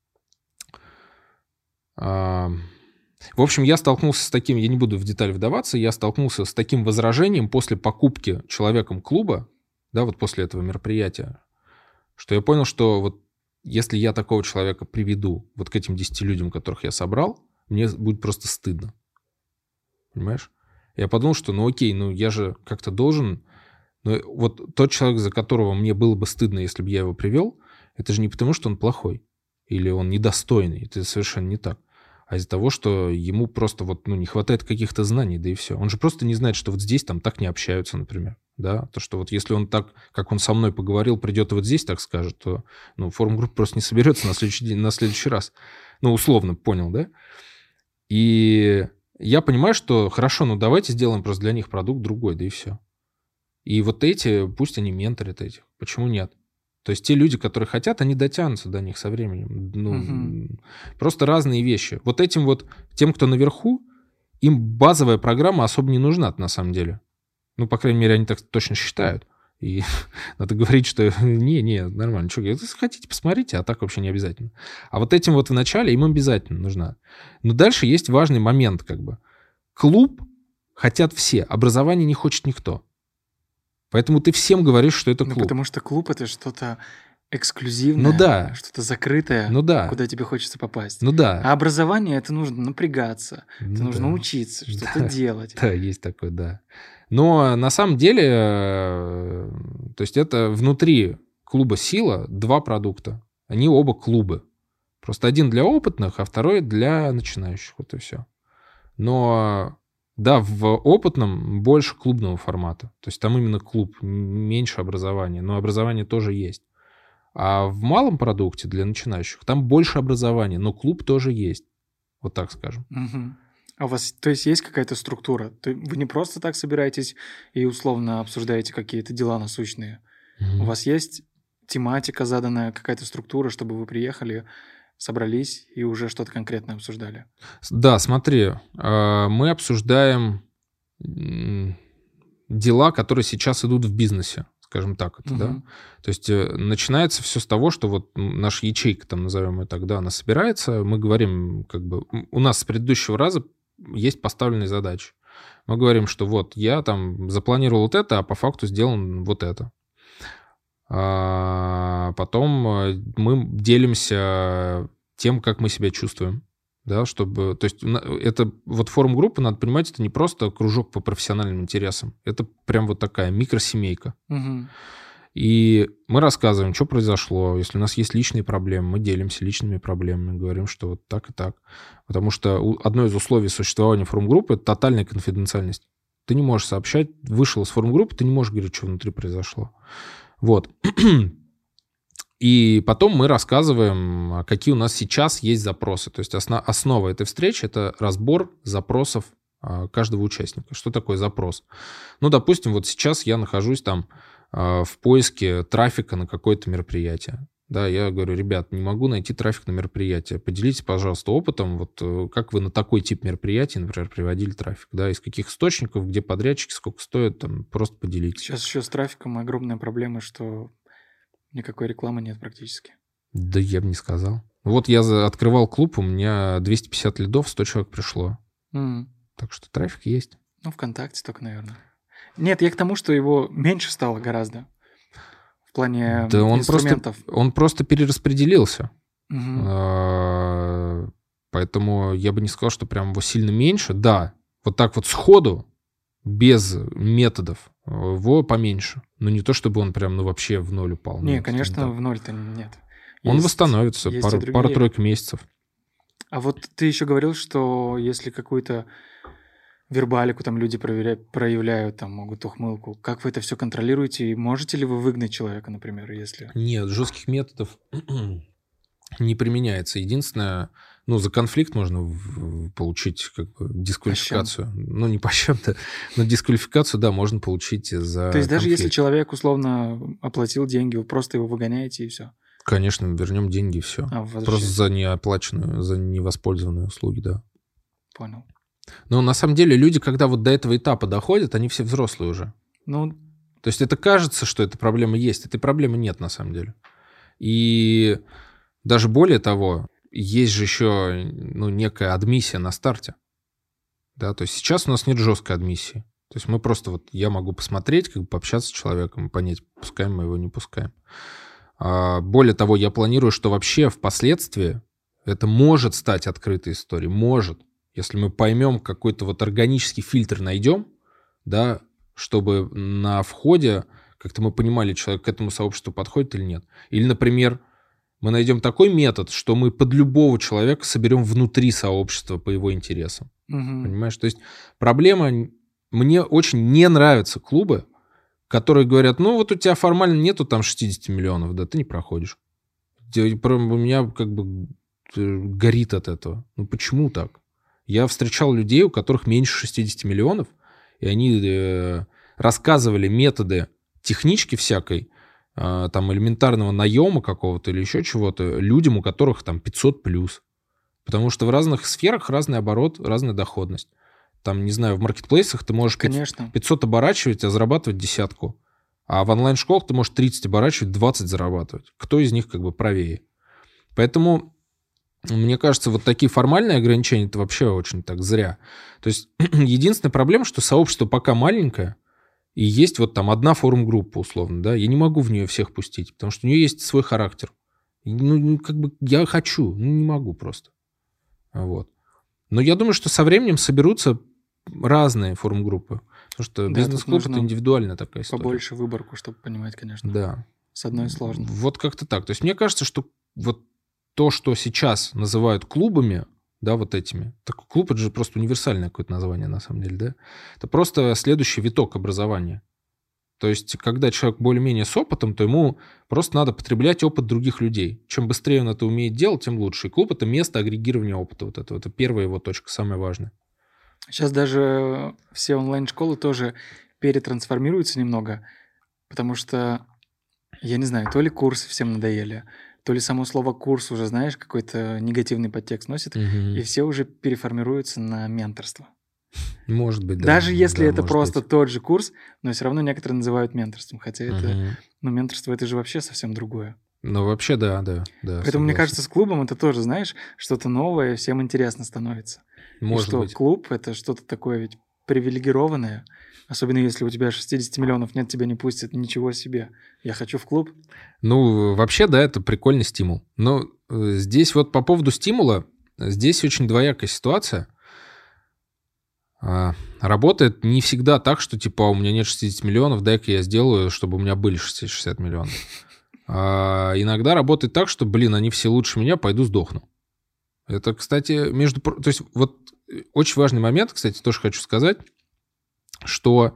В общем, я столкнулся с таким, я не буду в детали вдаваться, я столкнулся с таким возражением после покупки человеком клуба, да, вот после этого мероприятия, что я понял, что вот если я такого человека приведу вот к этим десяти людям, которых я собрал, мне будет просто стыдно. Понимаешь? Я подумал, что ну окей, ну я же как-то должен... Но вот тот человек, за которого мне было бы стыдно, если бы я его привел, это же не потому, что он плохой или он недостойный. Это совершенно не так. А из-за того, что ему просто вот, ну, не хватает каких-то знаний, да и все. Он же просто не знает, что вот здесь там так не общаются, например. Да? То, что вот если он так, как он со мной поговорил, придет и вот здесь так скажет, то ну, форум-группа просто не соберется на следующий день, на следующий раз. Ну, условно, понял, да? И я понимаю, что хорошо, ну давайте сделаем просто для них продукт другой, да и все. И вот эти, пусть они менторят этих. Почему нет? То есть те люди, которые хотят, они дотянутся до них со временем. Ну, угу. Просто разные вещи. Вот этим вот, тем, кто наверху, им базовая программа особо не нужна на самом деле. Ну, по крайней мере, они так точно считают. И надо говорить, что не-не, нормально. Что, если хотите, посмотрите, а так вообще не обязательно. А вот этим вот в начале им обязательно нужна. Но дальше есть важный момент, как бы. Клуб хотят все, образование не хочет никто. Поэтому ты всем говоришь, что это клуб. Ну, потому что клуб — это что-то эксклюзивное, ну, да. что-то закрытое, ну, да. куда тебе хочется попасть. Ну да. А образование — это нужно напрягаться, ну, это нужно да. учиться, что-то да. делать. Да, есть такое, да. Но на самом деле, то есть это внутри клуба «Сила» два продукта. Они оба клубы. Просто один для опытных, а второй для начинающих. Вот и все. Но... Да, в опытном больше клубного формата. То есть там именно клуб, меньше образования. Но образование тоже есть. А в малом продукте для начинающих там больше образования, но клуб тоже есть. Вот так скажем. Угу. А у вас, то есть, есть какая-то структура? Вы не просто так собираетесь и условно обсуждаете какие-то дела насущные. Угу. У вас есть тематика заданная, какая-то структура, чтобы вы приехали... собрались и уже что-то конкретное обсуждали? Да, смотри, мы обсуждаем дела, которые сейчас идут в бизнесе, скажем так. Это, угу. да? То есть начинается все с того, что вот наша ячейка, там назовем ее так, да, она собирается, мы говорим, как бы, у нас с предыдущего раза есть поставленные задачи. Мы говорим, что вот я там запланировал вот это, а по факту сделан вот это. А потом мы делимся тем, как мы себя чувствуем. Да, чтобы, то есть это вот форум группы, надо понимать, это не просто кружок по профессиональным интересам, это прям вот такая микросемейка. Угу. И мы рассказываем, что произошло. Если у нас есть личные проблемы, мы делимся личными проблемами, говорим, что вот так и так. Потому что одно из условий существования форум-группы — это тотальная конфиденциальность. Ты не можешь сообщать, вышел из форум-группы, ты не можешь говорить, что внутри произошло. Вот. И потом мы рассказываем, какие у нас сейчас есть запросы. То есть основ, основа этой встречи — это разбор запросов каждого участника. Что такое запрос? Ну, допустим, вот сейчас я нахожусь там в поиске трафика на какое-то мероприятие. Да, я говорю, ребят, не могу найти трафик на мероприятие. Поделитесь, пожалуйста, опытом, вот как вы на такой тип мероприятий, например, приводили трафик, да, из каких источников, где подрядчики, сколько стоят, там, просто поделитесь. Сейчас еще с трафиком огромная проблема, что никакой рекламы нет практически. Да я бы не сказал. Вот я открывал клуб, у меня двести пятьдесят лидов, сто человек пришло. Mm. Так что трафик есть. Ну, ВКонтакте только, наверное. Нет, я к тому, что его меньше стало гораздо. В плане да он инструментов. Просто, он просто перераспределился. Угу. А, поэтому я бы не сказал, что прям его сильно меньше. Да, вот так вот сходу, без методов, его поменьше. Но не то, чтобы он прям ну, вообще в ноль упал. Не, нет, конечно, не в ноль-то нет. Он есть, восстановится есть пару, пару-тройку месяцев. А вот ты еще говорил, что если какую-то вербалику там люди проверяют, проявляют, там могут ухмылку. Как вы это все контролируете? И можете ли вы выгнать человека, например, если... Нет, жестких методов не применяется. Единственное, ну, за конфликт можно в- получить как бы дисквалификацию. По щам. Ну, не по щам-то, но дисквалификацию, да, можно получить за То есть даже конфликт. если человек условно оплатил деньги, вы просто его выгоняете и все? Конечно, вернем деньги и все. А, Просто за неоплаченную, за невоспользованные услуги, да. Понял. Но на самом деле люди, когда вот до этого этапа доходят, они все взрослые уже. Ну, То есть это кажется, что эта проблема есть. Этой проблемы нет на самом деле. И даже более того, есть же еще ну, некая адмиссия на старте. Да, то есть сейчас у нас нет жесткой адмиссии. То есть мы просто вот, я могу посмотреть, как бы пообщаться с человеком, понять, пускаем мы его, не пускаем. А более того, я планирую, что вообще впоследствии это может стать открытой историей. Может. Если мы поймем, какой-то вот органический фильтр найдем, да, чтобы на входе как-то мы понимали, человек к этому сообществу подходит или нет. Или, например, мы найдем такой метод, что мы под любого человека соберем внутри сообщества по его интересам. угу. Понимаешь? То есть проблема... Мне очень не нравятся клубы, которые говорят, ну вот у тебя формально нету там шестьдесят миллионов, да, ты не проходишь. У меня как бы горит от этого. Ну почему так? Я встречал людей, у которых меньше шестьдесят миллионов, и они э, рассказывали методы технички всякой, э, там элементарного наема какого-то или еще чего-то, людям, у которых там пятьсот плюс. Потому что в разных сферах разный оборот, разная доходность. Там, не знаю, в маркетплейсах ты можешь Конечно. пятьсот оборачивать, а зарабатывать десятку. А в онлайн-школах ты можешь тридцать оборачивать, двадцать зарабатывать. Кто из них как бы правее? Поэтому... Мне кажется, вот такие формальные ограничения, это вообще очень так зря. То есть единственная проблема, что сообщество пока маленькое, и есть вот там одна форум-группа, условно, да, я не могу в нее всех пустить, потому что у нее есть свой характер. Ну, как бы я хочу, ну, не могу просто. Вот. Но я думаю, что со временем соберутся разные форум-группы, потому что Да, бизнес-клуб — это индивидуальная такая история. Побольше выборку, чтобы понимать, конечно. Да. С одной сложно. Вот как-то так. То есть мне кажется, что вот то, что сейчас называют клубами, да, вот этими. Так, клуб — это же просто универсальное какое-то название, на самом деле, да? Это просто следующий виток образования. То есть, когда человек более-менее с опытом, то ему просто надо потреблять опыт других людей. Чем быстрее он это умеет делать, тем лучше. И клуб — это место агрегирования опыта вот этого. Это первая его точка, самая важная. Сейчас даже все онлайн-школы тоже перетрансформируются немного, потому что, я не знаю, то ли курсы всем надоели, то ли само слово «курс» уже, знаешь, какой-то негативный подтекст носит, Угу. и все уже переформируются на менторство. Может быть, да. Даже если да, это может просто быть. тот же курс, но все равно некоторые называют менторством, хотя это, Мгм. ну, менторство — это же вообще совсем другое. Ну, вообще, да, да, да. Поэтому, мне согласен. кажется, с клубом это тоже, знаешь, что-то новое, всем интересно становится. И Может что быть. клуб — это что-то такое ведь привилегированное, особенно если у тебя шестьдесят миллионов нет, тебя не пустят, ничего себе. Я хочу в клуб. Ну, вообще, да, это прикольный стимул. Но здесь вот по поводу стимула, здесь очень двоякая ситуация. Работает не всегда так, что типа у меня нет шестьдесят миллионов, дай-ка я сделаю, чтобы у меня были шестьдесят миллионов. А иногда работает так, что, блин, они все лучше меня, пойду сдохну. Это, кстати, между... То есть вот очень важный момент, кстати, тоже хочу сказать, что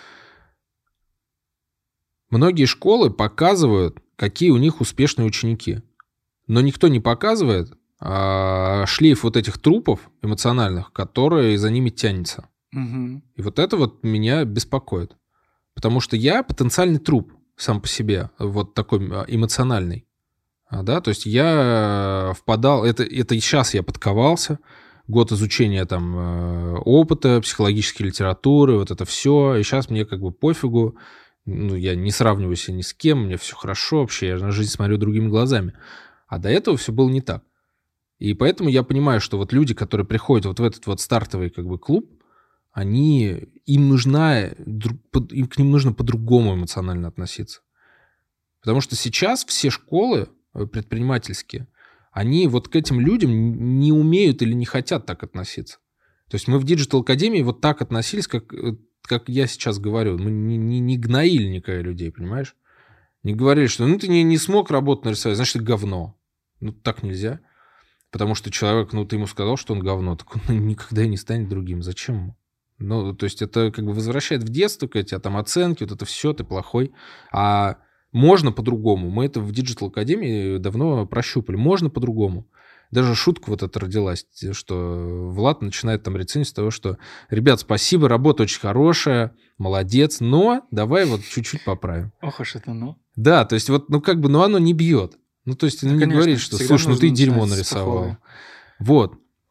многие школы показывают, какие у них успешные ученики. Но никто не показывает а, шлейф вот этих трупов эмоциональных, которые за ними тянется. Угу. И вот это вот меня беспокоит. Потому что я потенциальный труп сам по себе, вот такой эмоциональный. Да? То есть я впадал... Это, это сейчас я подковался. Год изучения там опыта, психологической литературы, вот это все. И сейчас мне как бы пофигу. Ну, я не сравниваю себя ни с кем, мне все хорошо вообще, я на жизнь смотрю другими глазами. А до этого все было не так. И поэтому я понимаю, что вот люди, которые приходят вот в этот вот стартовый как бы клуб, они, им нужна, им к ним нужно по-другому эмоционально относиться. Потому что сейчас все школы предпринимательские, они вот к этим людям не умеют или не хотят так относиться. То есть мы в Digital Академии вот так относились, как, как я сейчас говорю. Мы не, не, не гноили никогда людей, понимаешь? Не говорили, что ну ты не, не смог работу нарисовать, значит, ты говно. Ну так нельзя. Потому что человек, ну ты ему сказал, что он говно, так он никогда и не станет другим. Зачем ему? Ну, то есть это как бы возвращает в детство, у тебя там оценки, вот это все, ты плохой. А можно по-другому. Мы это в Digital Академии давно прощупали. Можно по-другому. Даже шутка вот эта родилась, что Влад начинает там рецензию с того, что ребят, спасибо, работа очень хорошая, молодец, но давай вот чуть-чуть поправим. Ох уж это ну. Да, то есть вот, ну как бы, ну оно не бьет. Ну то есть, ну да, не конечно, говорит, что, слушай, ну ты дерьмо нарисовал. Вот.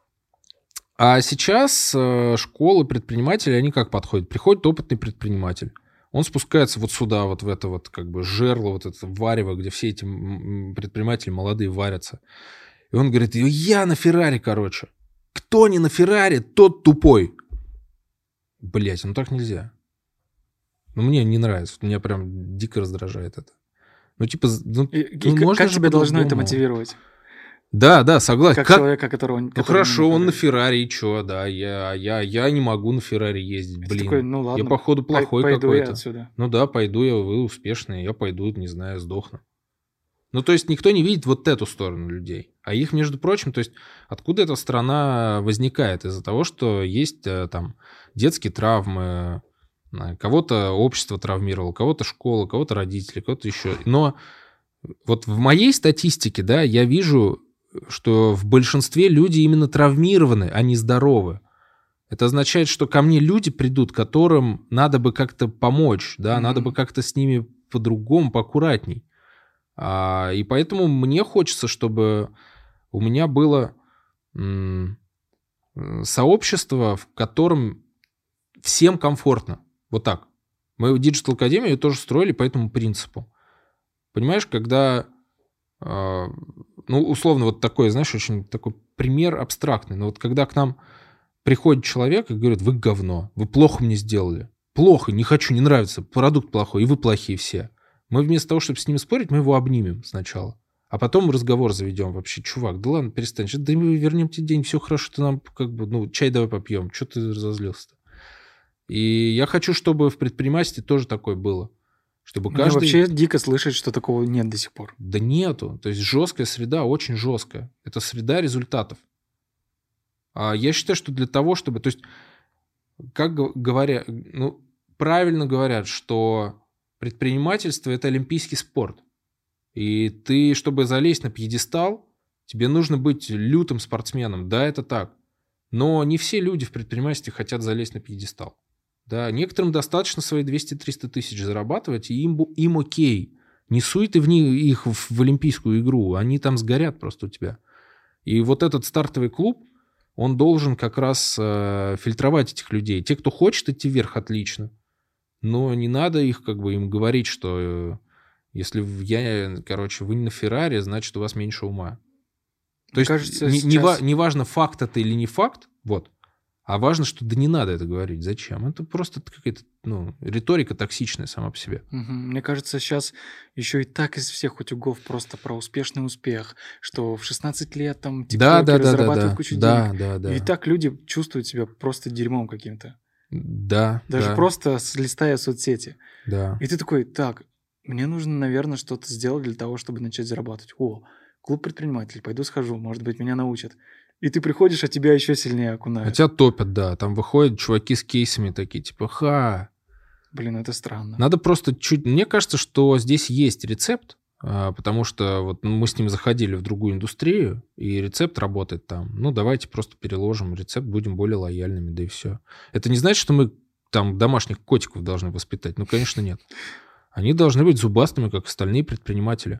А сейчас э, школы предпринимателей, они как подходят? Приходит опытный предприниматель. Он спускается вот сюда, вот в это вот как бы жерло, вот это варево, где все эти предприниматели молодые варятся. И он говорит, я на Феррари, короче. Кто не на Феррари, тот тупой. Блять, ну так нельзя. Ну мне не нравится, меня прям дико раздражает это. Ну типа, ну, и, ну, и можно как тебя должно это мотивировать? Да, да, согласен. Как, как... человека, которого... Ну хорошо, он на Феррари, и чё, да, я, я, я не могу на Феррари ездить, блин. Такой, ну ладно, я, походу, плохой пойду какой-то. Я отсюда. Ну да, пойду я, вы успешные, я пойду, не знаю, сдохну. Ну то есть никто не видит вот эту сторону людей. А их, между прочим, то есть откуда эта страна возникает? Из-за того, что есть там детские травмы, кого-то общество травмировало, кого-то школа, кого-то родители, кого-то еще. Но вот в моей статистике, да, я вижу, что в большинстве люди именно травмированы, а не здоровы. Это означает, что ко мне люди придут, которым надо бы как-то помочь, да, mm-hmm. надо бы как-то с ними по-другому, поаккуратней. А, и поэтому мне хочется, чтобы у меня было м- сообщество, в котором всем комфортно. Вот так. Мы в Digital Академию тоже строили по этому принципу. Понимаешь, когда... Э- Ну, условно, вот такой, знаешь, очень такой пример абстрактный. Но вот когда к нам приходит человек и говорит, вы говно, вы плохо мне сделали. Плохо, не хочу, не нравится, продукт плохой, и вы плохие все. Мы вместо того, чтобы с ним спорить, мы его обнимем сначала. А потом разговор заведем вообще. Чувак, да ладно, перестань. Да мы вернем тебе деньги, все хорошо, ты нам как бы, ну, чай давай попьем. Что ты разозлился-то? И я хочу, чтобы в предпринимательстве тоже такое было. Чтобы каждый... Мне вообще дико слышать, что такого нет до сих пор. Да нету. То есть жесткая среда, очень жесткая. Это среда результатов. А я считаю, что для того, чтобы... То есть, как говоря... Ну, правильно говорят, что предпринимательство – это олимпийский спорт. И ты, чтобы залезть на пьедестал, тебе нужно быть лютым спортсменом. Да, это так. Но не все люди в предпринимательстве хотят залезть на пьедестал. Да, некоторым достаточно свои двести-триста тысяч зарабатывать, и им, им окей. Не суй ты в них, их в, в олимпийскую игру, они там сгорят просто у тебя. И вот этот стартовый клуб, он должен как раз э, фильтровать этих людей. Те, кто хочет идти вверх, отлично. Но не надо их как бы им говорить, что э, если я, короче, вы не на Феррари, значит, у вас меньше ума. То есть кажется, не, сейчас... не, не важно, факт это или не факт, вот. А важно, что да не надо это говорить. Зачем? Это просто какая-то, ну, риторика токсичная сама по себе. Угу. Мне кажется, сейчас еще и так из всех утюгов просто про успешный успех, что в шестнадцать лет там Да, тиктокеры да, да, да, зарабатывают да. кучу Да, денег. да, да. И так люди чувствуют себя просто дерьмом каким-то. Да, Даже да, просто с- листая соцсети. да. И ты такой, так, мне нужно, наверное, что-то сделать для того, чтобы начать зарабатывать. О, клуб предпринимателей, пойду схожу, может быть, меня научат. И ты приходишь, а тебя еще сильнее А окунают. тебя топят, да. Там выходят чуваки с кейсами такие, типа, ха. Блин, это странно. Надо просто чуть... Мне кажется, что здесь есть рецепт, а, потому что вот мы с ним заходили в другую индустрию, и рецепт работает там. Ну, давайте просто переложим рецепт, будем более лояльными, да и все. Это не значит, что мы там домашних котиков должны воспитать. Ну, конечно, нет. Они должны быть зубастыми, как остальные предприниматели.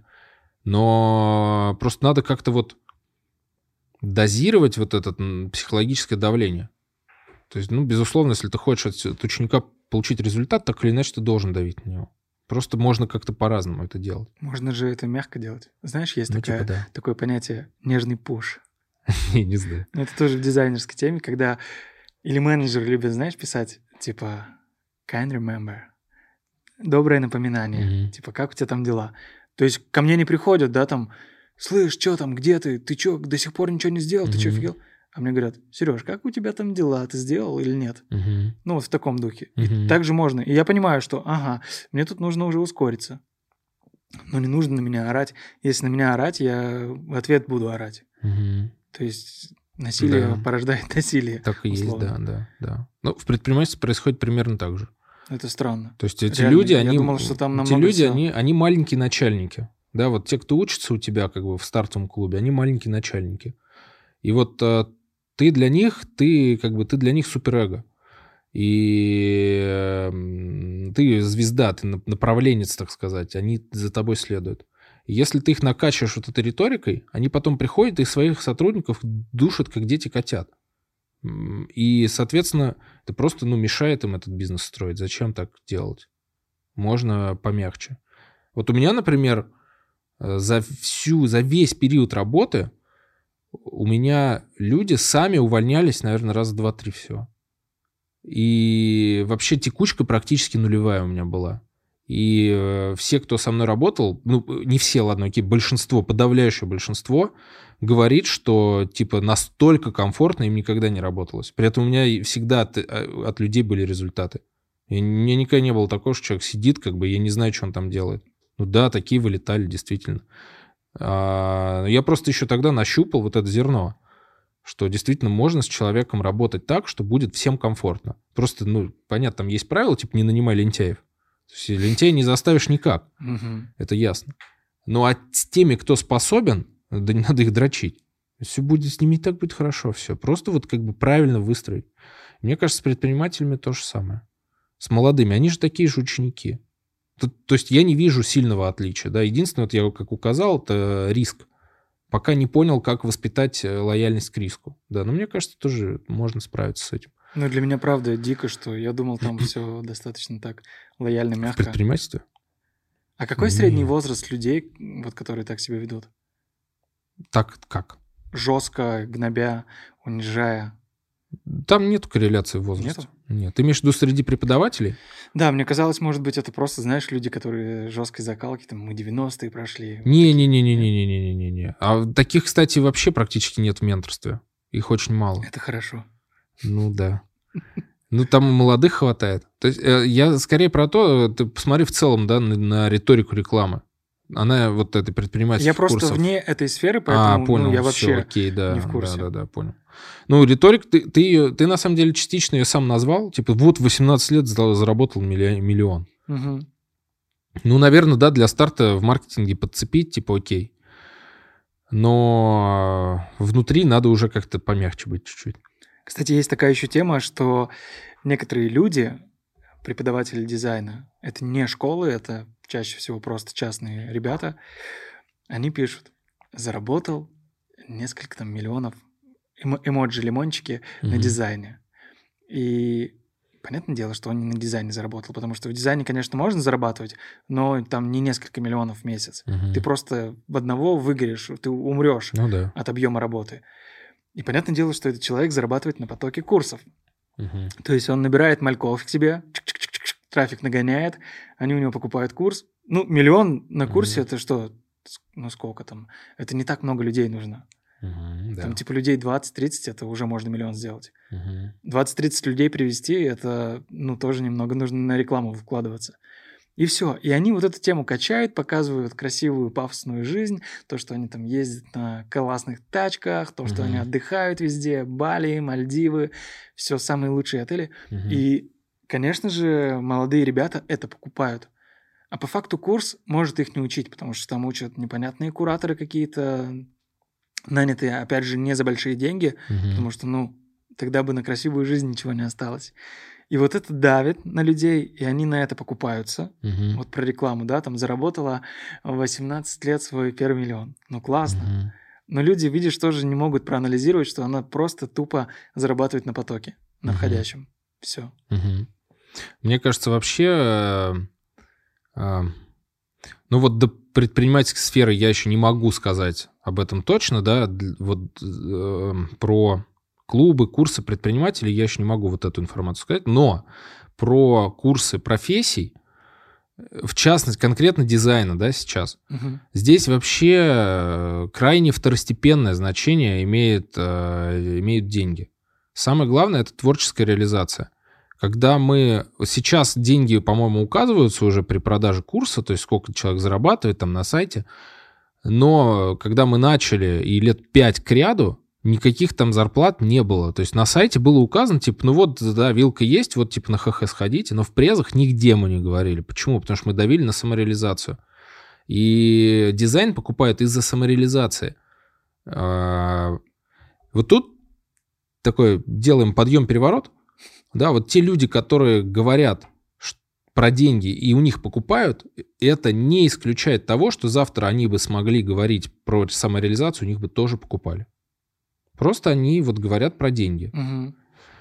Но просто надо как-то вот дозировать вот это м, психологическое давление. То есть, ну, безусловно, если ты хочешь от, от ученика получить результат, так или иначе ты должен давить на него. Просто можно как-то по-разному это делать. Можно же это мягко делать. Знаешь, есть Ну, такая, типа, да. такое понятие «нежный пуш». Я не знаю. Ну, это тоже в дизайнерской теме, когда или менеджеры любят, знаешь, писать, типа «kind remember», доброе напоминание, Мгм. типа «как у тебя там дела?». То есть ко мне не приходят, да, там «слышь, что там, где ты? Ты что, до сих пор ничего не сделал? Ты что, Мгм. офигел?» А мне говорят «Сереж, как у тебя там дела? Ты сделал или нет?» Мгм. Ну, вот в таком духе. И Мгм. так же можно. И я понимаю, что, ага, мне тут нужно уже ускориться. Но не нужно на меня орать. Если на меня орать, я в ответ буду орать. Мгм. То есть насилие Да. порождает насилие. Так и есть, условно. да, да, да. Ну, в предпринимательстве происходит примерно так же. Это странно. То есть эти Реально, люди, я они, думал, что там эти намного люди, всё. они, они маленькие начальники. Да, вот те, кто учится у тебя как бы в стартовом клубе, они маленькие начальники. И вот э, ты для них, ты как бы ты для них суперэго. И эм, ты звезда, ты на- направленец, так сказать. Они за тобой следуют. И если ты их накачиваешь вот этой риторикой, они потом приходят и своих сотрудников душат, как дети котят. М, И, соответственно, это просто ну, мешает им этот бизнес строить. Зачем так делать? Можно помягче. Вот у меня, например, э, за всю, за весь период работы у меня люди сами увольнялись, наверное, раз два-три всего. И вообще текучка практически нулевая у меня была. И э, все, кто со мной работал, ну, не все, ладно, окей, большинство, подавляющее большинство, говорит, что, типа, настолько комфортно им никогда не работалось. При этом у меня и всегда от, от людей были результаты. И у меня никогда не было такого, что человек сидит, как бы, я не знаю, что он там делает. Ну да, такие вылетали, действительно. А, я просто еще тогда нащупал вот это зерно, что действительно можно с человеком работать так, что будет всем комфортно. Просто, ну, понятно, там есть правила, типа не нанимай лентяев. То есть лентяя не заставишь никак, Мгм. это ясно. Ну, а с теми, кто способен, да не надо их дрочить. Все будет с ними и так будет хорошо, все. Просто вот как бы правильно выстроить. Мне кажется, с предпринимателями то же самое. С молодыми. Они же такие же ученики. То, то есть я не вижу сильного отличия. Да? Единственное, вот я как указал, это риск. Пока не понял, как воспитать э, лояльность к риску. Да, но мне кажется, тоже можно справиться с этим. Ну, для меня, правда, дико, что я думал, там все достаточно так лояльно, В мягко. предпринимательстве? А какой средний Нет. возраст людей, вот, которые так себя ведут? Так как? Жестко, гнобя, унижая. Там нету корреляции в возрасте. Нету? Нет. Ты имеешь в виду среди преподавателей? Да, мне казалось, может быть, это просто, знаешь, люди, которые жесткой закалки, там, мы девяностые прошли. вот Не-не-не-не-не-не-не-не. А таких, кстати, вообще практически нет в менторстве. Их очень мало. Это хорошо. Ну да. Ну там и молодых хватает. То есть э, я скорее про то, ты посмотри в целом, да, на, на риторику рекламы. Она вот этой предпринимательских Я просто курсов. вне этой сферы, А, поэтому понял, ну, я всё, вообще окей, да, не в курсе. Да, да, да, понял. Ну, риторик, ты, ты, её- ты на самом деле частично ее сам назвал. Типа, вот в восемнадцать лет за- заработал милли- миллион. Мгм. Ну, наверное, да, для старта в маркетинге подцепить, типа, окей. Но э, внутри надо уже как-то помягче быть чуть-чуть. Кстати, есть такая еще тема, что некоторые люди, преподаватели дизайна, это не школы, это чаще всего просто частные ребята, они пишут, заработал несколько там миллионов эмо- эмоджи-лимончики на Мгм. дизайне. И понятное дело, что он не на дизайне заработал, потому что в дизайне, конечно, можно зарабатывать, но там не несколько миллионов в месяц. Мгм. Ты просто в одного выгоришь, ты умрешь Ну да. от объема работы. И понятное дело, что этот человек зарабатывает на потоке курсов. Угу. То есть он набирает мальков к себе, чик-чик-чик-чик, трафик нагоняет, они у него покупают курс. Ну, миллион на курсе Мгм. это что? С- Ну, сколько там? Это не так много людей нужно. Угу, да. Там типа людей двадцать-тридцать, это уже можно миллион сделать. Угу. двадцать-тридцать людей привести, это, ну, тоже немного нужно на рекламу вкладываться. И все. И они вот эту тему качают, показывают красивую пафосную жизнь, то, что они там ездят на классных тачках, то, что Мгм. они отдыхают везде, Бали, Мальдивы, все самые лучшие отели. Мгм. И, конечно же, молодые ребята это покупают. А по факту курс может их не учить, потому что там учат непонятные кураторы какие-то, нанятые, опять же, не за большие деньги, Мгм. потому что, ну, тогда бы на красивую жизнь ничего не осталось. И вот это давит на людей, и они на это покупаются. Мгм. Вот про рекламу, да, там заработала в восемнадцать лет свой первый миллион. Ну, классно. Мгм. Но люди, видишь, тоже не могут проанализировать, что она просто тупо зарабатывает на потоке, на Мгм. входящем. Все. Мгм. Мне кажется, вообще, э, э, ну вот до предпринимательской сферы я еще не могу сказать об этом точно, да, д- вот э, про клубы, курсы предпринимателей я еще не могу вот эту информацию сказать, но про курсы профессий, э, в частности, конкретно дизайна, да, сейчас, здесь вообще э, крайне второстепенное значение имеет, э, имеют деньги. Самое главное — это творческая реализация. Когда мы... Сейчас деньги, по-моему, указываются уже при продаже курса, то есть сколько человек зарабатывает там на сайте, но когда мы начали и лет пять к ряду, никаких там зарплат не было. То есть на сайте было указано, типа, ну вот, да, вилка есть, вот, типа, на ХХ сходите, но в презах нигде мы не говорили. Почему? Потому что мы давили на самореализацию. И дизайн покупают из-за самореализации. А, Вот тут такой делаем подъем-переворот. Да, вот те люди, которые говорят ш- про деньги и у них покупают, это не исключает того, что завтра они бы смогли говорить про самореализацию, у них бы тоже покупали. Просто они вот говорят про деньги. Мгм.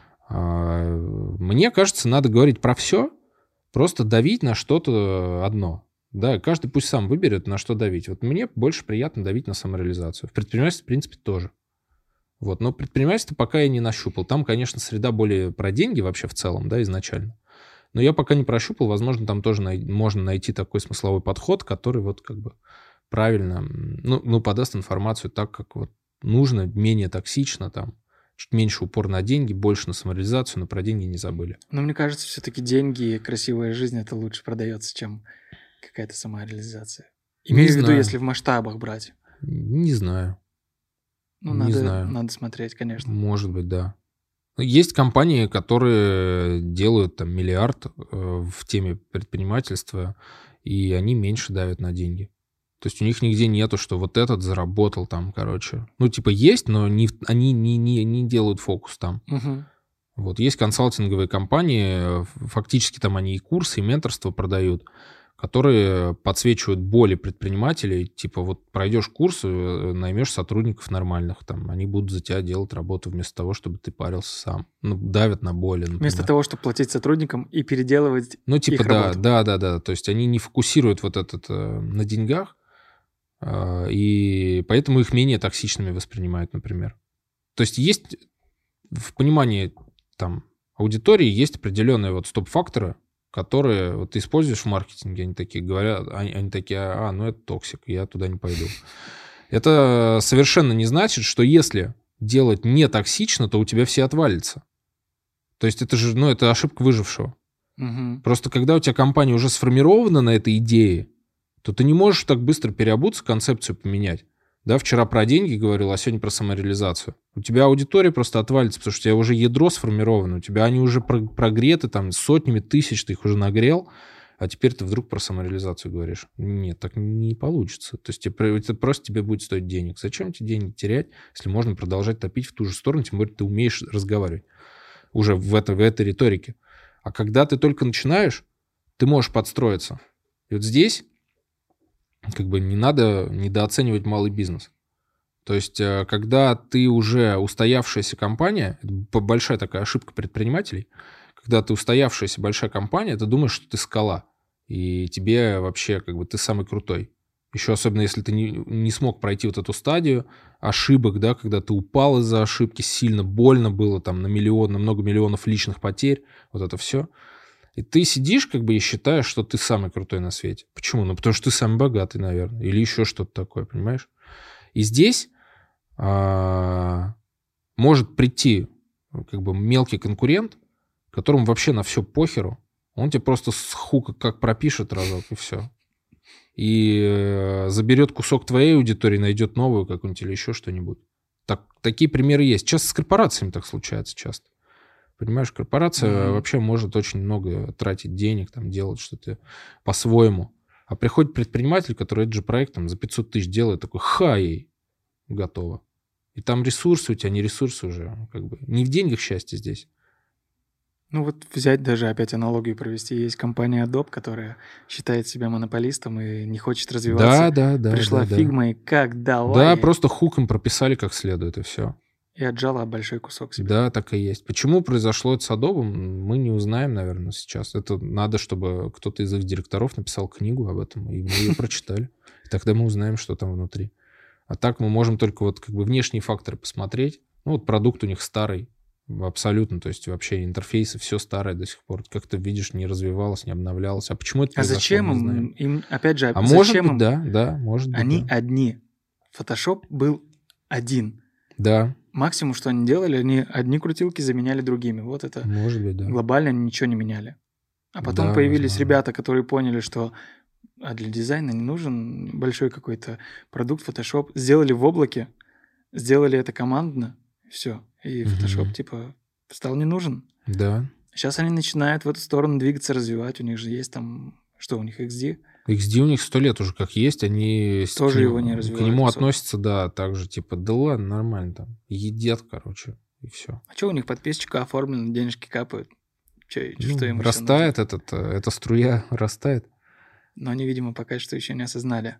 А, Мне кажется, надо говорить про все, просто давить на что-то одно. Да, каждый пусть сам выберет, на что давить. Вот мне больше приятно давить на самореализацию. В предпринимательстве, в принципе, тоже. Вот, но предпринимательство пока я не нащупал. Там, конечно, среда более про деньги вообще в целом, да, изначально. Но я пока не прощупал, возможно, там тоже най- можно найти такой смысловой подход, который вот как бы правильно, м, ну, ну, подаст информацию так, как вот нужно, менее токсично, там, чуть меньше упор на деньги, больше на самореализацию, но про деньги не забыли. Но мне кажется, все-таки деньги и красивая жизнь это лучше продается, чем какая-то самореализация. Не Имею в виду, знаю. если в масштабах брать. Не знаю. Ну, Не надо, знаю. надо смотреть, конечно. Может быть, да. Есть компании, которые делают там миллиард э, в теме предпринимательства, и они меньше давят на деньги. То есть у них нигде нету, что вот этот заработал там, короче. Ну, типа есть, но не, в- они не, не, не делают фокус там. Мгм. Вот есть консалтинговые компании, э, фактически там они и курсы, и менторство продают, которые подсвечивают боли предпринимателей, типа вот пройдешь курс, э, наймешь сотрудников нормальных, там, они будут за тебя делать работу вместо того, чтобы ты парился сам. Ну, давят на боли, например. Вместо того, чтобы платить сотрудникам и переделывать Ну, типа, их да, работу. да, да, да. То есть они не фокусируют вот этот э, на деньгах, э, и поэтому их менее токсичными воспринимают, например. То есть есть в понимании там аудитории есть определенные вот стоп-факторы, которые вот ты используешь в маркетинге, они такие говорят, они, они такие, а, ну это токсик, я туда не пойду. Это совершенно не значит, что если делать не токсично, то у тебя все отвалится. То есть это же, ну, это ошибка выжившего. Мгм. Просто когда у тебя компания уже сформирована на этой идее, то ты не можешь так быстро переобуться, концепцию поменять. Да, вчера про деньги говорил, а сегодня про самореализацию. У тебя аудитория просто отвалится, потому что у тебя уже ядро сформировано, у тебя они уже про- прогреты там сотнями тысяч, ты их уже нагрел, а теперь ты вдруг про самореализацию говоришь. Нет, так не получится. То есть тебе- это просто тебе будет стоить денег. Зачем тебе деньги терять, если можно продолжать топить в ту же сторону, тем более ты умеешь разговаривать уже в, это, в этой риторике. А когда ты только начинаешь, ты можешь подстроиться. И вот здесь как бы не надо недооценивать малый бизнес. То есть, э, когда ты уже устоявшаяся компания, это б- большая такая ошибка предпринимателей, когда ты устоявшаяся большая компания, ты думаешь, что ты скала, и тебе вообще как бы ты самый крутой. Еще особенно, если ты не, не смог пройти вот эту стадию ошибок, да, когда ты упал из-за ошибки, сильно больно было, там, на миллион, на много миллионов личных потерь, вот это все. И ты сидишь как бы и считаешь, что ты самый крутой на свете. Почему? Ну, потому что ты самый богатый, наверное, или еще что-то такое, понимаешь? И здесь а, может прийти как бы мелкий конкурент, которому вообще на все похеру, он тебе просто с хука как пропишет разок, и все. И заберет кусок твоей аудитории, найдет новую какую-нибудь или еще что-нибудь. Так, такие примеры есть. Часто с корпорациями так случается часто. Понимаешь, корпорация mm-hmm. вообще может очень много тратить денег, там, делать что-то по-своему. А приходит предприниматель, который этот же проект там, за пятьсот тысяч делает, такой, ха, ей, готово. И там ресурсы у тебя, не ресурсы уже. Как бы. Не в деньгах счастье здесь. Ну вот взять даже опять аналогию провести. Есть компания Adobe, которая считает себя монополистом и не хочет развиваться. Да, да, да. Пришла да, Figma да. и как дала. Да, ей. просто хуком прописали как следует, и все. И отжала большой кусок себе. Да, так и есть. Почему произошло это с Adobe, мы не узнаем, наверное, сейчас. Это надо, чтобы кто-то из их директоров написал книгу об этом, и мы ее прочитали. И тогда мы узнаем, что там внутри. А так мы можем только вот как бы внешние факторы посмотреть. Ну вот продукт у них старый. Абсолютно, то есть вообще интерфейсы, все старое до сих пор. Как ты видишь, не развивалось, не обновлялось. А почему это А произошло, зачем не им, знаем. им, опять же, А зачем может быть, им? да, да, может быть, Они да. одни. Photoshop был один. Да. Максимум, что они делали, они одни крутилки заменяли другими. Вот это может быть, да. Глобально они ничего не меняли. А потом Да, появились возможно. ребята, которые поняли, что а для дизайна не нужен большой какой-то продукт Photoshop. Сделали в облаке, сделали это командно, все. И Photoshop, Мгм. типа, стал не нужен. Да. Сейчас они начинают в эту сторону двигаться, развивать. У них же есть там, что у них, икс ди. икс ди у них сто лет уже как есть, они с- Тоже к, его не нему- к развивают нему особо. относятся, да, так же, типа, да ладно, нормально там, едят, короче, и все. А что у них подписчика оформлено, денежки капают? Чё, что им ещё растает этот, э, эта струя, растает. нужно? Но они, видимо, пока что еще не осознали.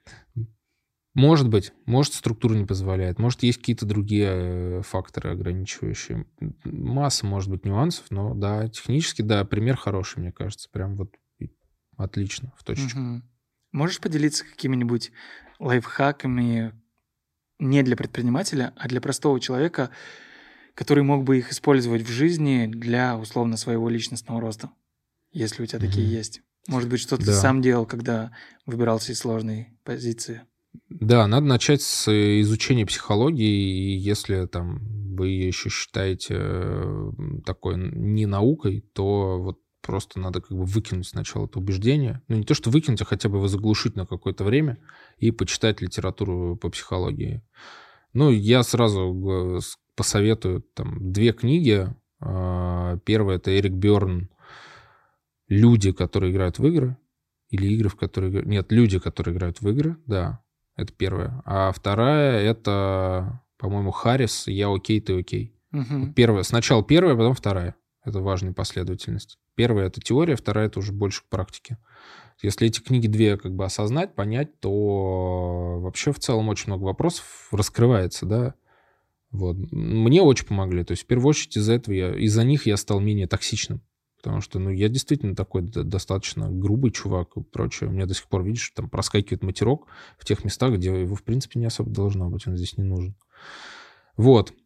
Может быть, может, структура не позволяет, может, есть какие-то другие э, факторы ограничивающие. М, Масса, может быть, нюансов, но да, технически, да, пример хороший, мне кажется, прям вот и отлично, в точечку. Мгм. Можешь поделиться какими-нибудь лайфхаками не для предпринимателя, а для простого человека, который мог бы их использовать в жизни для, условно, своего личностного роста, если у тебя такие Мгм. есть? Может быть, что ты Да. сам делал, когда выбирался из сложной позиции? Да, надо начать с э, изучения психологии, и если там вы ее еще считаете э, такой не наукой, то вот просто надо как бы выкинуть сначала это убеждение. Ну, не то, что выкинуть, а хотя бы его заглушить на какое-то время и почитать литературу по психологии. Ну, я сразу г- с- посоветую там две книги. А, Первая — это Эрик Бёрн «Люди, которые играют в игры». Или игры, в которые... игра- Нет, люди, которые играют в игры, да. Это первая. А вторая — это, по-моему, Харрис «Я окей, ты окей». Мгм. Первая. Сначала первая, потом вторая. Это важная последовательность. Первая — это теория, вторая — это уже больше к практике. Если эти книги две как бы осознать, понять, то вообще в целом очень много вопросов раскрывается, да. Вот. Мне очень помогли. То есть в первую очередь из-за этого я, из-за них я стал менее токсичным. Потому что, ну, я действительно такой д- достаточно грубый чувак и прочее. У меня до сих пор, видишь, там проскакивает матерок в тех местах, где его, в принципе, не особо должно быть. Он здесь не нужен. Вот.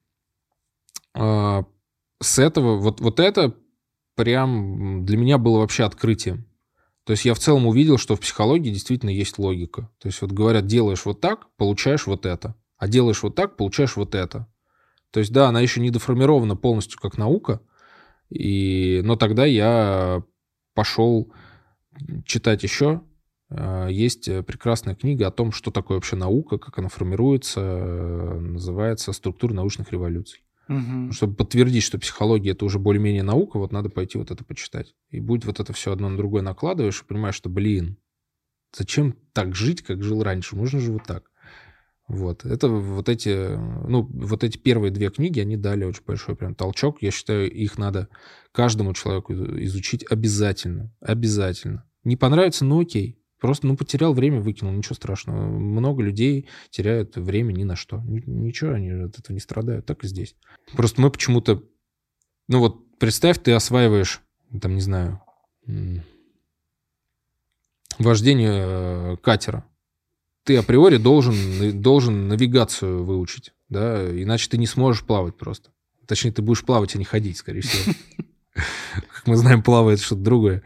А, С этого, вот, вот это прям для меня было вообще открытием. То есть я в целом увидел, что в психологии действительно есть логика. То есть вот говорят, делаешь вот так, получаешь вот это. А делаешь вот так, получаешь вот это. То есть, да, она еще не доформирована полностью как наука, и... но тогда я пошел читать еще. Э, Есть прекрасная книга о том, что такое вообще наука, как она формируется, э, называется «Структура научных революций». Мгм. Чтобы подтвердить, что психология — это уже более-менее наука, вот надо пойти вот это почитать. И будет вот это все одно на другое накладываешь, и понимаешь, что, блин, зачем так жить, как жил раньше? Можно же вот так. Вот. Это вот эти, ну, вот эти первые две книги, они дали очень большой прям толчок. Я считаю, их надо каждому человеку изучить обязательно. Обязательно. Не понравится, ну окей. Просто, ну, потерял время, выкинул, ничего страшного. Много людей теряют время ни на что. Ни- Ничего, они от этого не страдают. Так и здесь. Просто мы почему-то... Ну вот, представь, ты осваиваешь, там, не знаю, м, вождение э, катера. ты априори должен, должен навигацию выучить, да, иначе ты не сможешь плавать просто. Точнее, ты будешь плавать, а не ходить, скорее всего. Как мы знаем, плавает что-то другое.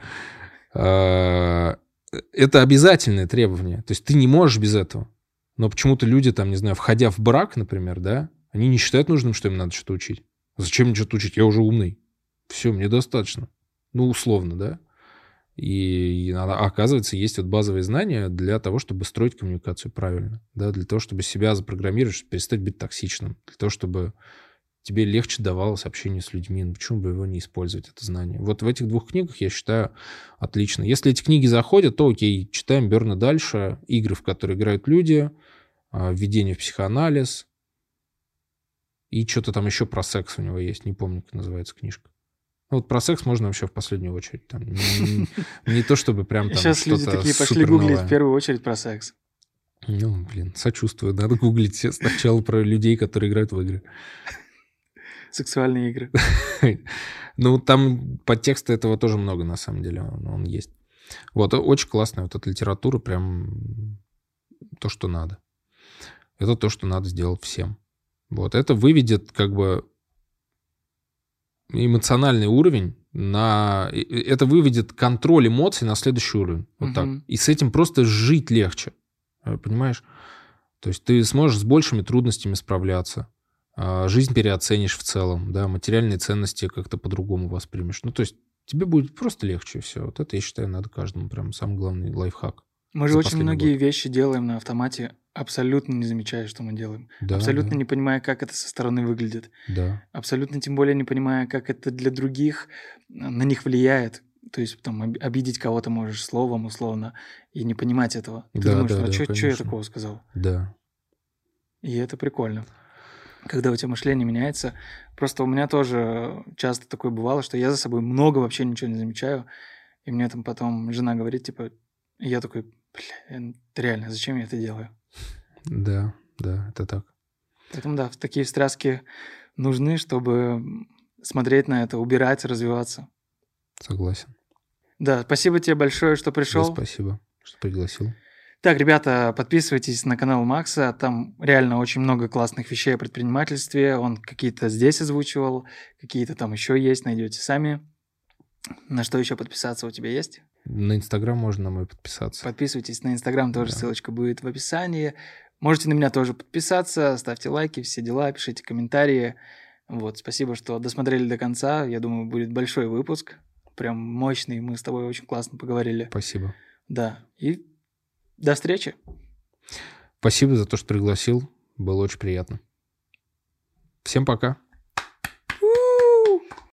Это обязательное требование. То есть ты не можешь без этого. Но почему-то люди, там, не знаю, входя в брак, например, да, они не считают нужным, что им надо что-то учить. Зачем мне что-то учить? Я уже умный. Все, мне достаточно. Ну, условно, да. И, и оказывается, есть вот базовые знания для того, чтобы строить коммуникацию правильно, да, для того, чтобы себя запрограммировать, чтобы перестать быть токсичным, для того, чтобы тебе легче давалось общение с людьми. Ну, почему бы его не использовать, это знание? Вот в этих двух книгах, я считаю, отлично. Если эти книги заходят, то окей, читаем Берна дальше, игры, в которые играют люди, введение в психоанализ, и что-то там еще про секс у него есть, не помню, как называется книжка. Ну, вот про секс можно вообще в последнюю очередь. Там, не, не то, чтобы прям там Сейчас люди такие пошли гуглить в первую очередь про секс. Ну, блин, сочувствую. Надо гуглить сначала про людей, которые играют в игры. Сексуальные игры. Ну, там подтекста этого тоже много, на самом деле, он, он есть. Вот, очень классная вот эта литература, прям то, что надо. Это то, что надо сделать всем. Вот, это выведет как бы эмоциональный уровень на... Это выведет контроль эмоций на следующий уровень. Вот угу. так. И с этим просто жить легче. Понимаешь? То есть ты сможешь с большими трудностями справляться. Жизнь переоценишь в целом, да, материальные ценности как-то по-другому воспримешь. Ну, то есть тебе будет просто легче все. Вот это, я считаю, надо каждому прям самый главный лайфхак. Мы же очень многие год. вещи делаем на автомате, абсолютно не замечая, что мы делаем. Да, абсолютно да. не понимая, как это со стороны выглядит. Да. Абсолютно тем более не понимая, как это для других на них влияет. То есть там обидеть кого-то можешь словом условно и не понимать этого. Ты да, думаешь, да, а да, что я такого сказал? Да. И это прикольно. Когда у тебя мышление меняется. Просто у меня тоже часто такое бывало, что я за собой много вообще ничего не замечаю. И мне там потом жена говорит, типа, и я такой, бля, реально, зачем я это делаю? Да, да, это так. Поэтому да, такие встряски нужны, чтобы смотреть на это, убирать, развиваться. Согласен. Да, спасибо тебе большое, что пришел. Да, спасибо, что пригласил. Так, ребята, подписывайтесь на канал Макса, там реально очень много классных вещей о предпринимательстве, он какие-то здесь озвучивал, какие-то там еще есть, найдете сами. На что еще подписаться у тебя есть? На Инстаграм можно на мой подписаться. Подписывайтесь на Инстаграм, тоже да. ссылочка будет в описании. Можете на меня тоже подписаться, ставьте лайки, все дела, пишите комментарии. Вот, спасибо, что досмотрели до конца, я думаю, будет большой выпуск, прям мощный, мы с тобой очень классно поговорили. Спасибо. Да, и до встречи. Спасибо за то, что пригласил. Было очень приятно. Всем пока.